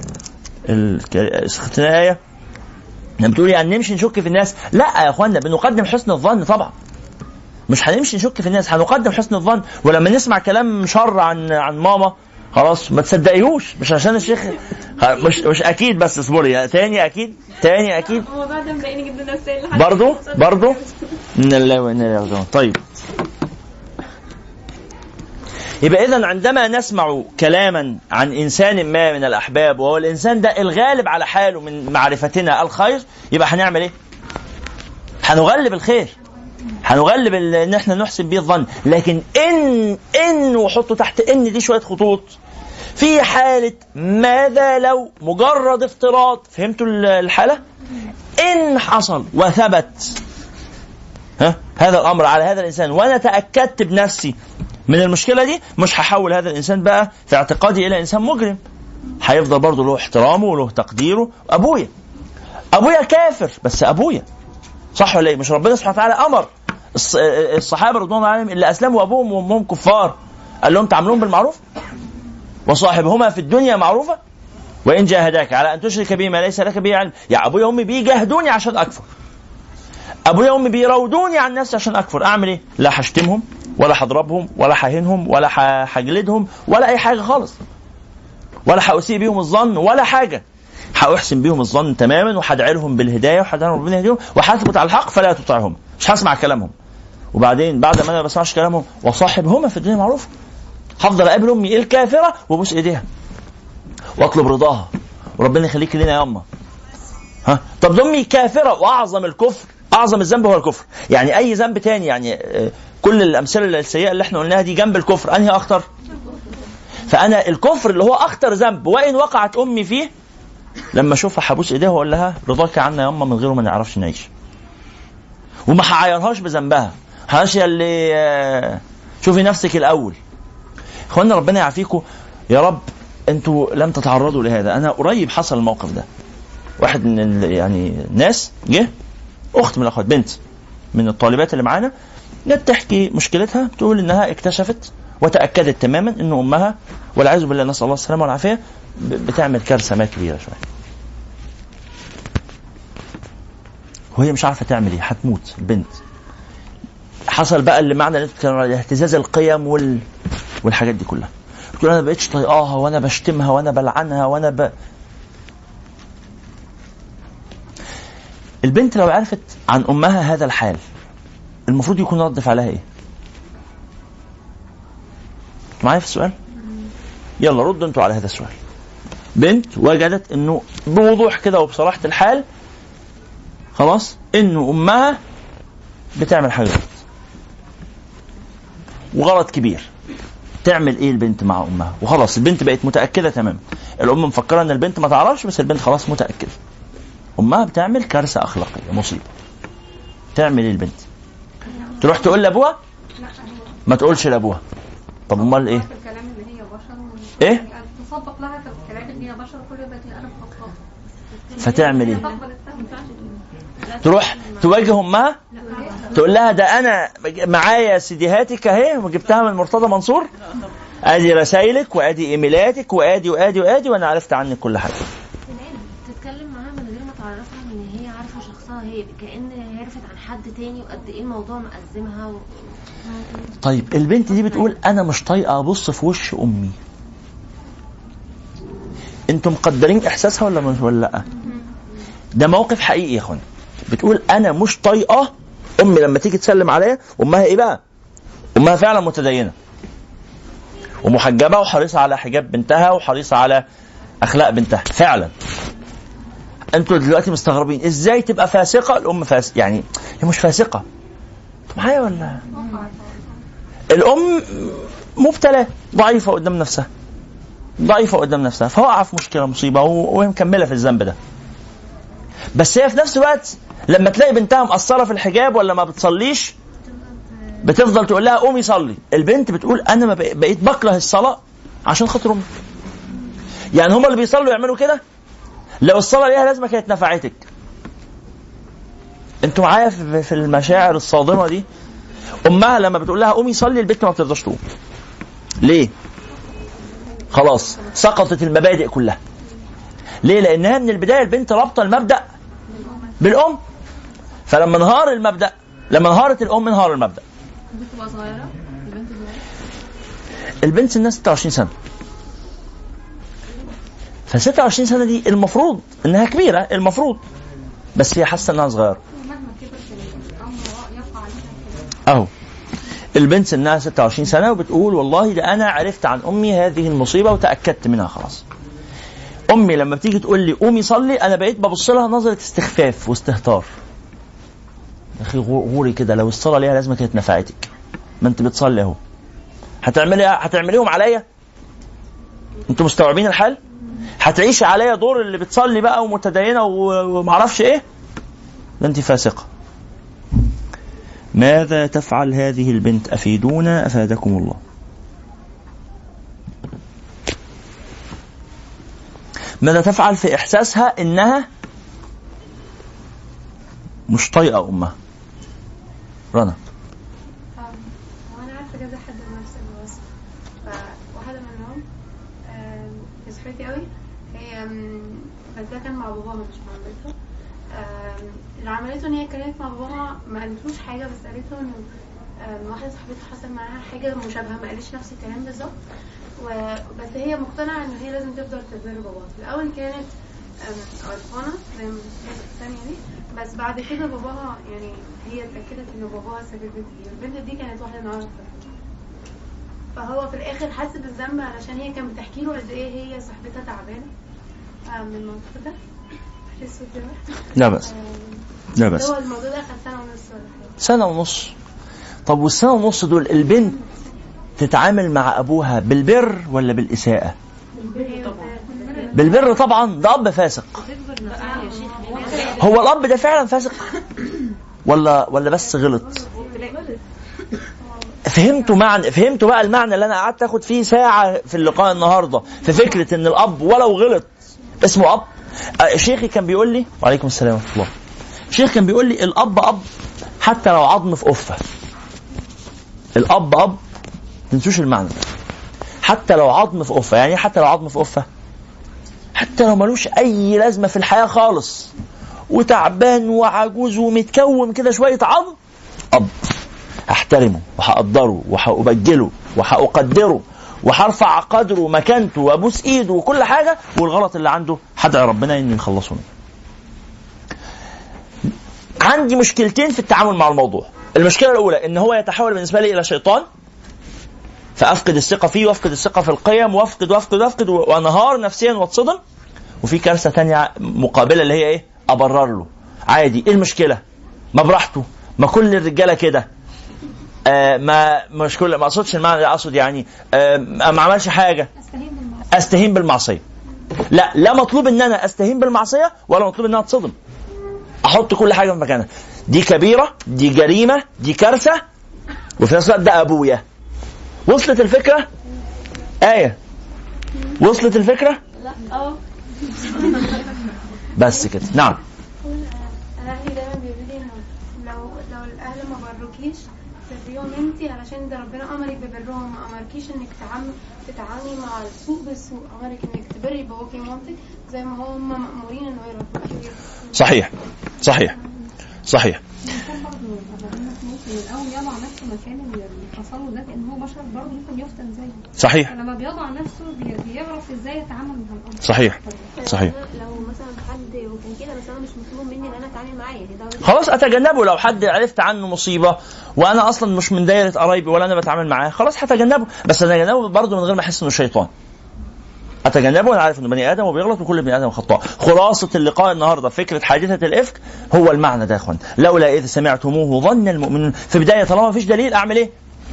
اختنا آية لما بتقول يعني نمشي نشك في الناس. لا يا أخوانا، بنقدم حسن الظن طبعا، مش هنمشي نشك في الناس، هنقدم حسن الظن. ولما نسمع كلام شر عن عن ماما خلاص ما تصدقيهوش، مش عشان الشيخ مش مش اكيد، بس اصبري يعني. تاني اكيد تاني اكيد هو بعد ما بقيني جدا نفسي برضو برضو ان الله وان الله راجعون. طيب يبقى اذا عندما نسمع كلاما عن انسان ما من الاحباب وهو الانسان ده الغالب على حاله من معرفتنا الخير، يبقى هنعمل ايه؟ هنغلب الخير، هنغلب ان احنا نحسن بيه الظن. لكن ان ان وحطوا تحت ان دي شويه خطوط، في حاله ماذا لو مجرد افتراض، فهمتوا الحاله؟ ان حصل وثبت ها هذا الامر على هذا الانسان وانا تاكدت بنفسي من المشكله دي، مش هحول هذا الانسان بقى في اعتقادي الى انسان مجرم، هيفضل برضه له احترامه وله تقديره. ابويا ابويا كافر بس ابويا، صح ولا ايه؟ مش ربنا سبحانه وتعالى امر الصحابه رضوان الله عليهم اللي اسلموا ابوهم وامهم كفار قال لهم تعاملون بالمعروف وصاحبهما في الدنيا معروفه وان جاهداك على ان تشرك بي ما ليس لك به علم. يا ابويا وامي بيجاهدوني عشان اكفر، ابويا وامي بيراودوني عن نفسي عشان اكفر، اعمل ايه؟ لا هشتمهم ولا هضربهم ولا ههنهم ولا هجلدهم ولا اي حاجه خالص، ولا هاسيء بيهم الظن ولا حاجه، هأحسن بيهم الظن تماما وهدعي لهم بالهدايه وهدعي ربنا يهديهم وهثبت على الحق فلا تطيعهم، مش هسمع كلامهم. وبعدين بعد ما انا ما بسمعش كلامهم وصاحبهما في الدنيا معروف، هفضل اقابل امي الكافره وابوس ايديها واطلب رضاها وربنا يخليك لنا يا اما. ها طب امي كافره واعظم الكفر، اعظم الذنب هو الكفر. يعني اي ذنب تاني، يعني كل الامثله السيئه اللي احنا قلناها دي جنب الكفر انهي اخطر؟ فانا الكفر اللي هو اخطر ذنب وان وقعت امي فيه، لما اشوفها هبوس ايديها واقول لها رضاك عنا يا اما، من غيره ما نعرفش نعيش. وما هعايرهاش بذنبها، هاش يا اللي شوفي نفسك الاول. اخوانا ربنا يعافيكم يا رب. انتوا لم تتعرضوا لهذا، انا قريب حصل الموقف ده. واحد من يعني الناس جه، اخت من الاخوات، بنت من الطالبات اللي معانا، جت تحكي مشكلتها، بتقول انها اكتشفت وتاكدت تماما ان امها والعياذ بالله نسال الله السلامه والعافيه بتعمل كارثه ما كبيره شويه، وهي مش عارفه تعمل ايه، هتموت البنت. حصل بقى اللي معنى اهتزاز القيم وال... والحاجات دي كلها. بتقول انا بقيتش طايقاها وانا بشتمها وانا بلعنها وانا ب... البنت لو عرفت عن امها هذا الحال المفروض يكون رد فعلها ايه؟ معايا في السؤال؟ يلا ردوا انتوا على هذا السؤال. بنت وجدت انه بوضوح كده وبصراحه الحال خلاص انه امها بتعمل حاجه غلط وغلط كبير. تعمل ايه البنت مع امها؟ وخلاص البنت بقت متاكده تماما. الام مفكره ان البنت ما تعرفش، بس البنت خلاص متاكده امها بتعمل كارثه اخلاقيه مصيبه. تعمل ايه البنت؟ تروح تقول لابوها؟ ما تقولش لابوها. طب امال ايه؟ الكلام اللي هي بشر ايه؟ تصدق لها في الكلام اللي هي بشر كل ده انا بخطط. فتعمل ايه؟ تروح تواجه امها تقول لها ده انا معايا سيديهاتك اهي وجبتها من مرتضى منصور، ادي رسائلك وادي ايميلاتك وادي وادي وادي وانا عرفت عنك كل حاجه. تتكلم معاها من غير ما تعرفها ان هي عارفه شخصها، هي كأن هي عرفت عن حد تاني وقد ايه الموضوع مأزمها و... طيب البنت دي بتقول انا مش طايقه ابص في وش امي. انتم مقدرين احساسها ولا مش ولا لا؟ ده موقف حقيقي يا اخوان. بتقول انا مش طايقه امي لما تيجي تسلم عليا. امها ايه بقى؟ امها فعلا متدينه ومحجبه وحريصه على حجاب بنتها وحريصه على اخلاق بنتها فعلا. انتوا دلوقتي مستغربين ازاي تبقى فاسقه الام؟ فاسقه يعني هي مش فاسقه معايا ولا؟ الام مبتلى ضعيفه قدام نفسها ضعيفه قدام نفسها فوقع في مشكله مصيبه وهي مكمله في الذنب ده. بس هي في نفس الوقت لما تلاقي بنتها مقصره في الحجاب ولا ما بتصليش بتفضل تقول لها قومي صلي. البنت بتقول انا ما بقيت بكره الصلاه عشان خاطر امي. يعني هم اللي بيصلوا يعملوا كده؟ لو الصلاه ليها لازمه كانت نفعتك. انتوا معايا في المشاعر الصادمه دي؟ امها لما بتقول لها قومي صلي البنت ما بترضاش تقوم. ليه؟ خلاص سقطت المبادئ كلها. ليه؟ لانها من البدايه البنت رابطه المبدا بالام. فلما انهار المبدا، لما انهارت الام انهار المبدا. بتبقى صغيره البنت صغيره. البنت سنها ستة وعشرين سنه. ف ستة وعشرين سنه دي المفروض انها كبيره المفروض، بس هي حاسه انها صغيره. اهو البنت سنها ستة وعشرين سنه وبتقول والله ده انا عرفت عن امي هذه المصيبه وتاكدت منها خلاص. امي لما بتيجي تقول لي قومي صلي انا بقيت ببص لها نظره استخفاف واستهتار. يا اخي غوري كده، لو الصلاه ليها لازمه كانت نفعتك. ما انت بتصلي اهو. هتعملي هتعمليهم عليا؟ انتوا مستوعبين الحال؟ هتعيشي عليا دور اللي بتصلي بقى ومتدينه ومعرفش ايه؟ ده انت فاسقه. ماذا تفعل هذه البنت؟ افيدونا افادكم الله. ماذا تفعل في إحساسها إنها مش طايقة أمها؟ رنا. وأنا عارفة كذا حد من نفس الوصف. فواحدة منهم هي صاحبتي قوي، هي بس ده كان مع باباها مش مع بنتها. اللي عملته إن هي كانت مع باباها ما قالتلوش حاجة، بس قالت له إنه واحدة صاحبتها حصل معاها حاجة مشابهة، ما قالتش نفس الكلام بالظبط. بس هي مقتنعة ان هي لازم تفضل تبر باباها. في الاول كانت عرفانة زي ما كانت الثانية دي، بس بعد كده باباها يعني هي اتأكدت ان باباها سبب دي. البنت دي كانت واحدة نعرفها، فهو في الاخر حس بالذنب علشان هي كانت بتحكي له قد ايه هي صاحبتها تعبانة من الموقف ده. لا بس لا بس هو الموضوع ده خد سنة ونص ولا حاجة. سنة ونص. طب والسنة ونص دول البنت تتعامل مع أبوها بالبر ولا بالإساءة؟ بالبر طبعا. ده أب فاسق. هو الأب ده فعلا فاسق ولا ولا بس غلط؟ فهمتوا معنى فهمتوا بقى المعنى اللي انا قعدت اخد فيه ساعه في اللقاء النهارده في فكره ان الاب ولو غلط اسمه اب. شيخي كان بيقول لي وعليكم السلام ورحمه الله. شيخ كان بيقول لي الاب اب حتى لو عظم في قفه. الاب اب تنسوش المعنى ده. حتى لو عظم في قفه. يعني حتى لو عظم في قفه حتى لو ملوش اي لازمه في الحياه خالص وتعبان وعجوز ومتكوم كده شويه عظم، اب احترمه وهقدره وهأبجله وهأقدره وهرفع قدره ومكانته وابوس ايده وكل حاجه، والغلط اللي عنده هدعي ربنا انه يخلصه منه. عندي مشكلتين في التعامل مع الموضوع. المشكله الاولى ان هو يتحول بالنسبه لي الى شيطان، فافقد الثقه فيه وافقد الثقه في القيم وافقد وافقد وافقد وانهار نفسيا واتصدم. وفي كارثه تانية مقابله اللي هي ايه؟ ابرر له عادي. ايه المشكله؟ ما براحته، ما كل الرجاله كده، آه ما مش كل، ما اقصدش المعنى ده، اقصد يعني آه ما عملش حاجه استهين بالمعصيه. لا لا مطلوب ان انا استهين بالمعصيه ولا مطلوب ان انا اتصدم. احط كل حاجه في مكانها. دي كبيره، دي جريمه، دي كارثه، وفي نفس الوقت ده ابويا. وصلت الفكره؟ آية وصلت الفكره؟ لا اه بس كده. نعم. انا اهلي دايما بيقولوا لي انه لو لو الاهل ما بروكيش تبريهم انتي، علشان ده ربنا امرك ببرهم، ما امركيش انك تعاملي تتعاملي مع السوء بالسوء، امرك انك تبري باباكي ومامتك زي ما هم مأمورين انه يربوكي. صحيح صحيح صحيح. ممكن الاول يضع نفسه مكان اللي حصل له ده، لان هو بشر برضه ممكن يفتن زيه. صحيح. فلما بيضع نفسه بيعرف ازاي يتعامل مع الامر. صحيح صحيح. لو مثلا حد وكان كده بس انا مش مطلوب مني ان انا اتعامل معاه، يعني ده خلاص اتجنبه. لو حد عرفت عنه مصيبه وانا اصلا مش من دايره قرايبي ولا انا بتعامل معاه، خلاص هتجنبه. بس اتجنبه برضه من غير ما احس انه شيطان. اتجنبه وانا عارف انه بني ادم وبيغلط وكل بني ادم خطاء. خلاصه اللقاء النهارده فكره حادثه الافك هو المعنى ده يا اخوان. لولا اذ سمعتموه ظن المؤمنون. في بدايه طالما ما فيش دليل اعمل ايه؟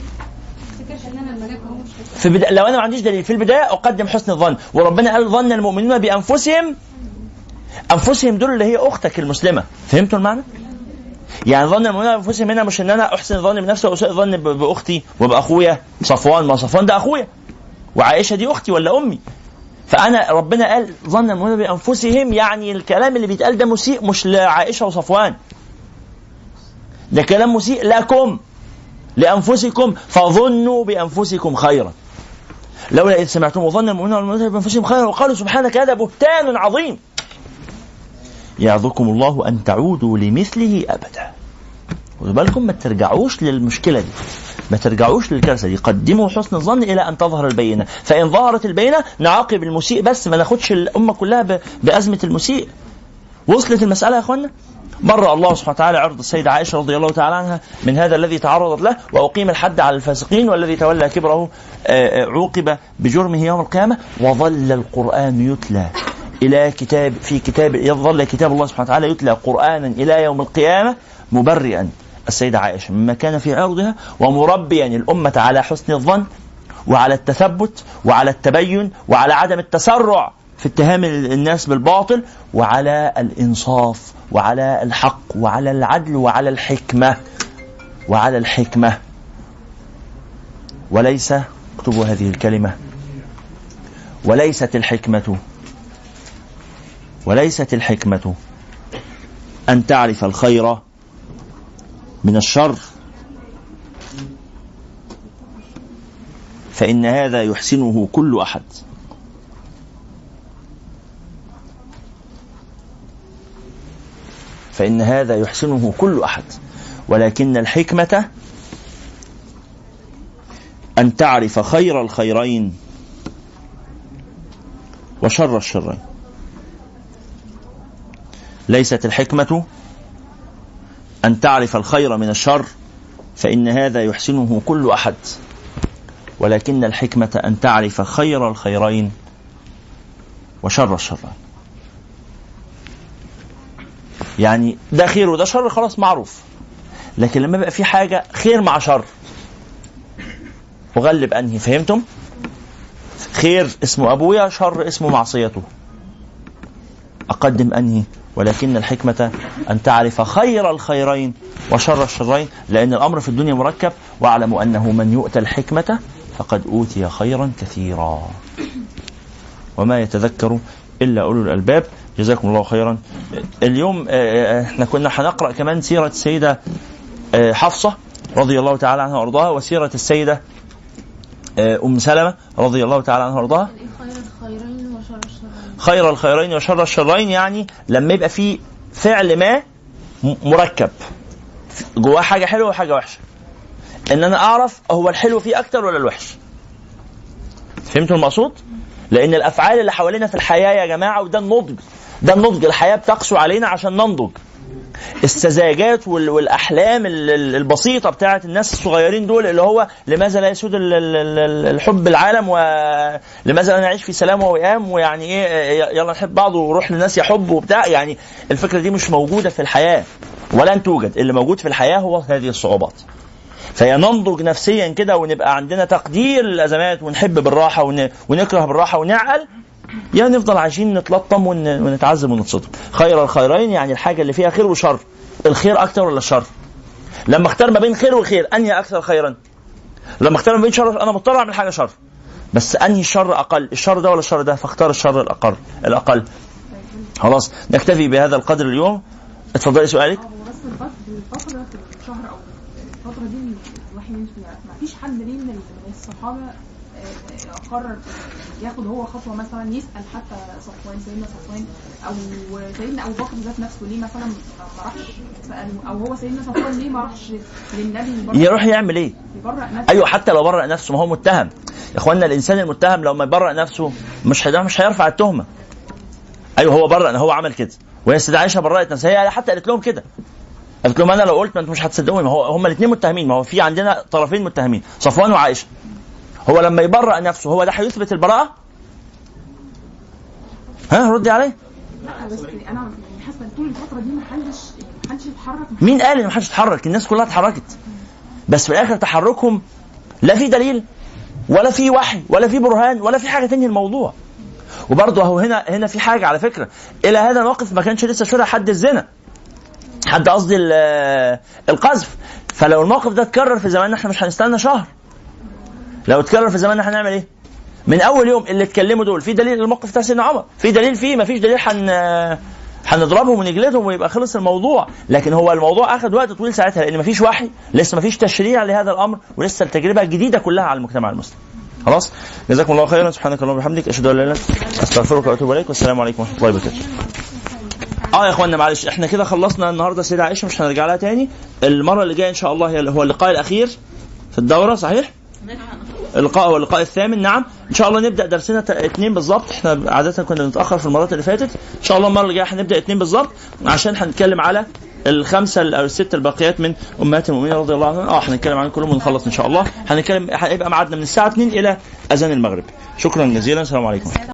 في بداية لو انا ما عنديش دليل في البدايه اقدم حسن الظن. وربنا قال ظن المؤمنون بانفسهم. انفسهم دول اللي هي اختك المسلمه. فهمتوا المعنى؟ يعني ظن المؤمنون بانفسهم هنا مش ان انا احسن ظن بنفسي واسيء ظن باختي وباخويا صفوان. ما صفوان ده اخويا وعائشه دي اختي ولا امي. فأنا ربنا قال ظن المؤمنون بأنفسهم، يعني الكلام اللي بيتقال ده مسيء مش لعائشة وصفوان، ده كلام مسيء لكم لأنفسكم فظنوا بأنفسكم خيرا. لولا إذ سمعتم ظن المؤمنون بأنفسهم خيرا وقالوا سبحانك هذا بهتان عظيم يعظكم الله أن تعودوا لمثله أبدا. وبالكم ما ترجعوش للمشكلة دي، ما ترجعوش للكارثة دي. قدموا حسن الظن إلى أن تظهر البينة. فإن ظهرت البينة نعاقب المسيء بس، ما ناخدش الأمة كلها بأزمة المسيء. وصلت المسألة يا أخوانا؟ مر الله سبحانه وتعالى عرض السيدة عائشة رضي الله تعالى عنها من هذا الذي تعرضت له، وأقيم الحد على الفاسقين، والذي تولى كبره عوقب بجرمه يوم القيامة. وظل القرآن يتلى إلى كتاب في كتاب يظل كتاب الله سبحانه وتعالى يتلى قرآنا إلى يوم القيامة مبرئا السيدة عائشة مما كان في عرضها، ومربيا الأمة على حسن الظن وعلى التثبت وعلى التبين وعلى عدم التسرع في اتهام الناس بالباطل، وعلى الإنصاف وعلى الحق وعلى العدل وعلى الحكمة وعلى الحكمة. وليس، اكتبوا هذه الكلمة، وليست الحكمة وليست الحكمة أن تعرف الخير من الشر، فإن هذا يحسنه كل أحد. فإن هذا يحسنه كل أحد ولكن الحكمة أن تعرف خير الخيرين وشر الشرين. ليست الحكمة أن تعرف الخير من الشر، فإن هذا يحسنه كل أحد ولكن الحكمة أن تعرف خير الخيرين وشر الشرين. يعني ده خير وده شر خلاص معروف، لكن لما بقى في حاجة خير مع شر وغلب أنهي؟ فهمتم؟ خير اسمه أبويا، شر اسمه معصيته، أقدم أنهي؟ ولكن الحكمة أن تعرف خير الخيرين وشر الشرين، لأن الأمر في الدنيا مركب. واعلموا أنه من يؤتى الحكمة فقد أوتي خيرا كثيرا وما يتذكر إلا أولو الألباب. جزاكم الله خيرا. اليوم احنا كنا هنقرأ كمان سيرة السيدة حفصة رضي الله تعالى عنها وارضاها، وسيرة السيدة أم سلمة رضي الله تعالى عنها وارضاها. خير الخيرين وشر الشرين، يعني لما يبقى في فعل ما مركب جواه حاجة حلوة وحاجة وحشة، ان انا اعرف هو الحلو فيه اكتر ولا الوحش. فهمتوا المقصود؟ لان الافعال اللي حوالينا في الحياة يا جماعة، وده النضج، ده النضج، الحياة بتقسو علينا عشان ننضج. السذاجات والاحلام البسيطة بتاعت الناس الصغيرين دول، اللي هو لماذا لا يسود الحب العالم، ولماذا لا نعيش في سلام ووئام، ويعني ايه يلا نحب بعض وروح للناس يحب وبتاع، يعني الفكرة دي مش موجودة في الحياة ولن توجد. اللي موجود في الحياة هو هذه الصعوبات. فيننضج نفسيا كده ونبقى عندنا تقدير للأزمات، ونحب بالراحة ونكره بالراحة ونعقل، يعني نفضل عايشين نتلطم ونتعذب ونتصدم. خير الخيرين يعني الحاجة اللي فيها خير وشر. الخير أكتر ولا الشر؟ لما اختار ما بين خير وخير أنهي أكثر خيرا؟ لما اختار ما بين شر أنا مضطر أعمل حاجة شر، بس أنهي الشر أقل، الشر ده ولا الشر ده؟ فاختار الشر الأقل الأقل. خلاص نكتفي بهذا القدر اليوم. اتفضلي سؤالك. الفترة الشهر أو الفترة دي الواحد ما فيش حد ليه من الصحابة قرر ياخد هو خطوة مثلا يسأل حتى صفوان، سيدنا صفوان أو سيدنا أبو بكر ذات نفسه ليه مثلا ما راحش سأله، أو هو سيدنا صفوان ليه ما راحش للنبي يروح يعمل إيه؟ يبرأ نفسه. أيوة حتى لو برأ نفسه ما هو متهم يا إخواننا. الإنسان المتهم لو ما يبرأ نفسه مش مش هيرفع التهمة. أيوة هو برأ، هو عمل كده، وهي السيدة عائشة برأت نفسها، هي حتى قالت لهم كده، قالت لهم أنا لو قلت ما أنتم مش هتصدقوني، ما هو هم الاثنين متهمين، ما هو في عندنا طرفين متهمين صفوان وعائشة. هو لما يبرأ نفسه هو ده هيثبت البراءة؟ ها ردي عليه. لا بس انا حاسه طول الفتره دي ما حدش ما حدش يتحرك. مين قال ان ما حدش يتحرك؟ الناس كلها اتحركت، بس في الاخر تحركهم لا في دليل ولا في وحي ولا في برهان ولا في حاجه تنهي الموضوع. وبرضه اهو هنا هنا في حاجه على فكره، الى هذا الموقف ما كانش لسه شرع حد الزنا، حد قصدي القذف. فلو الموقف ده اتكرر في زماننا احنا مش هنستنى شهر. لو اتكرر في زماننا هنعمل ايه؟ من اول يوم اللي اتكلموا دول في دليل الموقف بتاع سيدنا عمر، في دليل فيه، ما فيش دليل حن هنضربهم ونجلدهم ويبقى خلص الموضوع. لكن هو الموضوع اخذ وقت طويل ساعتها، لان ما فيش وحي، لسه ما فيش تشريع لهذا الامر، ولسه التجربه الجديده كلها على المجتمع المسلم. خلاص جزاكم الله خيرا. سبحانك اللهم وبحمدك اشهد ان لا اله الا انت استغفرك واتوب اليك، والسلام عليكم ورحمه الله وبركاته. اه يا اخوانا معلش احنا كده خلصنا النهارده سيدة عائشة، مش هنرجع لها تاني. المره اللي جايه ان شاء الله هو اللقاء الاخير في الدوره، صحيح؟ اللقاء هو اللقاء الثامن. نعم ان شاء الله نبدا درسنا اثنين بالظبط. احنا عاده كنا بنتاخر في المرات اللي فاتت، ان شاء الله المره اللي جايه هنبدا اثنين بالظبط، عشان هنتكلم على الخمسه او السته الباقيات من امهات المؤمنين رضي الله عنهم. اه هنتكلم عن كلهم ونخلص ان شاء الله. هنتكلم هيبقى ميعادنا من الساعه اثنين الى اذان المغرب. شكرا جزيلا، السلام عليكم.